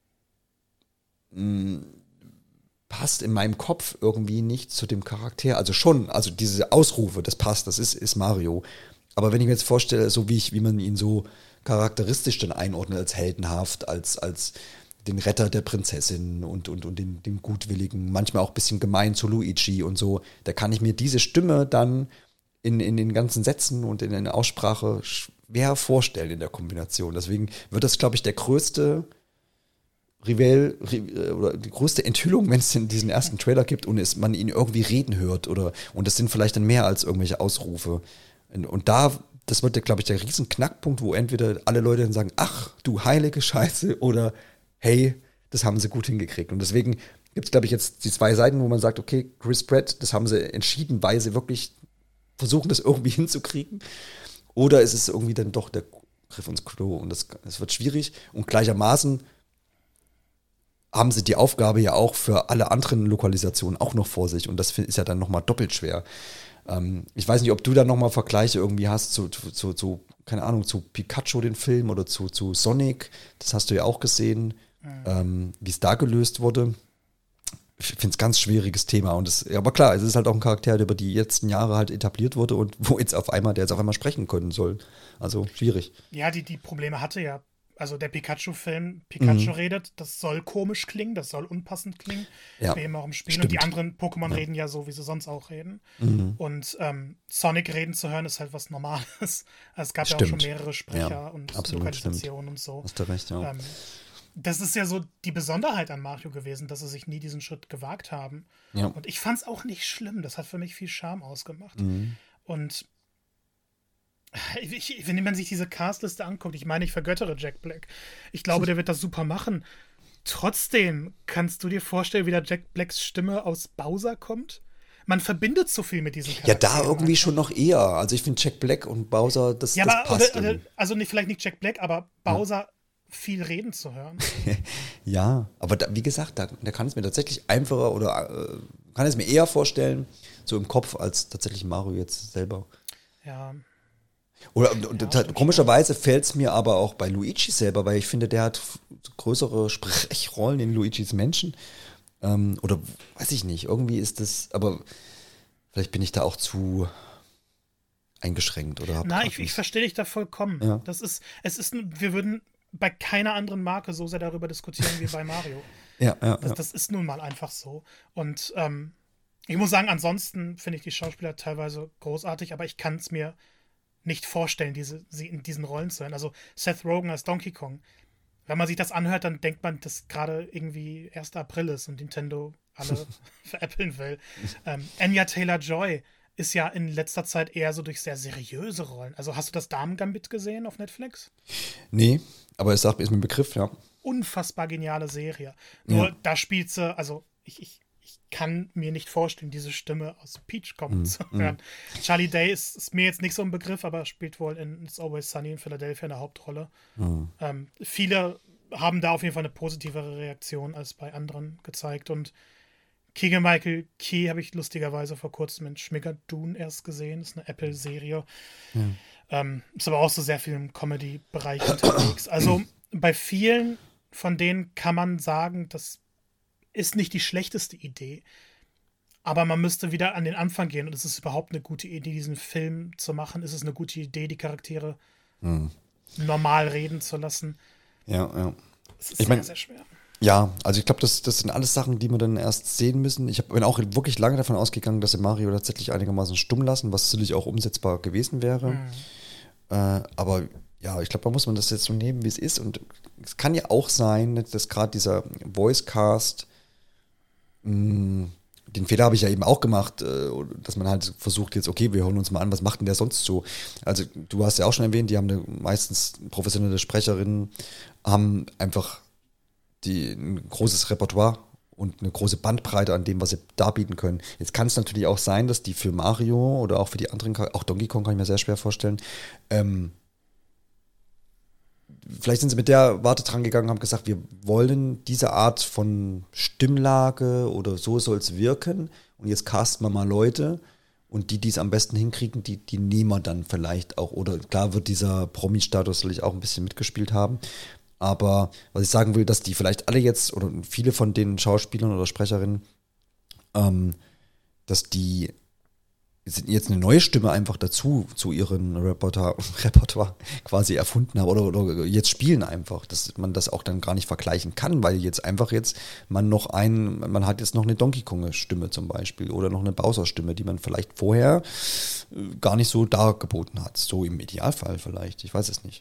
mh, passt in meinem Kopf irgendwie nicht zu dem Charakter. Also schon, also diese Ausrufe, das passt, das ist, ist Mario. Aber wenn ich mir jetzt vorstelle, so wie ich, wie man ihn so charakteristisch dann einordnet, als heldenhaft, als, als den Retter der Prinzessin und, und, und den, den Gutwilligen, manchmal auch ein bisschen gemein zu Luigi und so, da kann ich mir diese Stimme dann in, in den ganzen Sätzen und in der Aussprache schwer vorstellen in der Kombination. Deswegen wird das, glaube ich, der größte Rival oder die größte Enthüllung, wenn es in diesen ersten Trailer gibt und es, man ihn irgendwie reden hört oder und das sind vielleicht dann mehr als irgendwelche Ausrufe. Und, und da, das wird, glaube ich, der riesen Knackpunkt, wo entweder alle Leute dann sagen, ach, du heilige Scheiße, oder hey, das haben sie gut hingekriegt. Und deswegen gibt es, glaube ich, jetzt die zwei Seiten, wo man sagt, okay, Chris Pratt, das haben sie entschieden, weil sie wirklich versuchen, das irgendwie hinzukriegen. Oder ist es irgendwie dann doch der Griff ins Klo und das, das wird schwierig. Und gleichermaßen haben sie die Aufgabe ja auch für alle anderen Lokalisationen auch noch vor sich und das ist ja dann nochmal doppelt schwer. Ähm, ich weiß nicht, ob du da nochmal Vergleiche irgendwie hast zu, zu, zu, zu, keine Ahnung, zu Pikachu, den Film, oder zu, zu Sonic, das hast du ja auch gesehen, mhm. ähm, wie es da gelöst wurde. Ich finde es ein ganz schwieriges Thema. Und es, aber klar, es ist halt auch ein Charakter, der über die letzten Jahre halt etabliert wurde und wo jetzt auf einmal, der jetzt auf einmal sprechen können soll. Also schwierig. Ja, die, die Probleme hatte ja. Also der Pikachu-Film, Pikachu mhm. redet, das soll komisch klingen, das soll unpassend klingen, ja, wie eben auch im Spiel. Stimmt. Und die anderen Pokémon ja. reden ja so, wie sie sonst auch reden. Mhm. Und ähm, Sonic reden zu hören, ist halt was Normales. Also es gab stimmt. ja auch schon mehrere Sprecher ja, und Lokalisationen und so. Hast du recht, ja. Ähm, das ist ja so die Besonderheit an Mario gewesen, dass sie sich nie diesen Schritt gewagt haben. Ja. Und ich fand es auch nicht schlimm. Das hat für mich viel Charme ausgemacht. Mhm. Und ich, wenn man sich diese Castliste anguckt, ich meine, ich vergöttere Jack Black. Ich glaube, der wird das super machen. Trotzdem, kannst du dir vorstellen, wie der Jack Blacks Stimme aus Bowser kommt? Man verbindet so viel mit diesem Charakter. Ja, da irgendwie schon noch eher. Also ich finde Jack Black und Bowser, das, ja, das aber, passt. Oder, oder, also nicht, vielleicht nicht Jack Black, aber Bowser ja. viel reden zu hören. Ja, aber da, wie gesagt, da, da kann es mir tatsächlich einfacher oder äh, kann es mir eher vorstellen, so im Kopf, als tatsächlich Mario jetzt selber. Ja. Oder und, ja, komischerweise fällt es mir aber auch bei Luigi selber, weil ich finde, der hat größere Sprechrollen in Luigis Menschen. Ähm, oder weiß ich nicht, irgendwie ist das, aber vielleicht bin ich da auch zu eingeschränkt oder. Na, ich, ich verstehe dich da vollkommen. Ja. Das ist, es ist, wir würden bei keiner anderen Marke so sehr darüber diskutieren wie bei Mario. Ja, ja, das, ja. das ist nun mal einfach so. Und ähm, ich muss sagen, ansonsten finde ich die Schauspieler teilweise großartig, aber ich kann es mir nicht vorstellen, diese, sie in diesen Rollen zu hören. Also Seth Rogen als Donkey Kong. Wenn man sich das anhört, dann denkt man, dass gerade irgendwie erster April ist und Nintendo alle veräppeln will. Ähm, Anya Taylor-Joy ist ja in letzter Zeit eher so durch sehr seriöse Rollen. Also hast du das Damen-Gambit gesehen auf Netflix? Nee, aber es sagt mir, ist mir ein Begriff, ja. Unfassbar geniale Serie. Nur Ja. da spielt sie, also ich, ich, ich kann mir nicht vorstellen, diese Stimme aus Peach kommen Mm, zu hören. Mm. Charlie Day ist, ist mir jetzt nicht so ein Begriff, aber spielt wohl in It's Always Sunny in Philadelphia eine Hauptrolle. Mm. Ähm, viele haben da auf jeden Fall eine positivere Reaktion als bei anderen gezeigt. Und Keegan-Michael Key habe ich lustigerweise vor kurzem in Schmigadoon erst gesehen. Das ist eine Apple-Serie. Ja. Ähm, ist aber auch so sehr viel im Comedy-Bereich unterwegs. Also bei vielen von denen kann man sagen, das ist nicht die schlechteste Idee. Aber man müsste wieder an den Anfang gehen. Und es ist überhaupt eine gute Idee, diesen Film zu machen. Ist es eine gute Idee, die Charaktere Hm. normal reden zu lassen? Ja, ja. Es ist Ich sehr, mein, sehr schwer. Ja, also ich glaube, das, das sind alles Sachen, die wir dann erst sehen müssen. Ich hab, bin auch wirklich lange davon ausgegangen, dass sie Mario tatsächlich einigermaßen stumm lassen, was sicherlich auch umsetzbar gewesen wäre. Mhm. Äh, aber ja, ich glaube, da muss man das jetzt so nehmen, wie es ist. Und es kann ja auch sein, dass gerade dieser Voicecast, mh, den Fehler habe ich ja eben auch gemacht, äh, dass man halt versucht jetzt, okay, wir hören uns mal an, was macht denn der sonst so? Also du hast ja auch schon erwähnt, die haben eine, meistens professionelle Sprecherinnen, haben einfach die, ein großes Repertoire und eine große Bandbreite an dem, was sie darbieten können. Jetzt kann es natürlich auch sein, dass die für Mario oder auch für die anderen, auch Donkey Kong kann ich mir sehr schwer vorstellen, ähm, vielleicht sind sie mit der Warte dran gegangen und haben gesagt, wir wollen diese Art von Stimmlage oder so soll es wirken und jetzt casten wir mal Leute und die, die es am besten hinkriegen, die, die nehmen wir dann vielleicht auch, oder klar wird dieser Promi-Status natürlich auch ein bisschen mitgespielt haben, aber was ich sagen will, dass die vielleicht alle jetzt oder viele von den Schauspielern oder Sprecherinnen, ähm, dass die jetzt eine neue Stimme einfach dazu zu ihrem Repertoire, Repertoire quasi erfunden haben oder, oder jetzt spielen einfach, dass man das auch dann gar nicht vergleichen kann, weil jetzt einfach jetzt man noch ein, man hat jetzt noch eine Donkey Kong Stimme zum Beispiel oder noch eine Bowser Stimme, die man vielleicht vorher gar nicht so dargeboten hat, so im Idealfall vielleicht, ich weiß es nicht.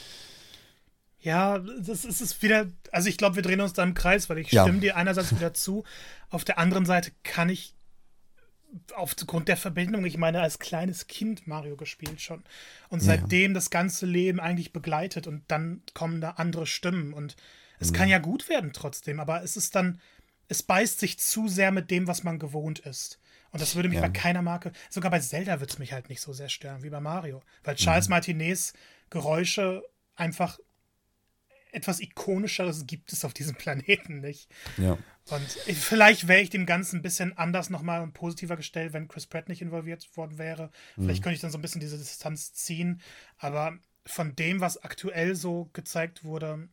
Ja, das ist es wieder, also ich glaube, wir drehen uns da im Kreis, weil ich ja. stimme dir einerseits wieder zu, auf der anderen Seite kann ich aufgrund der Verbindung, ich meine, als kleines Kind Mario gespielt schon und seitdem ja. das ganze Leben eigentlich begleitet und dann kommen da andere Stimmen und es mhm. kann ja gut werden trotzdem, aber es ist dann, es beißt sich zu sehr mit dem, was man gewohnt ist. Und das würde mich ja. bei keiner Marke, sogar bei Zelda würde es mich halt nicht so sehr stören wie bei Mario, weil Charles mhm. Martinets Geräusche einfach etwas Ikonischeres gibt es auf diesem Planeten nicht. Ja. Und vielleicht wäre ich dem Ganzen ein bisschen anders nochmal und positiver gestellt, wenn Chris Pratt nicht involviert worden wäre. Vielleicht mhm. könnte ich dann so ein bisschen diese Distanz ziehen. Aber von dem, was aktuell so gezeigt wurde,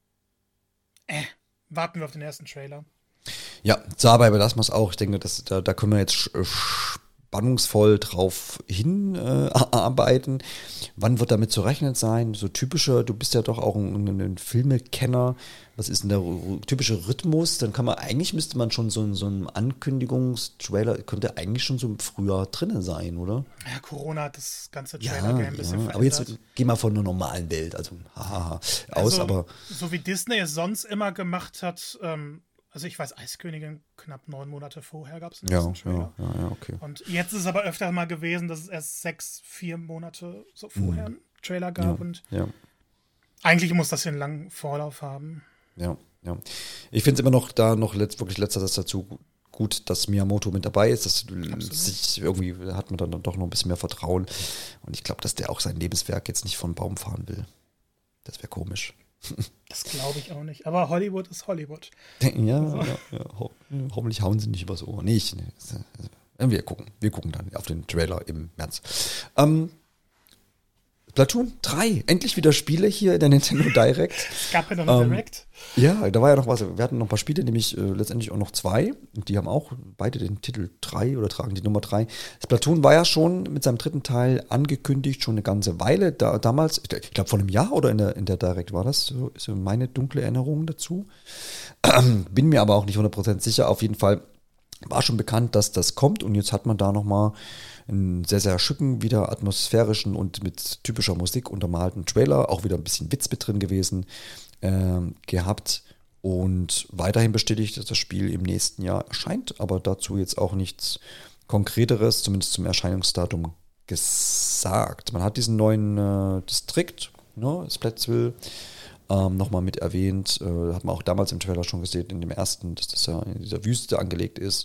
äh, warten wir auf den ersten Trailer. Ja, dabei belassen wir es auch. Ich denke, das, da, da können wir jetzt spannungsvoll drauf hinarbeiten. Äh, Wann wird damit zu rechnen sein? So typischer, du bist ja doch auch ein, ein Filmekenner. Was ist denn der typische Rhythmus? Dann kann man, eigentlich müsste man schon so, so ein Ankündigungstrailer, könnte eigentlich schon so im Frühjahr drinnen sein, oder? Ja, Corona hat das ganze Trailer-Game ja, ein bisschen ja, verändert. Aber jetzt geh mal von einer normalen Welt, also hahaha, aus, also, aber... So wie Disney es sonst immer gemacht hat, ähm, also ich weiß, Eiskönigin knapp neun Monate vorher gab es einen ja, Trailer. Ja, ja, ja, okay. Und jetzt ist es aber öfter mal gewesen, dass es erst sechs, vier Monate so vorher einen Trailer gab. Ja, und ja. eigentlich muss das hier einen langen Vorlauf haben. Ja, ja. Ich finde es immer noch da noch letzt, wirklich letzter Satz dazu gut, dass Miyamoto mit dabei ist. Das sich irgendwie hat man dann doch noch ein bisschen mehr Vertrauen. Und ich glaube, dass der auch sein Lebenswerk jetzt nicht von Baum fahren will. Das wäre komisch. Das glaube ich auch nicht. Aber Hollywood ist Hollywood. Ja, also. ja, ja. Ho- hoffentlich hauen sie nicht übers Ohr. Nee, ich, nee. Wir gucken. Wir gucken dann auf den Trailer im März. Ähm, Splatoon drei. Endlich wieder Spiele hier in der Nintendo Direct. Es gab ja noch eine ähm, Direct. Ja, da war ja noch was. Wir hatten noch ein paar Spiele, nämlich äh, letztendlich auch noch zwei. Und die haben auch beide den Titel drei oder tragen die Nummer drei. Splatoon war ja schon mit seinem dritten Teil angekündigt, schon eine ganze Weile. Da, damals, ich glaube vor einem Jahr oder in der, in der Direct war das, so ist so meine dunkle Erinnerung dazu. Ähm, bin mir aber auch nicht hundert Prozent sicher. Auf jeden Fall war schon bekannt, dass das kommt. Und jetzt hat man da nochmal einen sehr, sehr schicken, wieder atmosphärischen und mit typischer Musik untermalten Trailer. Auch wieder ein bisschen Witz mit drin gewesen. Ähm, gehabt und weiterhin bestätigt, dass das Spiel im nächsten Jahr erscheint, aber dazu jetzt auch nichts Konkreteres, zumindest zum Erscheinungsdatum gesagt. Man hat diesen neuen äh, Distrikt, ne, Splatsville, ähm, nochmal mit erwähnt, äh, hat man auch damals im Trailer schon gesehen, in dem ersten, dass das ja in dieser Wüste angelegt ist.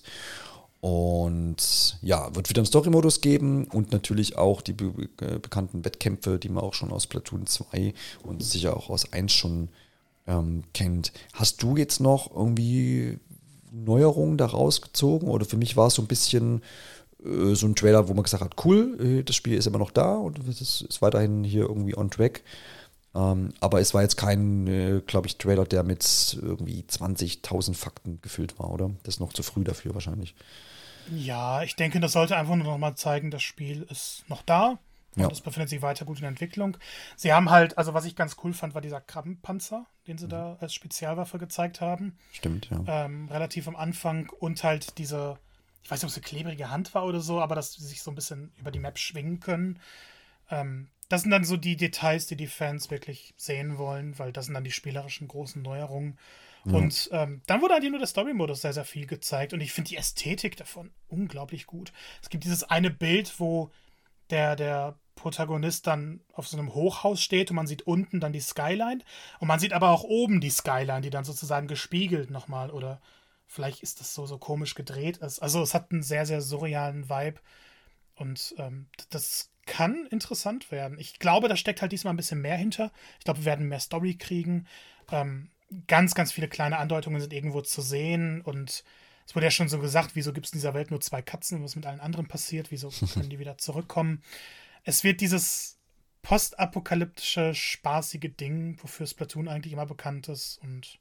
Und ja, wird wieder einen Story-Modus geben und natürlich auch die be- be- bekannten Wettkämpfe, die man auch schon aus Splatoon zwei und sicher auch aus eins schon ähm, kennt. Hast du jetzt noch irgendwie Neuerungen da rausgezogen? Oder für mich war es so ein bisschen äh, so ein Trailer, wo man gesagt hat, cool, äh, das Spiel ist immer noch da und es ist, ist weiterhin hier irgendwie on track. Ähm, aber es war jetzt kein, äh, glaube ich, Trailer, der mit irgendwie zwanzigtausend Fakten gefüllt war, oder? Das ist noch zu früh dafür wahrscheinlich. Ja, ich denke, das sollte einfach nur noch mal zeigen, das Spiel ist noch da. Und Ja. es befindet sich weiter gut in Entwicklung. Sie haben halt, also was ich ganz cool fand, war dieser Krabbenpanzer, den sie mhm. da als Spezialwaffe gezeigt haben. Stimmt, ja. Ähm, relativ am Anfang und halt diese, ich weiß nicht, ob es eine klebrige Hand war oder so, aber dass sie sich so ein bisschen über die Map schwingen können. Ähm, das sind dann so die Details, die die Fans wirklich sehen wollen, weil das sind dann die spielerischen großen Neuerungen. Ja. Und ähm, dann wurde halt nur der Story-Modus sehr, sehr viel gezeigt und ich finde die Ästhetik davon unglaublich gut. Es gibt dieses eine Bild, wo der, der Protagonist dann auf so einem Hochhaus steht und man sieht unten dann die Skyline und man sieht aber auch oben die Skyline, die dann sozusagen gespiegelt nochmal oder vielleicht ist das so, so komisch gedreht ist. Also es hat einen sehr, sehr surrealen Vibe und ähm, das kann interessant werden. Ich glaube, da steckt halt diesmal ein bisschen mehr hinter. Ich glaube, wir werden mehr Story kriegen. Ähm, ganz, ganz viele kleine Andeutungen sind irgendwo zu sehen und es wurde ja schon so gesagt, wieso gibt es in dieser Welt nur zwei Katzen, was mit allen anderen passiert, wieso können die wieder zurückkommen. Es wird dieses postapokalyptische, spaßige Ding, wofür Splatoon eigentlich immer bekannt ist und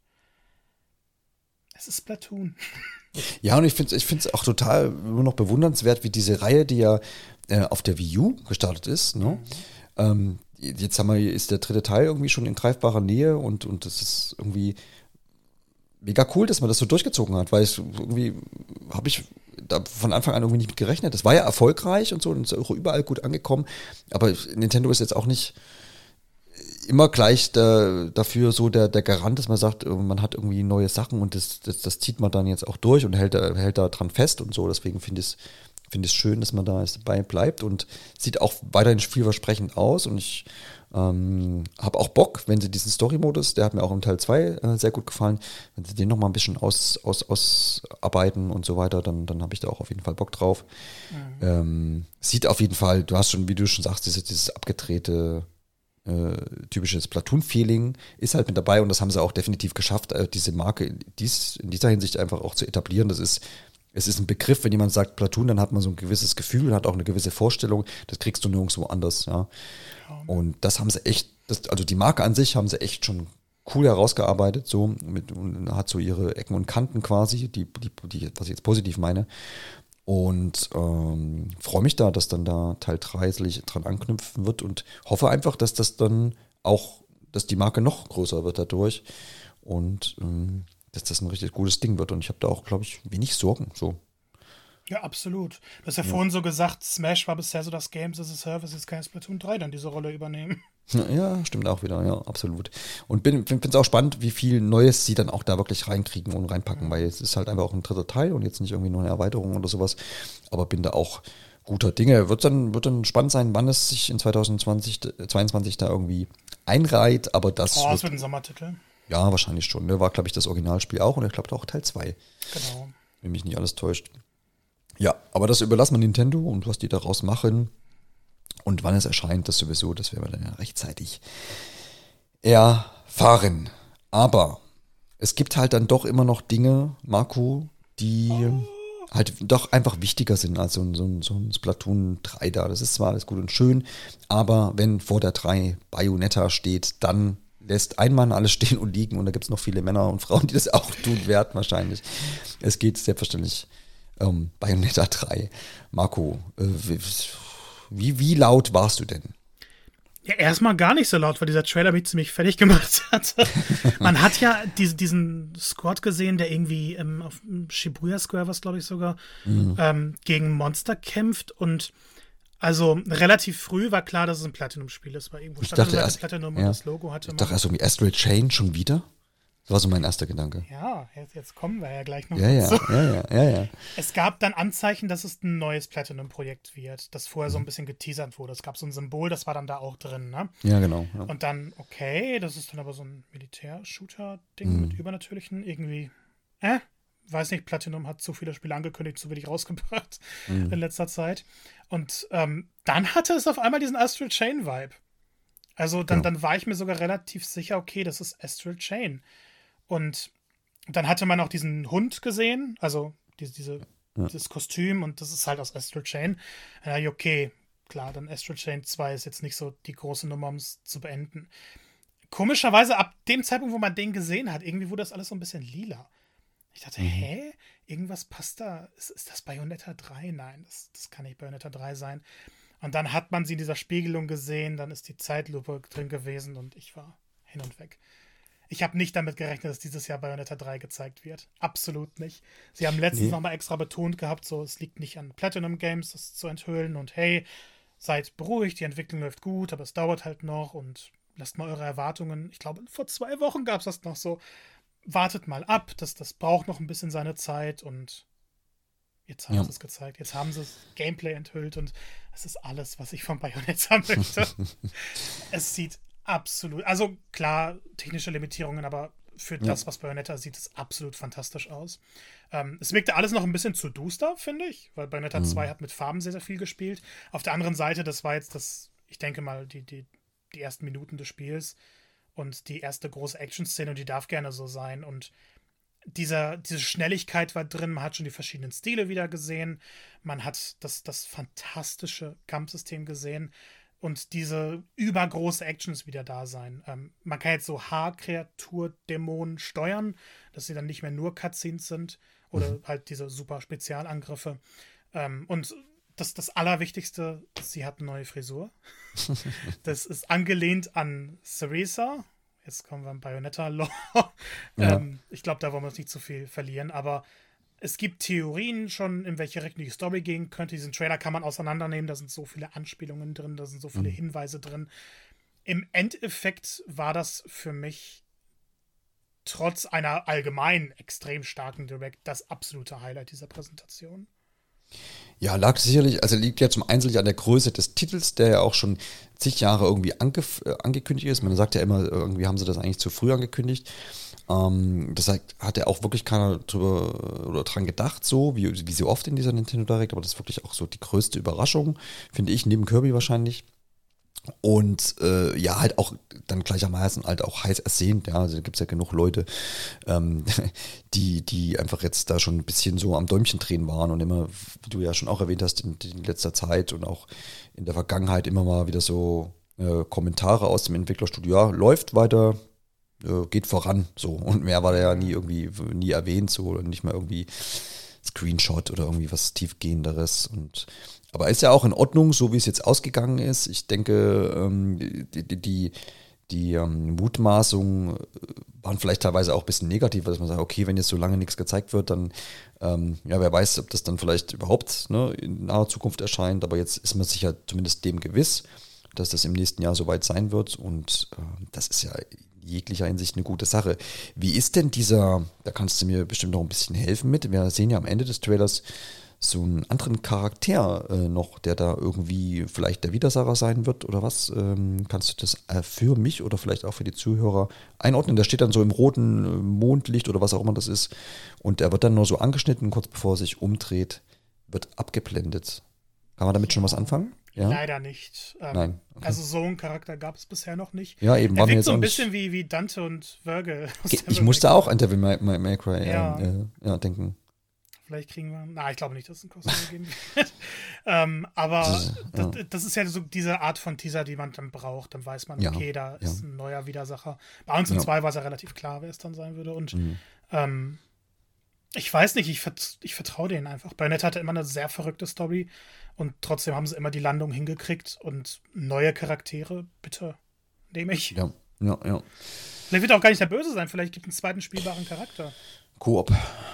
es ist Splatoon. Ja, und ich finde es ich find's auch total nur noch bewundernswert, wie diese Reihe, die ja äh, auf der Wii U gestartet ist, ne? Mhm. Ähm, jetzt haben wir, ist der dritte Teil irgendwie schon in greifbarer Nähe und, und das ist irgendwie mega cool, dass man das so durchgezogen hat, weil es irgendwie habe ich da von Anfang an irgendwie nicht mit gerechnet. Das war ja erfolgreich und so und ist auch überall gut angekommen, aber Nintendo ist jetzt auch nicht immer gleich der, dafür so der, der Garant, dass man sagt, man hat irgendwie neue Sachen und das, das, das zieht man dann jetzt auch durch und hält, hält da dran fest und so. Deswegen finde ich es finde ich es schön, dass man da jetzt dabei bleibt und sieht auch weiterhin vielversprechend aus und ich ähm, habe auch Bock, wenn sie diesen Story-Modus, der hat mir auch im Teil zwei äh, sehr gut gefallen, wenn sie den nochmal ein bisschen aus, aus, ausarbeiten und so weiter, dann, dann habe ich da auch auf jeden Fall Bock drauf. Mhm. Ähm, sieht auf jeden Fall, du hast schon, wie du schon sagst, dieses, dieses abgedrehte äh, typisches Splatoon-Feeling ist halt mit dabei und das haben sie auch definitiv geschafft, äh, diese Marke dies, in dieser Hinsicht einfach auch zu etablieren. Das ist, es ist ein Begriff, wenn jemand sagt Splatoon, dann hat man so ein gewisses Gefühl, hat auch eine gewisse Vorstellung, das kriegst du nirgendwo anders, ja. ja. Und das haben sie echt, das, also die Marke an sich haben sie echt schon cool herausgearbeitet, so, mit, und hat so ihre Ecken und Kanten quasi, die, die, die was ich jetzt positiv meine. Und ähm, freue mich da, dass dann da Teil drei dran anknüpfen wird und hoffe einfach, dass das dann auch, dass die Marke noch größer wird dadurch und ähm, dass das ein richtig gutes Ding wird. Und ich habe da auch, glaube ich, wenig Sorgen. So. Ja, absolut. Du hast ja, ja vorhin so gesagt, Smash war bisher so das Games as a Service, jetzt kann Splatoon drei dann diese Rolle übernehmen. Ja, stimmt auch wieder, ja, absolut. Und finde es auch spannend, wie viel Neues sie dann auch da wirklich reinkriegen und reinpacken, weil es ist halt einfach auch ein dritter Teil und jetzt nicht irgendwie nur eine Erweiterung oder sowas. Aber bin da auch guter Dinge. Wird dann, wird dann spannend sein, wann es sich in zwanzig zweiundzwanzig da irgendwie einreiht, aber das. Oh, das wird ein Sommertitel. Ja, wahrscheinlich schon. Ne? War, glaube ich, das Originalspiel auch und ich glaube auch Teil zwei. Genau. Wenn mich nicht alles täuscht. Ja, aber das überlassen wir Nintendo und was die daraus machen. Und wann es erscheint, das sowieso, das werden wir dann ja rechtzeitig erfahren. Aber es gibt halt dann doch immer noch Dinge, Marco, die oh. halt doch einfach wichtiger sind als so ein, so ein, so ein Splatoon drei da. Das ist zwar alles gut und schön, aber wenn vor der drei Bayonetta steht, dann lässt ein Mann alles stehen und liegen und da gibt es noch viele Männer und Frauen, die das auch tun werden wahrscheinlich. Es geht selbstverständlich um Bayonetta drei. Marco, äh, Wie, wie laut warst du denn? Ja, erstmal gar nicht so laut, weil dieser Trailer mich ziemlich fertig gemacht hat. Man hat ja diese, diesen Squad gesehen, der irgendwie ähm, auf Shibuya Square, was glaube ich sogar, mhm. ähm, gegen Monster kämpft. Und also relativ früh war klar, dass es ein Platinum-Spiel ist, weil irgendwo ich stand dachte erst, Platinum ja, und das Logo hatte. Ich dachte erst irgendwie Astral Chain schon wieder. Das war so mein erster Gedanke. Ja, jetzt, jetzt kommen wir ja gleich noch ja, dazu. Ja, ja, ja, ja, ja. Es gab dann Anzeichen, dass es ein neues Platinum-Projekt wird, das vorher mhm. so ein bisschen geteasert wurde. Es gab so ein Symbol, das war dann da auch drin, ne? Ja, genau. Ja. Und dann, okay, das ist dann aber so ein Militär-Shooter-Ding mhm. mit Übernatürlichen. Irgendwie, äh? Weiß nicht, Platinum hat zu viele Spiele angekündigt, zu wenig rausgebracht mhm. in letzter Zeit. Und ähm, dann hatte es auf einmal diesen Astral Chain-Vibe. Also dann, genau. dann war ich mir sogar relativ sicher, okay, das ist Astral Chain. Und dann hatte man auch diesen Hund gesehen, also diese, diese, ja. dieses Kostüm und das ist halt aus Astral Chain. Ja, okay, klar, dann Astral Chain zwei ist jetzt nicht so die große Nummer, um es zu beenden. Komischerweise, ab dem Zeitpunkt, wo man den gesehen hat, irgendwie wurde das alles so ein bisschen lila. Ich dachte, mhm. hä? Irgendwas passt da? Ist, ist das Bayonetta drei? Nein, das, das kann nicht Bayonetta drei sein. Und dann hat man sie in dieser Spiegelung gesehen, dann ist die Zeitlupe drin gewesen und ich war hin und weg. Ich habe nicht damit gerechnet, dass dieses Jahr Bayonetta drei gezeigt wird. Absolut nicht. Sie haben letztens nee. nochmal extra betont gehabt, so, es liegt nicht an Platinum Games, das zu enthüllen und hey, seid beruhigt, die Entwicklung läuft gut, aber es dauert halt noch und lasst mal eure Erwartungen, ich glaube, vor zwei Wochen gab es das noch so, wartet mal ab, das, das braucht noch ein bisschen seine Zeit und jetzt haben ja. sie es gezeigt, jetzt haben sie das Gameplay enthüllt und es ist alles, was ich von Bayonetta möchte. Es sieht absolut, also klar, technische Limitierungen, aber für ja. das, was Bayonetta sieht, es absolut fantastisch aus. Ähm, es wirkte alles noch ein bisschen zu duster, finde ich, weil Bayonetta mhm. zwei hat mit Farben sehr, sehr viel gespielt. Auf der anderen Seite, das war jetzt das, ich denke mal, die, die, die ersten Minuten des Spiels und die erste große Action-Szene und die darf gerne so sein und dieser, diese Schnelligkeit war drin, man hat schon die verschiedenen Stile wieder gesehen, man hat das, das fantastische Kampfsystem gesehen, und diese übergroße Action ist wieder da sein. Ähm, man kann jetzt so Haarkreatur-Dämonen steuern, dass sie dann nicht mehr nur Cutscenes sind oder mhm. halt diese super Spezialangriffe. Ähm, und das, das Allerwichtigste, sie hat eine neue Frisur. Das ist angelehnt an Cereza. Jetzt kommen wir an Bayonetta-Lore. Ja. ähm, ich glaube, da wollen wir uns nicht zu viel verlieren, aber es gibt Theorien schon, in welche Richtung die Story gehen könnte. Diesen Trailer kann man auseinandernehmen. Da sind so viele Anspielungen drin, da sind so viele mhm. Hinweise drin. Im Endeffekt war das für mich trotz einer allgemein extrem starken Direct das absolute Highlight dieser Präsentation. Ja, lag sicherlich, also liegt ja zum einen sicherlich an der Größe des Titels, der ja auch schon zig Jahre irgendwie angef- äh, angekündigt ist. Man sagt ja immer, irgendwie haben sie das eigentlich zu früh angekündigt. Ähm, das hat ja auch wirklich keiner drüber oder dran gedacht, so wie, wie so oft in dieser Nintendo Direct, aber das ist wirklich auch so die größte Überraschung, finde ich, neben Kirby wahrscheinlich. Und äh, ja, halt auch dann gleichermaßen halt auch heiß ersehnt, ja, also da gibt es ja genug Leute, ähm, die, die einfach jetzt da schon ein bisschen so am Däumchen drehen waren und immer, wie du ja schon auch erwähnt hast, in, in letzter Zeit und auch in der Vergangenheit immer mal wieder so äh, Kommentare aus dem Entwicklerstudio, ja, läuft weiter, äh, geht voran, so. Und mehr war da ja nie irgendwie, nie erwähnt, so, oder nicht mal irgendwie Screenshot oder irgendwie was tiefgehenderes. Und aber ist ja auch in Ordnung, so wie es jetzt ausgegangen ist. Ich denke, ähm, die, die, die, die ähm, Mutmaßungen waren vielleicht teilweise auch ein bisschen negativ, dass man sagt, okay, wenn jetzt so lange nichts gezeigt wird, dann, ähm, ja, wer weiß, ob das dann vielleicht überhaupt, ne, in naher Zukunft erscheint. Aber jetzt ist man sich ja zumindest dem gewiss, dass das im nächsten Jahr soweit sein wird. Und äh, das ist ja in jeglicher Hinsicht eine gute Sache. Wie ist denn dieser, da kannst du mir bestimmt noch ein bisschen helfen mit, wir sehen ja am Ende des Trailers so einen anderen Charakter äh, noch, der da irgendwie vielleicht der Widersacher sein wird oder was? Ähm, kannst du das äh, für mich oder vielleicht auch für die Zuhörer einordnen? Der steht dann so im roten äh, Mondlicht oder was auch immer das ist und er wird dann nur so angeschnitten, kurz bevor er sich umdreht, wird abgeblendet. Kann man damit schon was anfangen? Ja? Leider nicht. Ähm, Nein. Okay. Also so einen Charakter gab es bisher noch nicht. Ja, eben. Er war mir wirkt jetzt so auch ein nicht bisschen wie, wie Dante und Virgil. aus Ich Devil musste May auch Cry. an Devil May, May, May Cry Ja. äh, ja, denken. Vielleicht kriegen wir. Na, ich glaube nicht, dass es einen Crossover geben wird. ähm, aber Das ist, ja. das, das ist ja so diese Art von Teaser, die man dann braucht. Dann weiß man, Ja, okay, da ist ja. ein neuer Widersacher. Bei uns in Ja. zwei war es ja relativ klar, wer es dann sein würde. Und Mhm. ähm, ich weiß nicht, ich, vert, ich vertraue denen einfach. Bayonetta hatte immer eine sehr verrückte Story und trotzdem haben sie immer die Landung hingekriegt und neue Charaktere, bitte, nehme ich. Ja, ja, ja. Vielleicht wird er auch gar nicht der Böse sein, vielleicht gibt es einen zweiten spielbaren Charakter. Koop.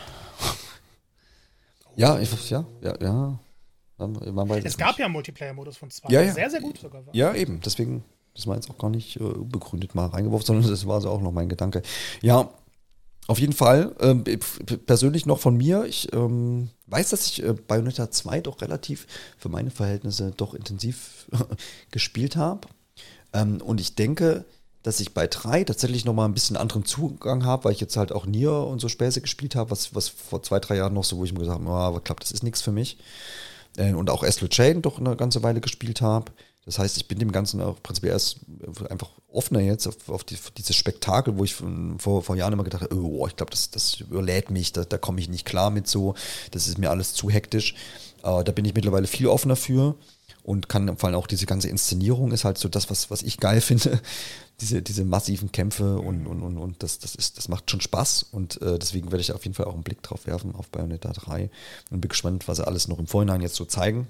Ja, ich, ja, ja, ja. Man, man weiß Es es gab nicht. ja einen Multiplayer-Modus von zwei, Ja, der ja. sehr, sehr gut sogar war. Ja, eben. Deswegen, das war jetzt auch gar nicht äh, begründet mal reingeworfen, sondern das war so auch noch mein Gedanke. Ja, auf jeden Fall. Ähm, p- persönlich noch von mir. Ich ähm, weiß, dass ich äh, Bayonetta zwei doch relativ für meine Verhältnisse doch intensiv gespielt habe. Ähm, und ich denke, dass ich bei drei tatsächlich nochmal ein bisschen anderen Zugang habe, weil ich jetzt halt auch Nier und so Späße gespielt habe, was, was vor zwei, drei Jahren noch so, wo ich mir gesagt habe, oh, aber klappt, das ist nichts für mich. Äh, und auch Astral Chain doch eine ganze Weile gespielt habe. Das heißt, ich bin dem Ganzen auch prinzipiell erst einfach offener jetzt auf, auf, die, auf dieses Spektakel, wo ich vor, vor Jahren immer gedacht habe, oh, ich glaube, das, das überlädt mich, da, da komme ich nicht klar mit so, das ist mir alles zu hektisch. Aber da bin ich mittlerweile viel offener für und kann vor allem auch diese ganze Inszenierung ist halt so das, was, was ich geil finde. Diese, diese massiven Kämpfe und, und, und, und das, das, ist, das macht schon Spaß und äh, deswegen werde ich auf jeden Fall auch einen Blick drauf werfen auf Bayonetta drei und bin gespannt, was sie alles noch im Vorhinein jetzt so zeigen.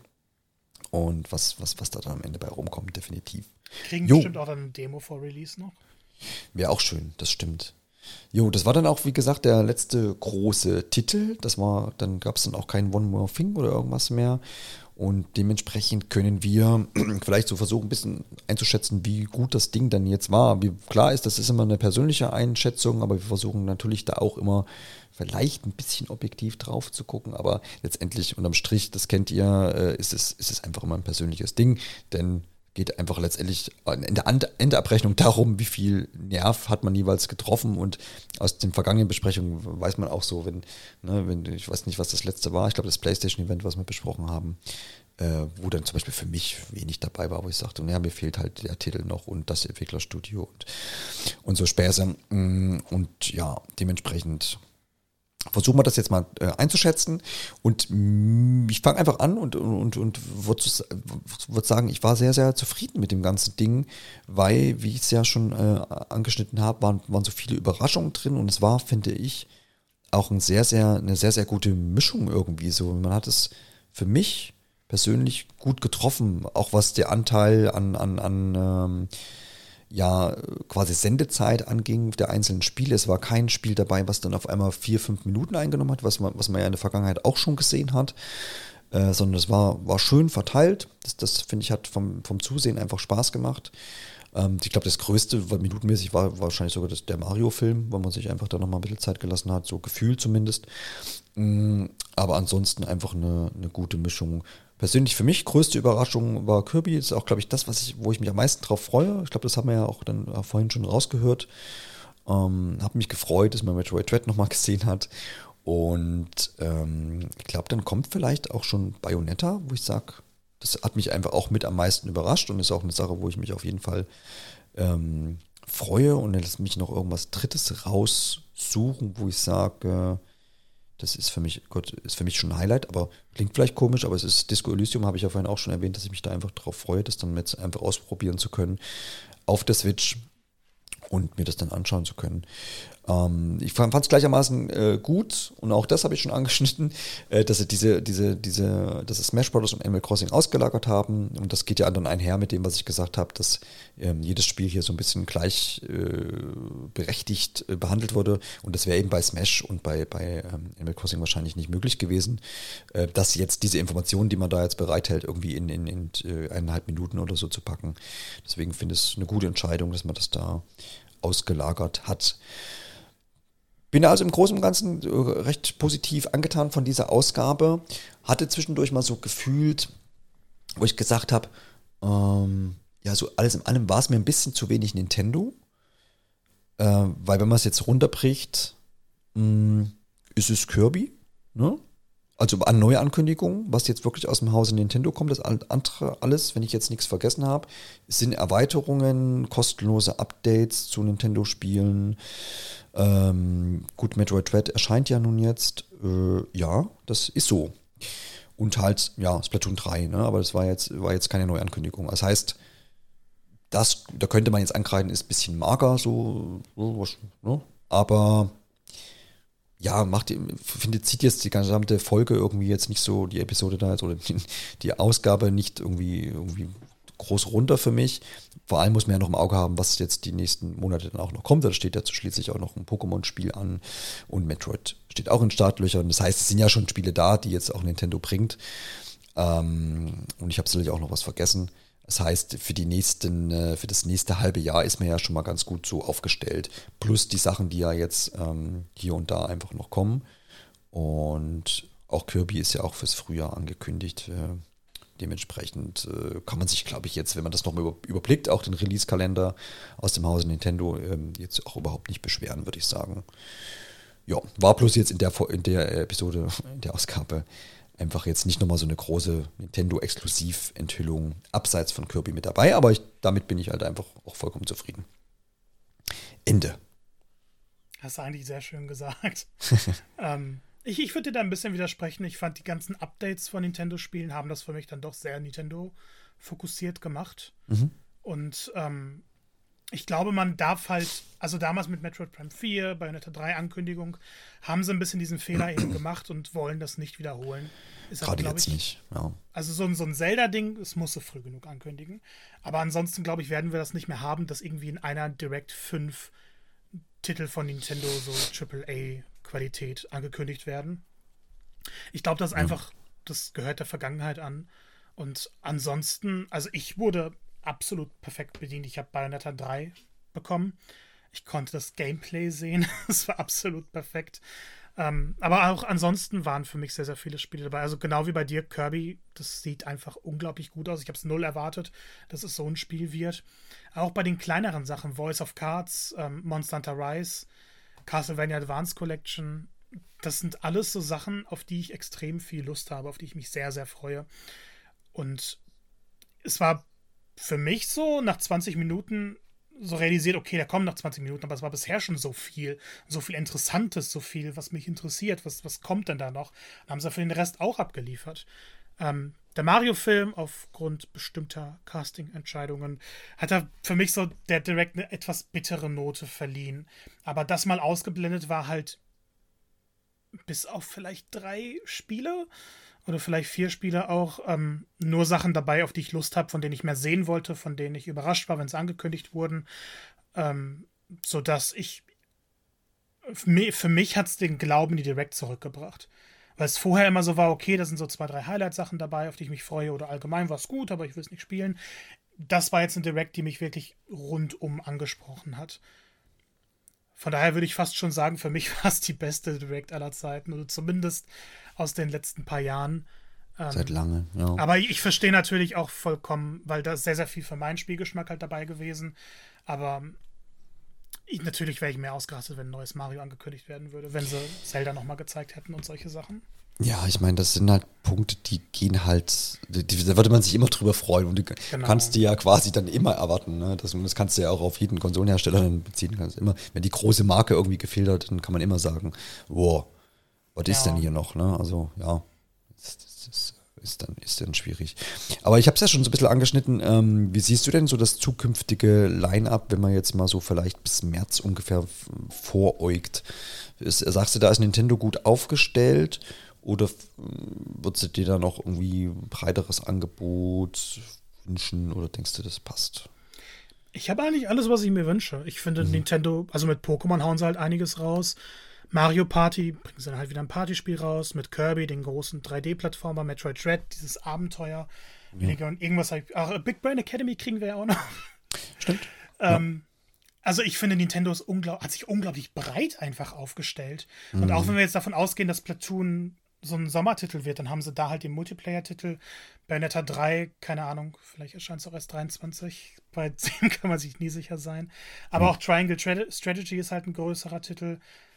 Und was, was, was da dann am Ende bei rumkommt, definitiv. Kriegen Jo. bestimmt auch dann eine Demo vor Release noch. Wäre auch schön, das stimmt. Jo, das war dann auch, wie gesagt, der letzte große Titel. Das war, dann gab es dann auch kein One More Thing oder irgendwas mehr. Und dementsprechend können wir vielleicht so versuchen, ein bisschen einzuschätzen, wie gut das Ding dann jetzt war. Wie klar ist, das ist immer eine persönliche Einschätzung, aber wir versuchen natürlich da auch immer vielleicht ein bisschen objektiv drauf zu gucken. Aber letztendlich unterm Strich, das kennt ihr, äh, ist es, ist es einfach immer ein persönliches Ding. Denn geht einfach letztendlich in der Endabrechnung darum, wie viel Nerv hat man jeweils getroffen und aus den vergangenen Besprechungen weiß man auch so, wenn, ne, wenn ich weiß nicht, was das letzte war, ich glaube das PlayStation-Event, was wir besprochen haben, äh, wo dann zum Beispiel für mich wenig dabei war, wo ich sagte, naja, mir fehlt halt der Titel noch und das Entwicklerstudio und, und so Späße und ja, dementsprechend versuchen wir das jetzt mal äh, einzuschätzen und mh, ich fange einfach an und, und, und würde würd sagen, ich war sehr, sehr zufrieden mit dem ganzen Ding, weil, wie ich es ja schon äh, angeschnitten habe, waren, waren so viele Überraschungen drin und es war, finde ich, auch ein sehr, sehr, eine sehr, sehr gute Mischung irgendwie so. Man hat es für mich persönlich gut getroffen, auch was der Anteil an, an, an ähm, ja, quasi Sendezeit anging der einzelnen Spiele. Es war kein Spiel dabei, was dann auf einmal vier, fünf Minuten eingenommen hat, was man, was man ja in der Vergangenheit auch schon gesehen hat, äh, sondern es war, war schön verteilt. Das, das finde ich, hat vom, vom Zusehen einfach Spaß gemacht. Ähm, ich glaube, das Größte, weil minutenmäßig war, war wahrscheinlich sogar das, der Mario-Film, weil man sich einfach da nochmal ein bisschen Zeit gelassen hat, so gefühlt zumindest. Mm, aber ansonsten einfach eine, eine gute Mischung. Persönlich für mich größte Überraschung war Kirby. Das ist auch, glaube ich, das, was ich, wo ich mich am meisten drauf freue. Ich glaube, das haben wir ja auch dann vorhin schon rausgehört. Ähm, habe mich gefreut, dass man Metroid Dread nochmal gesehen hat. Und ähm, ich glaube, dann kommt vielleicht auch schon Bayonetta, wo ich sage, das hat mich einfach auch mit am meisten überrascht und ist auch eine Sache, wo ich mich auf jeden Fall ähm, freue und lässt mich noch irgendwas Drittes raussuchen, wo ich sage, das ist für mich, Gott, ist für mich schon ein Highlight, aber klingt vielleicht komisch, aber es ist Disco Elysium, habe ich ja vorhin auch schon erwähnt, dass ich mich da einfach drauf freue, das dann jetzt einfach ausprobieren zu können auf der Switch und mir das dann anschauen zu können. Ähm, ich fand es gleichermaßen äh, gut und auch das habe ich schon angeschnitten, äh, dass sie diese, diese, diese, dass sie Smash Bros. Und Animal Crossing ausgelagert haben und das geht ja dann einher mit dem, was ich gesagt habe, dass ähm, jedes Spiel hier so ein bisschen gleich äh, berechtigt äh, behandelt wurde und das wäre eben bei Smash und bei, bei ähm, Animal Crossing wahrscheinlich nicht möglich gewesen, äh, dass jetzt diese Informationen, die man da jetzt bereithält, irgendwie in, in, in äh, eineinhalb Minuten oder so zu packen. Deswegen finde ich es eine gute Entscheidung, dass man das da ausgelagert hat. Bin also im Großen und Ganzen recht positiv angetan von dieser Ausgabe. Hatte zwischendurch mal so gefühlt, wo ich gesagt habe, ähm, ja, so alles in allem war es mir ein bisschen zu wenig Nintendo. Äh, weil wenn man es jetzt runterbricht, mh, ist es Kirby, ne? Also an Neuankündigungen, was jetzt wirklich aus dem Hause Nintendo kommt, das andere alles, wenn ich jetzt nichts vergessen habe, sind Erweiterungen, kostenlose Updates zu Nintendo-Spielen. Ähm, gut, Metroid Dread erscheint ja nun jetzt. Äh, ja, das ist so. Und halt, ja, Splatoon drei, ne? Aber das war jetzt, war jetzt keine Neuankündigung. Das heißt, das, da könnte man jetzt ankreiden, ist ein bisschen mager, so, so ne? Aber ja, macht, findet, zieht jetzt die gesamte Folge irgendwie jetzt nicht so, die Episode da jetzt, oder die, die Ausgabe nicht irgendwie, irgendwie groß runter für mich. Vor allem muss man ja noch im Auge haben, was jetzt die nächsten Monate dann auch noch kommt. Da steht ja schließlich auch noch ein Pokémon-Spiel an und Metroid steht auch in Startlöchern. Das heißt, es sind ja schon Spiele da, die jetzt auch Nintendo bringt. Ähm, und ich habe sicherlich auch noch was vergessen. Das heißt, für die nächsten, für das nächste halbe Jahr ist man ja schon mal ganz gut so aufgestellt. Plus die Sachen, die ja jetzt ähm, hier und da einfach noch kommen. Und auch Kirby ist ja auch fürs Frühjahr angekündigt. Äh, dementsprechend äh, kann man sich, glaube ich, jetzt, wenn man das nochmal über, überblickt, auch den Release-Kalender aus dem Hause Nintendo, ähm, jetzt auch überhaupt nicht beschweren, würde ich sagen. Ja, war bloß jetzt in der, in der Episode, in der Ausgabe einfach jetzt nicht nochmal so eine große Nintendo-Exklusiv-Enthüllung abseits von Kirby mit dabei, aber ich, damit bin ich halt einfach auch vollkommen zufrieden. Ende. Hast du eigentlich sehr schön gesagt. ähm, ich ich würde dir da ein bisschen widersprechen. Ich fand, die ganzen Updates von Nintendo-Spielen haben das für mich dann doch sehr Nintendo-fokussiert gemacht. Mhm. Und ähm, ich glaube, man darf halt, also damals mit Metroid Prime vier, Bayonetta drei Ankündigung, haben sie ein bisschen diesen Fehler eben gemacht und wollen das nicht wiederholen. Ist Gerade aber, jetzt ich, nicht, ja. Also so, so ein Zelda-Ding, es musste früh genug ankündigen. Aber ansonsten, glaube ich, werden wir das nicht mehr haben, dass irgendwie in einer Direct fünf Titel von Nintendo so Triple A-Qualität angekündigt werden. Ich glaube, das ist einfach, das gehört der Vergangenheit an. Und ansonsten, also ich wurde absolut perfekt bedient. Ich habe Bayonetta drei bekommen. Ich konnte das Gameplay sehen. Es war absolut perfekt. Ähm, aber auch ansonsten waren für mich sehr, sehr viele Spiele dabei. Also genau wie bei dir, Kirby, das sieht einfach unglaublich gut aus. Ich habe es null erwartet, dass es so ein Spiel wird. Auch bei den kleineren Sachen, Voice of Cards, ähm, Monster Hunter Rise, Castlevania Advance Collection, das sind alles so Sachen, auf die ich extrem viel Lust habe, auf die ich mich sehr, sehr freue. Und es war für mich so nach zwanzig Minuten so realisiert, okay, da kommen noch zwanzig Minuten, aber es war bisher schon so viel, so viel Interessantes, so viel, was mich interessiert, was, was kommt denn da noch? Dann haben sie für den Rest auch abgeliefert. Ähm, der Mario-Film, aufgrund bestimmter Casting-Entscheidungen, hat da für mich so der Direct eine etwas bittere Note verliehen. Aber das mal ausgeblendet war halt bis auf vielleicht drei Spiele oder vielleicht vier Spiele auch, ähm, nur Sachen dabei, auf die ich Lust habe, von denen ich mehr sehen wollte, von denen ich überrascht war, wenn sie angekündigt wurden. Ähm, sodass ich, für mich hat es den Glauben in die Direct zurückgebracht. Weil es vorher immer so war, okay, da sind so zwei, drei Highlight-Sachen dabei, auf die ich mich freue, oder allgemein war es gut, aber ich will es nicht spielen. Das war jetzt eine Direct, die mich wirklich rundum angesprochen hat. Von daher würde ich fast schon sagen, für mich war es die beste Direct aller Zeiten, oder zumindest aus den letzten paar Jahren. Ähm, Seit lange, ja. Aber ich, ich verstehe natürlich auch vollkommen, weil da ist sehr, sehr viel für meinen Spielgeschmack halt dabei gewesen. Aber ich, natürlich wäre ich mehr ausgerastet, wenn ein neues Mario angekündigt werden würde, wenn sie Zelda nochmal gezeigt hätten und solche Sachen. Ja, ich meine, das sind halt Punkte, die gehen halt, die, da würde man sich immer drüber freuen und du genau. kannst die ja quasi dann immer erwarten. Ne? Das, das kannst du ja auch auf jeden Konsolenhersteller dann beziehen. Kannst immer, wenn die große Marke irgendwie gefehlt hat, dann kann man immer sagen, wow, was ja. ist denn hier noch? Ne? Also ja, das, das, das ist, dann, ist dann schwierig. Aber ich habe es ja schon so ein bisschen angeschnitten. Ähm, wie siehst du denn so das zukünftige Line-Up, wenn man jetzt mal so vielleicht bis März ungefähr voräugt? Ist, sagst du, da ist Nintendo gut aufgestellt? Oder würdest du dir da noch irgendwie ein breiteres Angebot wünschen oder denkst du, das passt? Ich habe eigentlich alles, was ich mir wünsche. Ich finde, mhm. Nintendo, also mit Pokémon hauen sie halt einiges raus. Mario Party bringen sie dann halt wieder ein Partyspiel raus. Mit Kirby, den großen drei D-Plattformer, Metroid Dread, dieses Abenteuer. Ja. Und irgendwas, ach, Big Brain Academy kriegen wir ja auch noch. Stimmt. ähm, ja. Also ich finde, Nintendo ist unglaub- hat sich unglaublich breit einfach aufgestellt. Mhm. Und auch wenn wir jetzt davon ausgehen, dass Splatoon so ein Sommertitel wird, dann haben sie da halt den Multiplayer-Titel. Bayonetta drei, keine Ahnung, vielleicht erscheint es auch erst dreiundzwanzig. Bei zehn kann man sich nie sicher sein. Aber mhm. auch Triangle Strategy ist halt ein größerer Titel.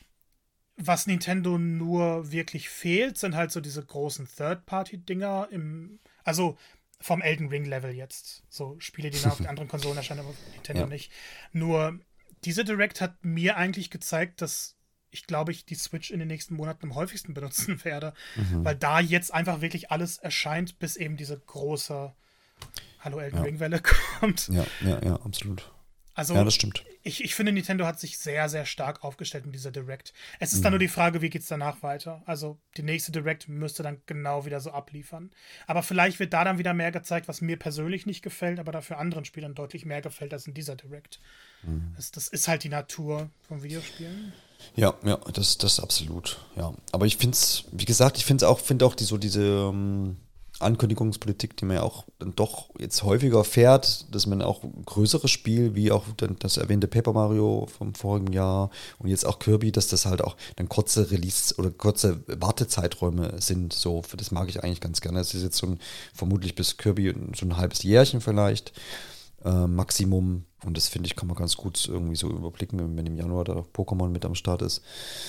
Was Nintendo nur wirklich fehlt, sind halt so diese großen Third-Party-Dinger im, also vom Elden Ring-Level jetzt. So Spiele, die dann auf den anderen Konsolen erscheinen, aber Nintendo ja. nicht. Nur diese Direct hat mir eigentlich gezeigt, dass ich glaube, ich die Switch in den nächsten Monaten am häufigsten benutzen werde, mhm. weil da jetzt einfach wirklich alles erscheint, bis eben diese große Hallo Elden ja. Ring-Welle kommt. Ja, ja, ja, absolut. Also, ja, das stimmt. Ich, ich finde, Nintendo hat sich sehr, sehr stark aufgestellt in dieser Direct. Es ist mhm. dann nur die Frage, wie geht es danach weiter? Also, die nächste Direct müsste dann genau wieder so abliefern. Aber vielleicht wird da dann wieder mehr gezeigt, was mir persönlich nicht gefällt, aber dafür anderen Spielern deutlich mehr gefällt als in dieser Direct. Mhm. Das, das ist halt die Natur von Videospielen. Ja, ja, das, das absolut, ja. Aber ich finde es, wie gesagt, ich finde es auch, finde auch die, so diese ähm, Ankündigungspolitik, die man ja auch dann doch jetzt häufiger fährt, dass man auch ein größeres Spiel, wie auch dann das erwähnte Paper Mario vom vorigen Jahr und jetzt auch Kirby, dass das halt auch dann kurze Release- oder kurze Wartezeiträume sind, so, für das mag ich eigentlich ganz gerne. Das ist jetzt so ein, vermutlich bis Kirby so ein halbes Jährchen vielleicht, äh, Maximum. Und das finde ich, kann man ganz gut irgendwie so überblicken, wenn im Januar da Pokémon mit am Start ist.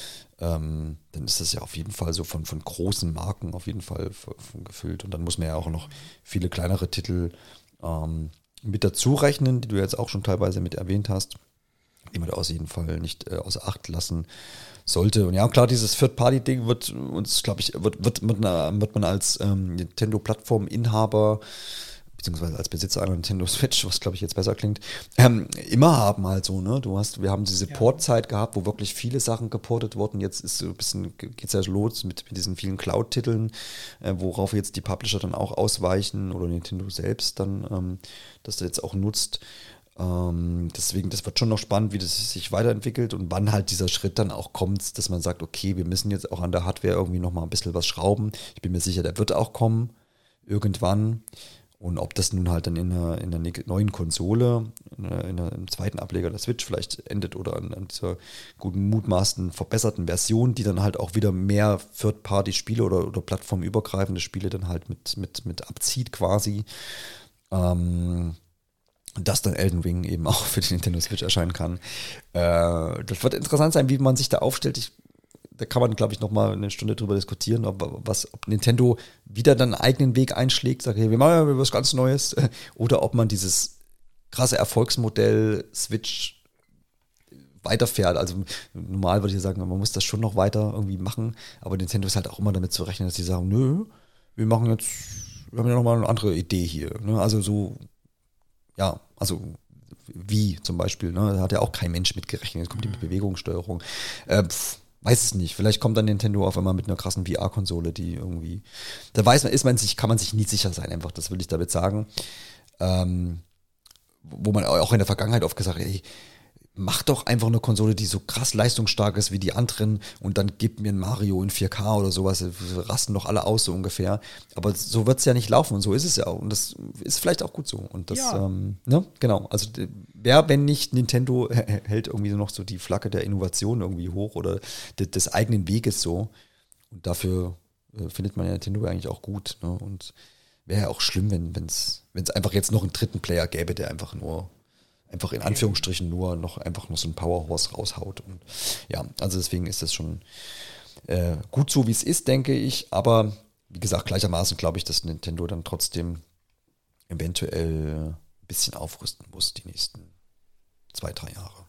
Ähm, dann ist das ja auf jeden Fall so von, von großen Marken auf jeden Fall gefüllt. Und dann muss man ja auch noch viele kleinere Titel ähm, mit dazu rechnen, die du jetzt auch schon teilweise mit erwähnt hast, die man da auf jeden Fall nicht äh, außer Acht lassen sollte. Und ja, klar, dieses Third-Party-Ding wird uns, glaube ich, wird, wird, wird, wird man als ähm, Nintendo-Plattform-Inhaber beziehungsweise als Besitzer einer Nintendo Switch, was glaube ich jetzt besser klingt, ähm, immer haben halt so, ne? Du hast, wir haben diese ja. Portzeit gehabt, wo wirklich viele Sachen geportet wurden. Jetzt ist so ein bisschen, geht's ja los mit, mit diesen vielen Cloud-Titeln, äh, worauf jetzt die Publisher dann auch ausweichen oder Nintendo selbst dann ähm, das jetzt auch nutzt. Ähm, deswegen, das wird schon noch spannend, wie das sich weiterentwickelt und wann halt dieser Schritt dann auch kommt, dass man sagt, okay, wir müssen jetzt auch an der Hardware irgendwie nochmal ein bisschen was schrauben. Ich bin mir sicher, der wird auch kommen, irgendwann. Und ob das nun halt dann in der, in der neuen Konsole, in der, in der, im zweiten Ableger der Switch vielleicht endet oder an, an dieser guten mutmaßten verbesserten Version, die dann halt auch wieder mehr Third-Party-Spiele oder, oder plattformübergreifende Spiele dann halt mit, mit, mit abzieht quasi. Ähm, dass dann Elden Ring eben auch für die Nintendo Switch erscheinen kann. Äh, das wird interessant sein, wie man sich da aufstellt. Ich Da kann man, glaube ich, noch mal eine Stunde drüber diskutieren, ob, was, ob Nintendo wieder dann einen eigenen Weg einschlägt, sagt, hey, wir machen ja was ganz Neues, oder ob man dieses krasse Erfolgsmodell Switch weiterfährt. Also normal würde ich sagen, man muss das schon noch weiter irgendwie machen, aber Nintendo ist halt auch immer damit zu rechnen, dass die sagen, nö, wir machen jetzt, wir haben ja noch mal eine andere Idee hier. Ne? Also so, ja, also wie zum Beispiel, ne? Da hat ja auch kein Mensch mitgerechnet, jetzt kommt die Bewegungssteuerung. Äh, pff, weiß es nicht. Vielleicht kommt dann Nintendo auf einmal mit einer krassen V R-Konsole, die irgendwie, da weiß man, ist man sich, kann man sich nie sicher sein, einfach, das will ich damit sagen. Ähm, wo man auch in der Vergangenheit oft gesagt hat, ey, mach doch einfach eine Konsole, die so krass leistungsstark ist wie die anderen und dann gib mir ein Mario in vier K oder sowas, wir rasten doch alle aus so ungefähr. Aber so wird es ja nicht laufen und so ist es ja auch. Und das ist vielleicht auch gut so. Und das, ja. ähm, ne, genau. Also wer, wenn nicht Nintendo, hält irgendwie noch so die Flagge der Innovation irgendwie hoch oder des, des eigenen Weges so. Und dafür äh, findet man ja Nintendo eigentlich auch gut. Ne? Und wäre ja auch schlimm, wenn es einfach jetzt noch einen dritten Player gäbe, der einfach nur einfach in Anführungsstrichen nur noch einfach nur so ein Powerhorse raushaut. Und ja, also deswegen ist das schon äh, gut so, wie es ist, denke ich. Aber wie gesagt, gleichermaßen glaube ich, dass Nintendo dann trotzdem eventuell ein bisschen aufrüsten muss die nächsten zwei, drei Jahre.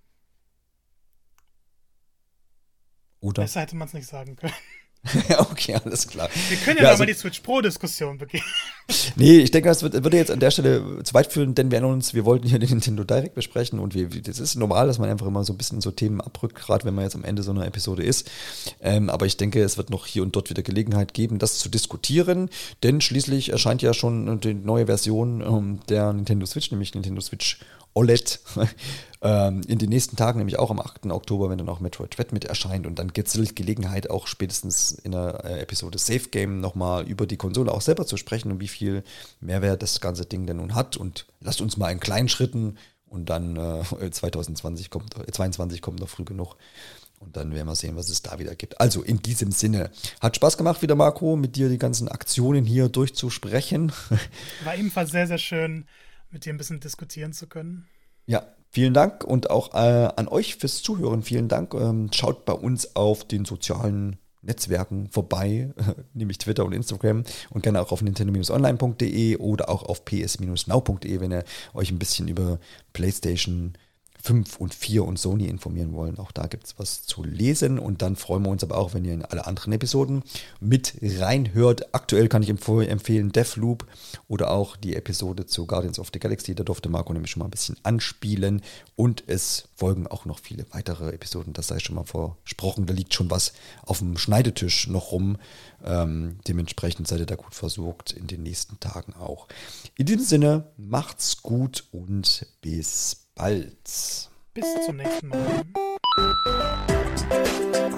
Oder? Besser hätte man es nicht sagen können. Ja, okay, alles klar. Wir können ja, ja also, mal die Switch Pro-Diskussion beginnen. Nee, ich denke, das wird, würde jetzt an der Stelle zu weit führen, denn wir erinnern uns, wir wollten hier den Nintendo Direct besprechen und wir, das ist normal, dass man einfach immer so ein bisschen so Themen abrückt, gerade wenn man jetzt am Ende so einer Episode ist. Ähm, aber ich denke, es wird noch hier und dort wieder Gelegenheit geben, das zu diskutieren, denn schließlich erscheint ja schon die neue Version ähm, der Nintendo Switch, nämlich Nintendo Switch O L E D, ähm, in den nächsten Tagen, nämlich auch am achten Oktober, wenn dann auch Metroid Dread mit erscheint. Und dann gibt es Gelegenheit, auch spätestens in der äh, Episode Safe Game nochmal über die Konsole auch selber zu sprechen und wie viel Mehrwert das ganze Ding denn nun hat. Und lasst uns mal in kleinen Schritten und dann äh, zwanzig zwanzig kommt, äh, zweiundzwanzig kommt noch früh genug. Und dann werden wir sehen, was es da wieder gibt. Also in diesem Sinne, hat Spaß gemacht wieder, Marco, mit dir die ganzen Aktionen hier durchzusprechen. War ebenfalls sehr, sehr schön, mit dir ein bisschen diskutieren zu können. Ja, vielen Dank und auch äh, an euch fürs Zuhören. Vielen Dank. Ähm, schaut bei uns auf den sozialen Netzwerken vorbei, nämlich Twitter und Instagram und gerne auch auf nintendo online punkt de oder auch auf p s now punkt de, wenn ihr euch ein bisschen über PlayStation fünf und vier und Sony informieren wollen. Auch da gibt es was zu lesen und dann freuen wir uns aber auch, wenn ihr in alle anderen Episoden mit reinhört. Aktuell kann ich empf- empfehlen Deathloop oder auch die Episode zu Guardians of the Galaxy. Da durfte Marco nämlich schon mal ein bisschen anspielen und es folgen auch noch viele weitere Episoden. Das sei schon mal versprochen. Da liegt schon was auf dem Schneidetisch noch rum. Ähm, dementsprechend seid ihr da gut versorgt in den nächsten Tagen auch. In diesem Sinne, macht's gut und bis bald. Bis zum nächsten Mal.